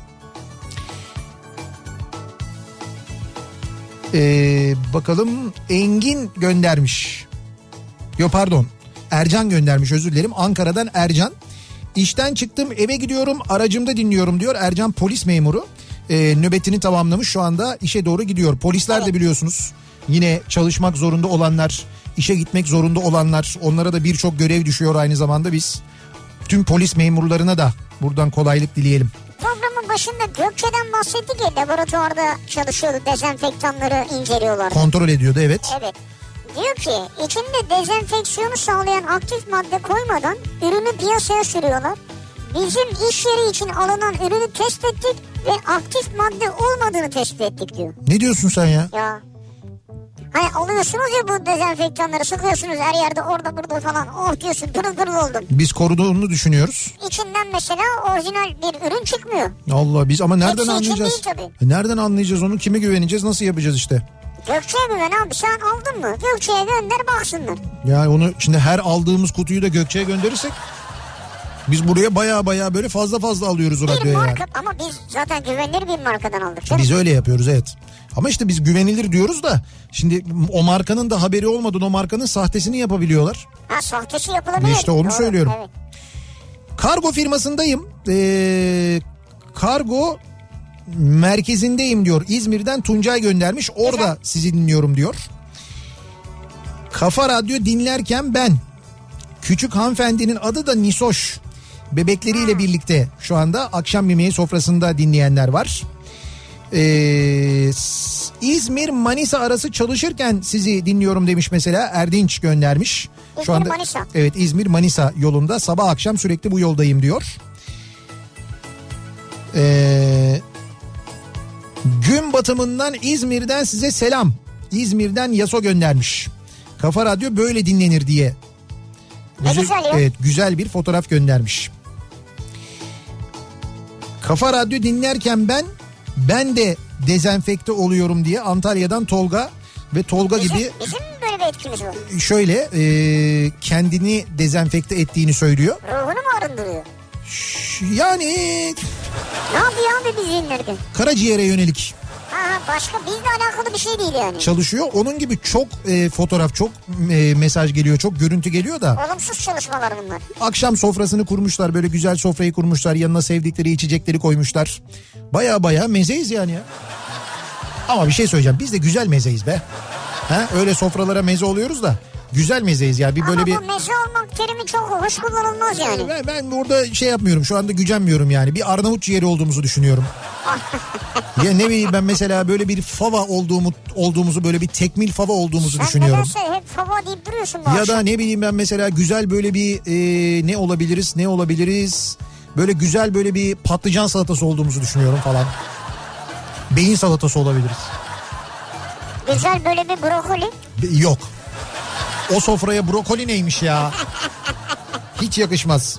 S1: Ee, bakalım Engin göndermiş. Yo pardon Ercan göndermiş, özür dilerim. Ankara'dan Ercan. İşten çıktım eve gidiyorum, aracımda dinliyorum diyor. Ercan polis memuru. Ee, nöbetini tamamlamış, şu anda işe doğru gidiyor. Polisler evet. de biliyorsunuz yine çalışmak zorunda olanlar, işe gitmek zorunda olanlar, onlara da birçok görev düşüyor aynı zamanda. Biz tüm polis memurlarına da buradan kolaylık dileyelim.
S2: Programın başında Gökçe'den bahsettik ya, laboratuvarda çalışıyordu, dezenfektanları inceliyorlar.
S1: Kontrol ediyordu, evet.
S2: Evet. Diyor ki içinde dezenfeksiyonu sağlayan aktif madde koymadan ürünü piyasaya sürüyorlar. Bizim iş yeri için alınan ürünü test ettik ve aktif madde olmadığını tespit ettik diyor.
S1: Ne diyorsun sen ya?
S2: Ya. Hani alıyorsunuz ya bu dezenfektanları, sıkıyorsunuz her yerde, orada burada falan. Oh diyorsun, pırıl pırıl oldum.
S1: Biz koruduğunu düşünüyoruz.
S2: İçinden mesela orijinal bir ürün çıkmıyor.
S1: Allah, biz ama nereden
S2: Hepsi
S1: anlayacağız?
S2: için değil tabii.
S1: Nereden anlayacağız onu? Kime güveneceğiz? Nasıl yapacağız işte?
S2: Gökçe'ye güven abi, sen aldın mı? Gökçe'ye gönder baksınlar.
S1: Yani onu şimdi her aldığımız kutuyu da Gökçe'ye gönderirsek biz buraya baya baya böyle fazla fazla alıyoruz o
S2: bir
S1: radyoya
S2: marka,
S1: yani.
S2: Ama biz zaten güvenilir bir markadan aldık.
S1: Biz öyle yapıyoruz, evet. Ama işte biz güvenilir diyoruz da şimdi o markanın da haberi olmadan o markanın sahtesini yapabiliyorlar.
S2: Ha, sahtesi yapılabilir.
S1: İşte onu
S2: Doğru,
S1: söylüyorum.
S2: Evet.
S1: Kargo firmasındayım. Ee, kargo merkezindeyim diyor. İzmir'den Tuncay göndermiş. Orada güzel. Sizi dinliyorum diyor. Kafa Radyo dinlerken ben, küçük hanımefendinin adı da Nisoş, bebekleriyle birlikte şu anda akşam yemeği sofrasında dinleyenler var. Ee, İzmir Manisa arası çalışırken sizi dinliyorum demiş mesela Erdinç göndermiş.
S2: İzmir
S1: şu anda,
S2: Manisa.
S1: Evet, İzmir Manisa yolunda sabah akşam sürekli bu yoldayım diyor. Ee, gün batımından İzmir'den size selam. İzmir'den Yaso göndermiş. Kafa Radyo böyle dinlenir diye.
S2: Ne güzel ya.
S1: Evet, güzel bir fotoğraf göndermiş. Kafa Radyo dinlerken ben ben de dezenfekte oluyorum diye Antalya'dan Tolga ve Tolga
S2: bizim,
S1: gibi
S2: bizim mi böyle bir etkimiz var?
S1: Şöyle e, kendini dezenfekte ettiğini söylüyor.
S2: Ruhunu mu arındırıyor?
S1: Yani
S2: ne yapıyor abi biz dinlerken?
S1: Karaciğere yönelik.
S2: Ha, başka bizle alakalı bir şey değil yani.
S1: Çalışıyor. Onun gibi çok e, fotoğraf, çok e, mesaj geliyor, çok görüntü geliyor da.
S2: Olumsuz çalışmalar bunlar.
S1: Akşam sofrasını kurmuşlar, böyle güzel sofrayı kurmuşlar, yanına sevdikleri içecekleri koymuşlar. Baya baya mezeyiz yani ya. Ama bir şey söyleyeceğim, biz de güzel mezeyiz be. Ha, öyle sofralara meze oluyoruz da güzel mezeyiz ya. Bir böyle
S2: ama
S1: bir...
S2: bu meze olmak terimi çok hoş kullanılmaz yani.
S1: Ben, ben burada şey yapmıyorum, şu anda gücenmiyorum yani. Bir Arnavut ciğeri olduğumuzu düşünüyorum. Ya ne bileyim ben, mesela böyle bir fava olduğumu, olduğumuzu, böyle bir tekmil fava olduğumuzu
S2: sen
S1: düşünüyorum.
S2: Sen nedense hep fava deyip duruyorsun bu
S1: Ya
S2: akşam.
S1: da ne bileyim ben, mesela güzel böyle bir e, ne olabiliriz ne olabiliriz böyle güzel böyle bir patlıcan salatası olduğumuzu düşünüyorum falan. Beyin salatası olabiliriz.
S2: Güzel böyle bir brokoli.
S1: Yok. O sofraya brokoli neymiş ya? Hiç yakışmaz.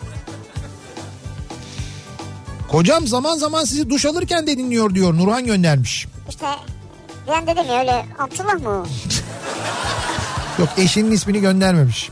S1: Kocam zaman zaman sizi duş alırken de dinliyor diyor. Nurhan göndermiş.
S2: İşte ben dedim ya, öyle Abdullah mı o?
S1: Yok, eşinin ismini göndermemiş.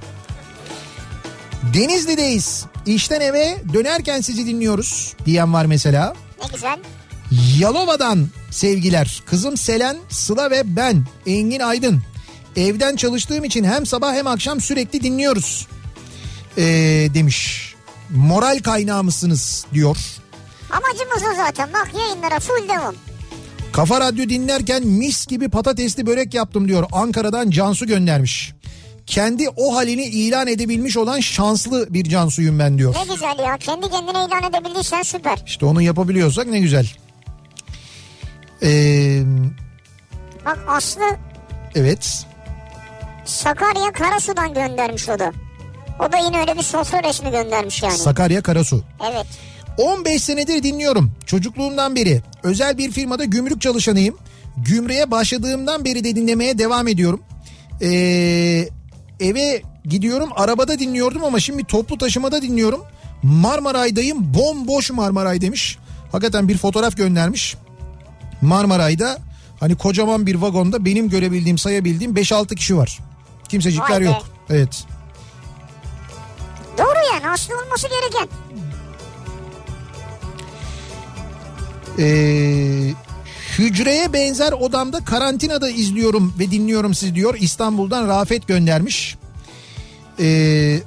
S1: Denizli'deyiz. İşten eve dönerken sizi dinliyoruz diyen var mesela.
S2: Ne güzel.
S1: Yalova'dan sevgiler. Kızım Selen, Sıla ve ben Engin Aydın. Evden çalıştığım için hem sabah hem akşam sürekli dinliyoruz. Ee, demiş. Moral kaynağı mısınız diyor.
S2: Amacımız o zaten. Bak, yayınlara full devam.
S1: Kafa Radyo dinlerken mis gibi patatesli börek yaptım diyor. Ankara'dan Cansu göndermiş. Kendi o halini ilan edebilmiş olan şanslı bir Cansu'yum ben diyor.
S2: Ne güzel ya. Kendi kendine ilan edebildiysen süper.
S1: İşte onu yapabiliyorsak ne güzel. Ee,
S2: Bak Aslı.
S1: Evet.
S2: Sakarya Karasu'dan göndermiş o da. O da yine öyle bir sofra resmi göndermiş yani.
S1: Sakarya Karasu.
S2: Evet.
S1: on beş senedir dinliyorum. Çocukluğumdan beri. Özel bir firmada gümrük çalışanıyım. Gümrüğe başladığımdan beri de dinlemeye devam ediyorum. Ee, eve gidiyorum, arabada dinliyordum ama şimdi toplu taşımada dinliyorum. Marmaray'dayım, bomboş Marmaray demiş. Hakikaten bir fotoğraf göndermiş. Marmaray'da hani kocaman bir vagonda benim görebildiğim, sayabildiğim beş altı kişi var. Kimsecikler yok. Evet.
S2: Doğru yani, aslı olması gereken.
S1: Ee, hücreye benzer odamda karantinada izliyorum ve dinliyorum sizi diyor. İstanbul'dan Rafet göndermiş. Ee,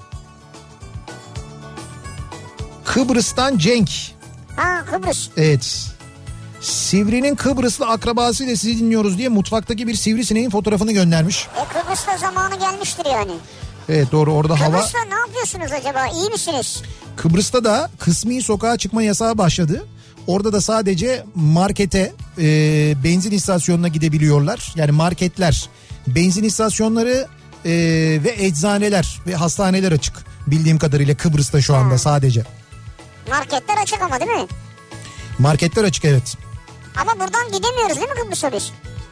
S1: Kıbrıs'tan Cenk.
S2: Ha, Kıbrıs.
S1: Evet. Sivri'nin Kıbrıslı akrabasıyla sizi dinliyoruz diye mutfaktaki bir sivrisineğin fotoğrafını göndermiş.
S2: E Kıbrıs'ta zamanı gelmiştir yani.
S1: Evet doğru, orada hava...
S2: Kıbrıs'ta ne yapıyorsunuz acaba? İyi misiniz?
S1: Kıbrıs'ta da kısmi sokağa çıkma yasağı başladı. Orada da sadece markete, e, benzin istasyonuna gidebiliyorlar. Yani marketler, benzin istasyonları e, ve eczaneler ve hastaneler açık. Bildiğim kadarıyla Kıbrıs'ta şu anda ha. sadece.
S2: Marketler açık ama değil mi?
S1: Marketler açık, evet.
S2: Ama buradan gidemiyoruz değil mi Kıbrıs'a biz?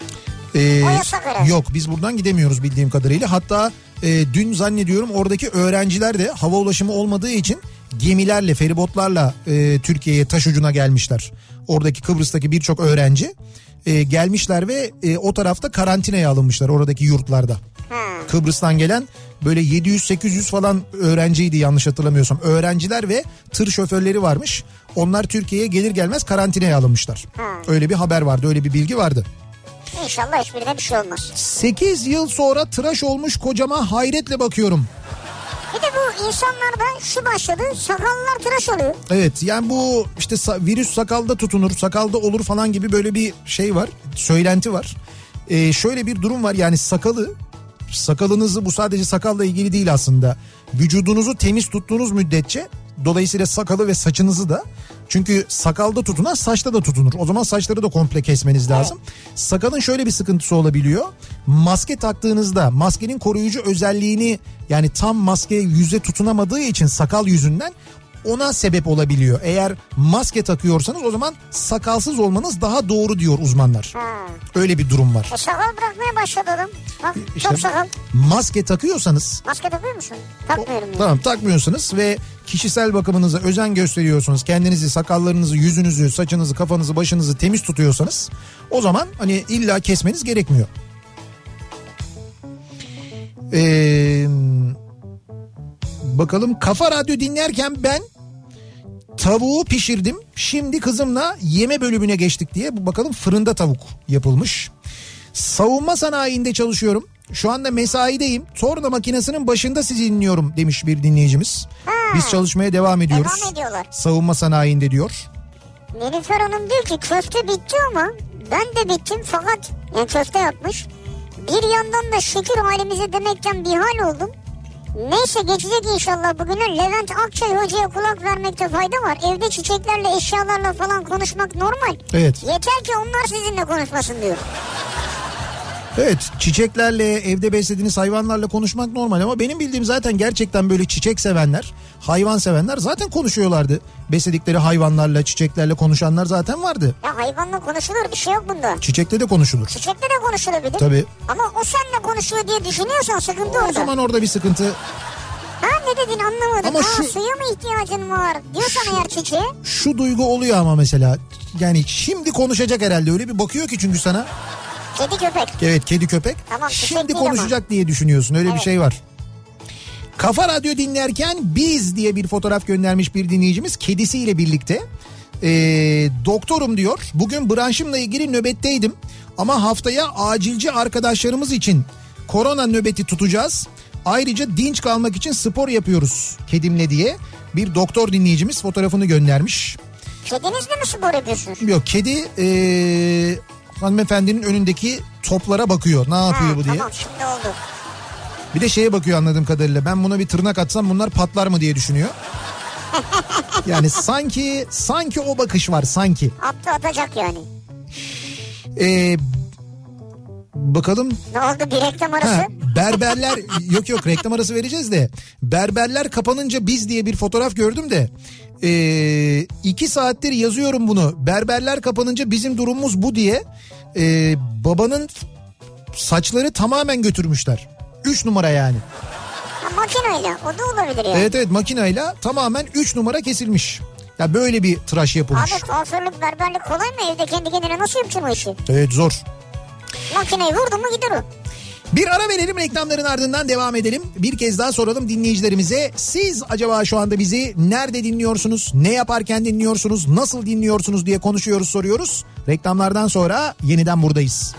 S1: Ee,
S2: o yasak herhalde.
S1: Yok, biz buradan gidemiyoruz bildiğim kadarıyla. Hatta e, dün zannediyorum oradaki öğrenciler de hava ulaşımı olmadığı için gemilerle, feribotlarla e, Türkiye'ye taş ucuna gelmişler. Oradaki Kıbrıs'taki birçok öğrenci e, gelmişler ve e, o tarafta karantinaya alınmışlar oradaki yurtlarda. Hmm. Kıbrıs'tan gelen böyle yedi yüz sekiz yüz falan öğrenciydi yanlış hatırlamıyorsam. Öğrenciler ve tır şoförleri varmış. Onlar Türkiye'ye gelir gelmez karantinaya alınmışlar. Hmm. Öyle bir haber vardı, öyle bir bilgi vardı.
S2: İnşallah hiçbirine bir şey olmaz.
S1: sekiz yıl sonra tıraş olmuş kocama hayretle bakıyorum.
S2: Bir de bu insanlarda şu başladı, sakallar tıraş oluyor.
S1: Evet, yani bu işte virüs sakalda tutunur, sakalda olur falan gibi böyle bir şey var, söylenti var. Ee, şöyle bir durum var, yani sakalı, sakalınızı, bu sadece sakalla ilgili değil aslında. Vücudunuzu temiz tuttuğunuz müddetçe, dolayısıyla sakalı ve saçınızı da, çünkü sakalda tutunan saçta da tutunur. O zaman saçları da komple kesmeniz lazım. Evet. Sakalın şöyle bir sıkıntısı olabiliyor. Maske taktığınızda maskenin koruyucu özelliğini, yani tam maske yüze tutunamadığı için sakal yüzünden ona sebep olabiliyor. Eğer maske takıyorsanız o zaman sakalsız olmanız daha doğru diyor uzmanlar. Hmm. Öyle bir durum var.
S2: E, sakal bırakmaya başladı adam. Bak
S1: işte,
S2: çok sakal.
S1: Maske takıyorsanız.
S2: Maske takıyor musun? Takmıyorum.
S1: O, tamam, takmıyorsunuz ve kişisel bakımınıza özen gösteriyorsunuz. Kendinizi, sakallarınızı, yüzünüzü, saçınızı, kafanızı, başınızı temiz tutuyorsanız o zaman hani illa kesmeniz gerekmiyor. Eee... Bakalım, Kafa Radyo dinlerken ben tavuğu pişirdim. Şimdi kızımla yeme bölümüne geçtik diye. Bu bakalım, fırında tavuk yapılmış. Savunma sanayinde çalışıyorum. Şu anda mesaideyim. Torna makinesinin başında sizi dinliyorum demiş bir dinleyicimiz. Ha, biz çalışmaya devam ediyoruz.
S2: Devam ediyorlar.
S1: Savunma sanayinde diyor.
S2: Nilüfer Hanım diyor ki köfte bitti ama ben de bittim fakat yani köfte yapmış. Bir yandan da şükür halimize demekten bir hal oldum. Neyse geçecek inşallah bugünü. Levent Akçay hocaya kulak vermekte fayda var. Evde çiçeklerle, eşyalarla falan konuşmak normal.
S1: Evet.
S2: Yeter ki onlar sizinle konuşmasın diyor.
S1: Evet, çiçeklerle, evde beslediğiniz hayvanlarla konuşmak normal ama benim bildiğim zaten gerçekten böyle çiçek sevenler, hayvan sevenler zaten konuşuyorlardı. Besledikleri hayvanlarla, çiçeklerle konuşanlar zaten vardı.
S2: Ya hayvanla konuşulur, bir şey yok bunda.
S1: Çiçekle de konuşulur.
S2: Çiçekle de konuşulabilir.
S1: Tabii.
S2: Ama o seninle konuşuyor diye düşünüyorsan sıkıntı
S1: o
S2: orada.
S1: O zaman orada bir sıkıntı.
S2: Ha, ne dedin anlamadım.
S1: Ama
S2: ha,
S1: şu,
S2: suya mı ihtiyacın var diyorsan şu, eğer çiçeğe.
S1: Şu duygu oluyor ama mesela, yani şimdi konuşacak herhalde, öyle bir bakıyor ki çünkü sana.
S2: Kedi köpek.
S1: Evet, kedi köpek.
S2: Tamam,
S1: şimdi konuşacak ama diye düşünüyorsun, öyle evet. Bir şey var. Kafa Radyo dinlerken biz diye bir fotoğraf göndermiş bir dinleyicimiz kedisiyle birlikte. Ee, doktorum diyor, bugün branşımla ilgili nöbetteydim ama haftaya acilci arkadaşlarımız için korona nöbeti tutacağız. Ayrıca dinç kalmak için spor yapıyoruz kedimle diye bir doktor dinleyicimiz fotoğrafını göndermiş.
S2: Kedinizle mi spor yapıyorsunuz?
S1: Yok, kedi ee, hanımefendinin önündeki toplara bakıyor, ne yapıyor ha, bu diye.
S2: Tamam, şimdi oldu.
S1: Bir de şeye bakıyor anladığım kadarıyla, ben buna bir tırnak atsam bunlar patlar mı diye düşünüyor. Yani sanki sanki o bakış var sanki.
S2: Attı atacak yani.
S1: Ee, Bakalım.
S2: Ne oldu, bir reklam arası?
S1: Ha, berberler yok yok reklam arası vereceğiz de. Berberler kapanınca biz diye bir fotoğraf gördüm de. Ee, iki saattir yazıyorum bunu. Berberler kapanınca bizim durumumuz bu diye. Ee, babanın saçları tamamen götürmüşler. Üç numara yani.
S2: Ha, makineyle o da olabilir yani.
S1: Evet evet makineyle tamamen üç numara kesilmiş. Ya böyle bir tıraş yapılmış.
S2: Abi kuaförlük, berberlik kolay mı? Evde kendi kendine nasıl yapacaksın o işi?
S1: Evet zor.
S2: Makineyi vurdun mu gider o.
S1: Bir ara verelim, reklamların ardından devam edelim. Bir kez daha soralım dinleyicilerimize. Siz acaba şu anda bizi nerede dinliyorsunuz? Ne yaparken dinliyorsunuz? Nasıl dinliyorsunuz diye konuşuyoruz, soruyoruz. Reklamlardan sonra yeniden buradayız.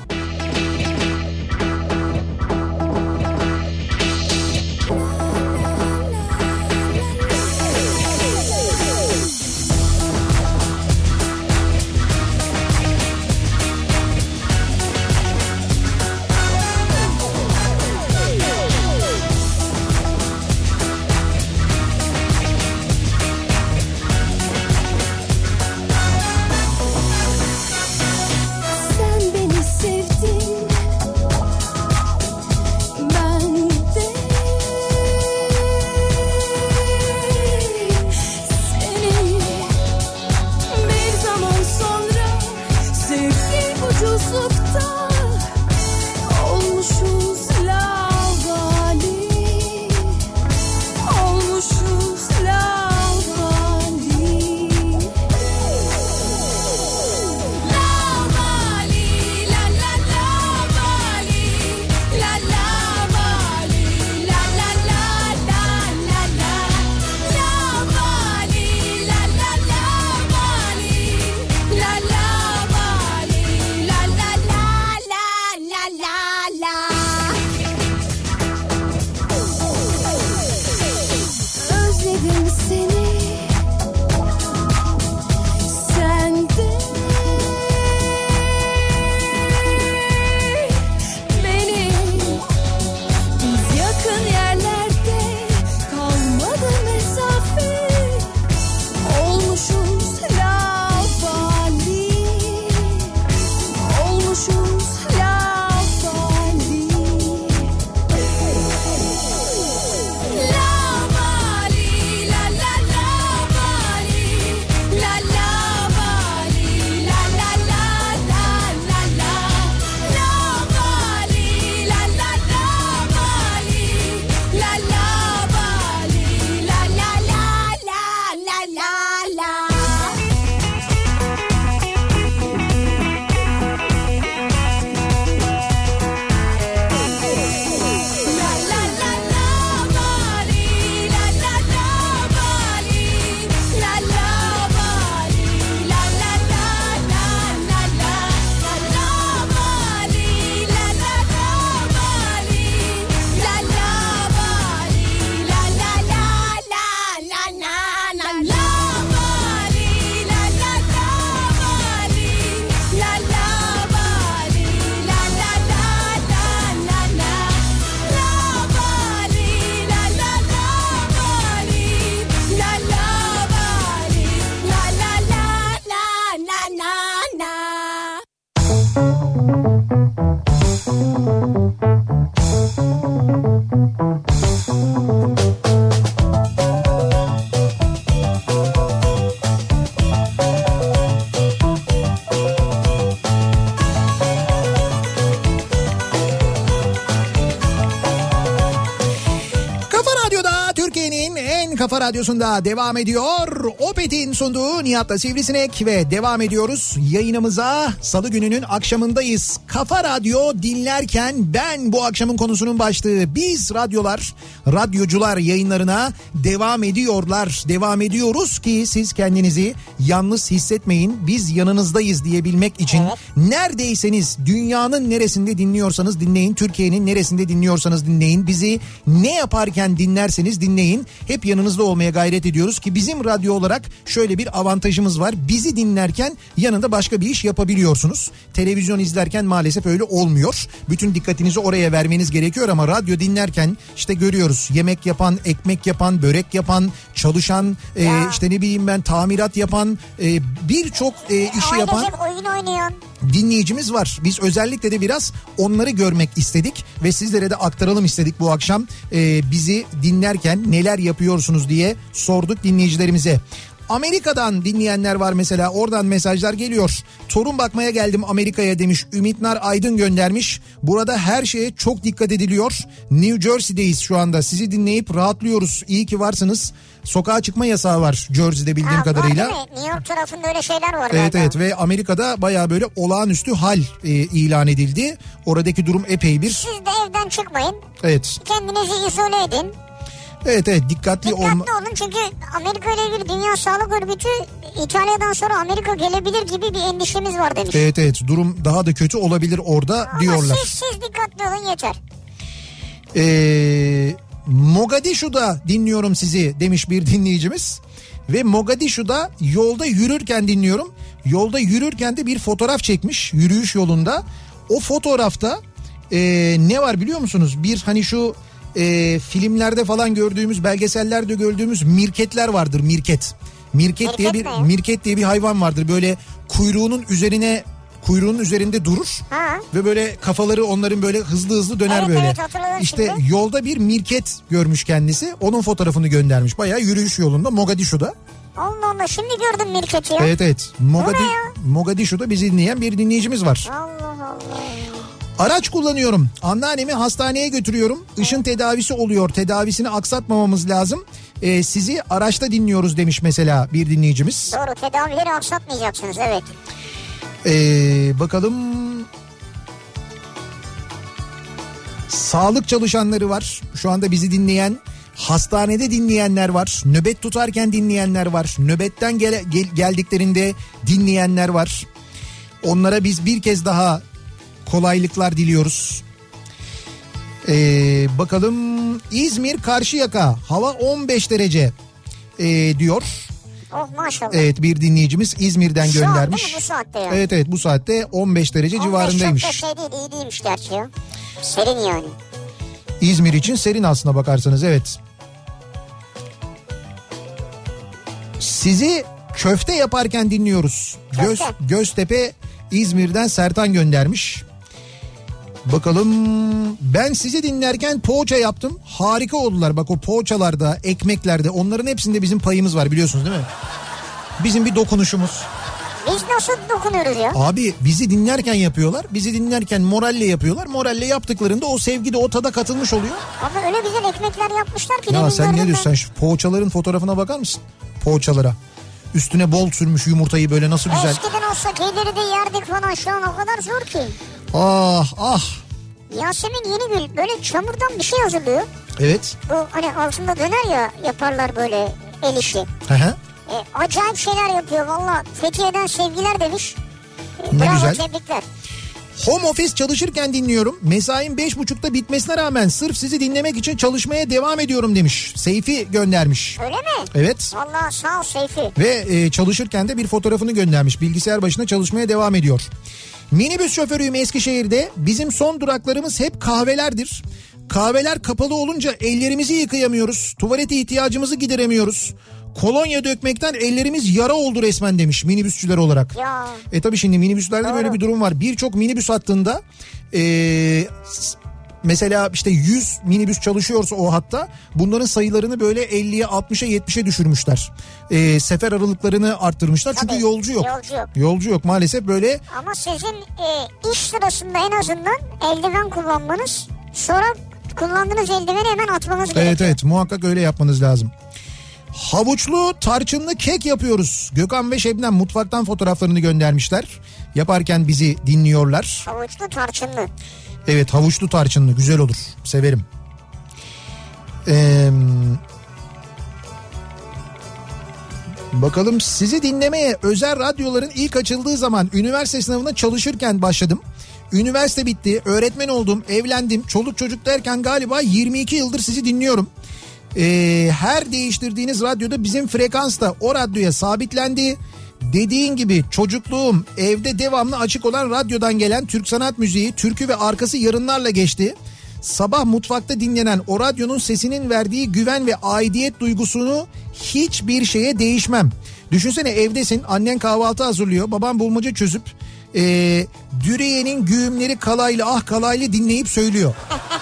S1: Kafa Radyosu'nda devam ediyor. Opet'in sunduğu Nihat'la Sivrisinek ve devam ediyoruz. Yayınımıza salı gününün akşamındayız. Kafa Radyo dinlerken ben bu akşamın konusunun başlığı. Biz radyolar, radyocular yayınlarına devam ediyorlar. Devam ediyoruz ki siz kendinizi yalnız hissetmeyin. Biz yanınızdayız diyebilmek için evet. Neredeyseniz, dünyanın neresinde dinliyorsanız dinleyin. Türkiye'nin neresinde dinliyorsanız dinleyin. Bizi ne yaparken dinlerseniz dinleyin. Hep yanınızda olmaya gayret ediyoruz ki bizim radyo olarak şöyle bir avantajımız var. Bizi dinlerken yanında başka bir iş yapabiliyorsunuz. Televizyon izlerken maalesef öyle olmuyor. Bütün dikkatinizi oraya vermeniz gerekiyor ama radyo dinlerken işte görüyoruz. Yemek yapan, ekmek yapan, börek yapan, çalışan, e, işte ne bileyim ben tamirat yapan, e, birçok e, işi yapan.
S2: Ailece oyun oynuyorsun.
S1: Dinleyicimiz var. Biz özellikle de biraz onları görmek istedik ve sizlere de aktaralım istedik bu akşam. Ee, bizi dinlerken neler yapıyorsunuz diye sorduk dinleyicilerimize. Amerika'dan dinleyenler var mesela, oradan mesajlar geliyor. Torun bakmaya geldim Amerika'ya demiş. Ümitnar Aydın göndermiş. Burada her şeye çok dikkat ediliyor. New Jersey'deyiz şu anda. Sizi dinleyip rahatlıyoruz. İyi ki varsınız. Sokağa çıkma yasağı var Jersey'de bildiğim ha, kadarıyla.
S2: Var değil mi? New York tarafında öyle şeyler var.
S1: Evet
S2: galiba.
S1: evet ve Amerika'da baya böyle olağanüstü hal e, ilan edildi. Oradaki durum epey bir.
S2: Siz de evden çıkmayın.
S1: Evet.
S2: Kendinizi izole edin.
S1: Evet evet dikkatli,
S2: dikkatli
S1: olma.
S2: olun çünkü Amerika ile ilgili Dünya Sağlık Örgütü İtalya'dan sonra Amerika gelebilir gibi bir endişemiz var demiş.
S1: Evet evet durum daha da kötü olabilir orada
S2: ama
S1: diyorlar.
S2: siz, siz dikkatli olun yeter.
S1: Ee, Mogadishu'da dinliyorum sizi demiş bir dinleyicimiz. Ve Mogadishu'da yolda yürürken dinliyorum. Yolda yürürken de bir fotoğraf çekmiş yürüyüş yolunda. O fotoğrafta e, ne var biliyor musunuz? Bir hani şu e, filmlerde falan gördüğümüz, belgesellerde gördüğümüz mirketler vardır, mirket. Mirket, mirket diye bir mi? mirket diye bir hayvan vardır. Böyle kuyruğunun üzerine kuyruğunun üzerinde durur. Ha. Ve böyle kafaları onların böyle hızlı hızlı döner evet, böyle. Evet, İşte şimdi. Yolda bir mirket görmüş kendisi. Onun fotoğrafını göndermiş. Bayağı yürüyüş yolunda Mogadishu'da.
S2: Allah Allah, şimdi gördüm mirketi ya.
S1: Evet evet. Mogadi Mogadishu'da bizi dinleyen bir dinleyicimiz var.
S2: Allah Allah.
S1: Araç kullanıyorum. Anneannemi hastaneye götürüyorum. Işın tedavisi oluyor. Tedavisini aksatmamamız lazım. Ee, sizi araçta dinliyoruz demiş mesela bir dinleyicimiz.
S2: Doğru, tedavileri aksatmayacaksınız, evet.
S1: Ee, bakalım. Sağlık çalışanları var. Şu anda bizi dinleyen, hastanede dinleyenler var. Nöbet tutarken dinleyenler var. Nöbetten gel- gel- geldiklerinde dinleyenler var. Onlara biz bir kez daha kolaylıklar diliyoruz. Ee, bakalım İzmir Karşıyaka hava on beş derece ee, diyor.
S2: Oh maşallah.
S1: Evet, bir dinleyicimiz İzmir'den
S2: Şu
S1: göndermiş.
S2: An, bu saatte yani.
S1: Evet evet bu saatte on beş derece
S2: on beş
S1: civarındaymış.
S2: Çok da şey değil, iyi değilmiş gerçi ya. Serin yani.
S1: İzmir için serin aslına bakarsanız, evet. Sizi köfte yaparken dinliyoruz. Göz, Göztepe İzmir'den Sertan göndermiş. Bakalım, ben sizi dinlerken poğaça yaptım. Harika oldular. Bak o poğaçalarda, ekmeklerde, onların hepsinde bizim payımız var, biliyorsunuz değil mi? Bizim bir dokunuşumuz.
S2: Biz nasıl dokunuyoruz ya?
S1: Abi bizi dinlerken yapıyorlar. Bizi dinlerken moralle yapıyorlar. Moralle yaptıklarında o sevgi de o tada katılmış oluyor.
S2: Ama öyle güzel ekmekler yapmışlar ki.
S1: Ya sen ne diyorsun? Ben. Sen şu poğaçaların fotoğrafına bakar mısın? Poğaçalara. Üstüne bol sürmüş yumurtayı böyle, nasıl güzel.
S2: Eskiden olsa keyleri de yerdik falan, şu an o kadar zor ki.
S1: Ah ah.
S2: Yasemin Yenigül böyle çamurdan bir şey hazırlıyor.
S1: Evet.
S2: Bu hani altında döner ya, yaparlar böyle el işi.
S1: Hı hı.
S2: E, acayip şeyler yapıyor valla. Fethiye'den sevgiler demiş. E,
S1: ne
S2: bravo,
S1: güzel.
S2: Tebrikler.
S1: Home office çalışırken dinliyorum. Mesaim beş buçukta bitmesine rağmen sırf sizi dinlemek için çalışmaya devam ediyorum demiş. Seyfi göndermiş.
S2: Öyle mi?
S1: Evet.
S2: Valla sağ ol Seyfi.
S1: Ve e, çalışırken de bir fotoğrafını göndermiş. Bilgisayar başında çalışmaya devam ediyor. Minibüs şoförüyüm Eskişehir'de. Bizim son duraklarımız hep kahvelerdir. Kahveler kapalı olunca ellerimizi yıkayamıyoruz. Tuvalete ihtiyacımızı gideremiyoruz. Kolonya dökmekten ellerimiz yara oldu resmen demiş minibüsçüler olarak.
S2: Ya.
S1: E tabii şimdi minibüslerde Doğru. böyle bir durum var. Birçok minibüs hattında e, mesela işte yüz minibüs çalışıyorsa o hatta, bunların sayılarını böyle elliye altmışa yetmişe düşürmüşler. E, sefer aralıklarını arttırmışlar çünkü
S2: tabii,
S1: yolcu yok.
S2: Yolcu yok.
S1: Yolcu yok maalesef böyle.
S2: Ama sizin e, iş sırasında en azından eldiven kullanmanız, sonra kullandığınız eldiveni hemen atmanız gerekiyor.
S1: Evet evet, muhakkak öyle yapmanız lazım. Havuçlu tarçınlı kek yapıyoruz. Gökhan ve Şebnem mutfaktan fotoğraflarını göndermişler. Yaparken bizi dinliyorlar.
S2: Havuçlu tarçınlı.
S1: Evet, havuçlu tarçınlı güzel olur. Severim. Ee, bakalım, sizi dinlemeye özel radyoların ilk açıldığı zaman üniversite sınavına çalışırken başladım. Üniversite bitti, öğretmen oldum, evlendim, çoluk çocuk derken galiba yirmi iki yıldır sizi dinliyorum. Ee, her değiştirdiğiniz radyoda bizim frekans da o radyoya sabitlendi. Dediğin gibi çocukluğum evde devamlı açık olan radyodan gelen Türk sanat müziği, türkü ve arkası yarınlarla geçti. Sabah mutfakta dinlenen o radyonun sesinin verdiği güven ve aidiyet duygusunu hiçbir şeye değişmem. Düşünsene, evdesin, annen kahvaltı hazırlıyor, baban bulmaca çözüp Ee, Düreye'nin güğümleri kalaylı ah kalaylı dinleyip söylüyor.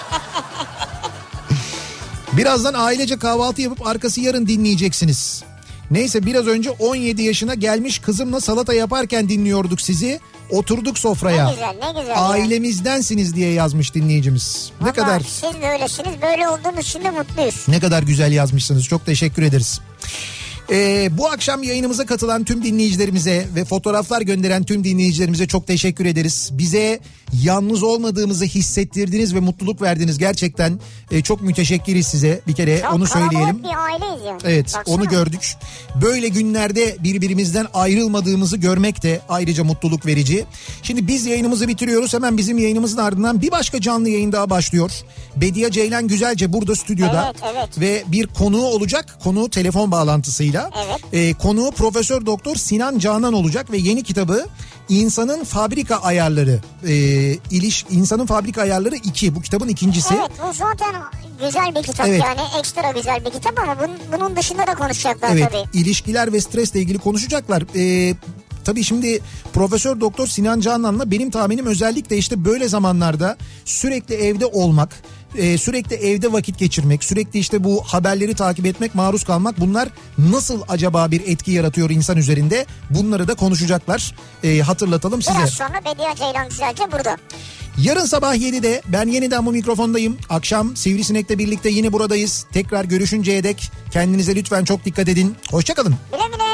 S1: Birazdan ailece kahvaltı yapıp arkası yarın dinleyeceksiniz. Neyse biraz önce on yedi yaşına gelmiş kızımla salata yaparken dinliyorduk sizi. Oturduk sofraya.
S2: Ne güzel, ne güzel.
S1: Ailemizdensiniz diye yazmış dinleyicimiz. Ne
S2: Vallahi
S1: kadar
S2: siz de öylesiniz, böyle olduğunuz için de mutluyuz.
S1: ne kadar güzel yazmışsınız. Çok teşekkür ederiz. Ee, bu akşam yayınımıza katılan tüm dinleyicilerimize ve fotoğraflar gönderen tüm dinleyicilerimize çok teşekkür ederiz. Bize yalnız olmadığımızı hissettirdiniz ve mutluluk verdiniz. Gerçekten e, çok müteşekkiriz size bir kere,
S2: Çok
S1: onu söyleyelim.
S2: bir aileyiz yani.
S1: Evet,
S2: Baksana.
S1: onu gördük. Böyle günlerde birbirimizden ayrılmadığımızı görmek de ayrıca mutluluk verici. Şimdi biz yayınımızı bitiriyoruz. Hemen bizim yayınımızın ardından bir başka canlı yayın daha başlıyor. Bediye Ceylan Güzelce burada stüdyoda.
S2: Evet, evet.
S1: Ve bir konuğu olacak. Konuğu telefon bağlantısıyla.
S2: Evet.
S1: Ee, konuğu Profesör Doktor Sinan Canan olacak ve yeni kitabı İnsanın Fabrika Ayarları. Ee, iliş İnsanın Fabrika Ayarları iki. Bu kitabın ikincisi.
S2: Evet, bu zaten güzel bir kitap
S1: Evet.
S2: yani, ekstra güzel bir kitap ama bunun, bunun dışında da konuşacaklar
S1: Evet,
S2: tabii.
S1: ilişkiler ve stresle ilgili konuşacaklar. Ee, tabii şimdi Profesör Doktor Sinan Canan'la benim tahminim özellikle işte böyle zamanlarda sürekli evde olmak, e, sürekli evde vakit geçirmek, sürekli işte bu haberleri takip etmek, maruz kalmak, bunlar nasıl acaba bir etki yaratıyor insan üzerinde? Bunları da konuşacaklar. Ee, hatırlatalım size.
S2: Biraz sonra Bediye Ceylan Güzelce burada.
S1: Yarın sabah yedide ben yeniden bu mikrofondayım. Akşam Sivrisinek'le birlikte yine buradayız. Tekrar görüşünceye dek kendinize lütfen çok dikkat edin. Hoşça kalın.
S2: Güle güle.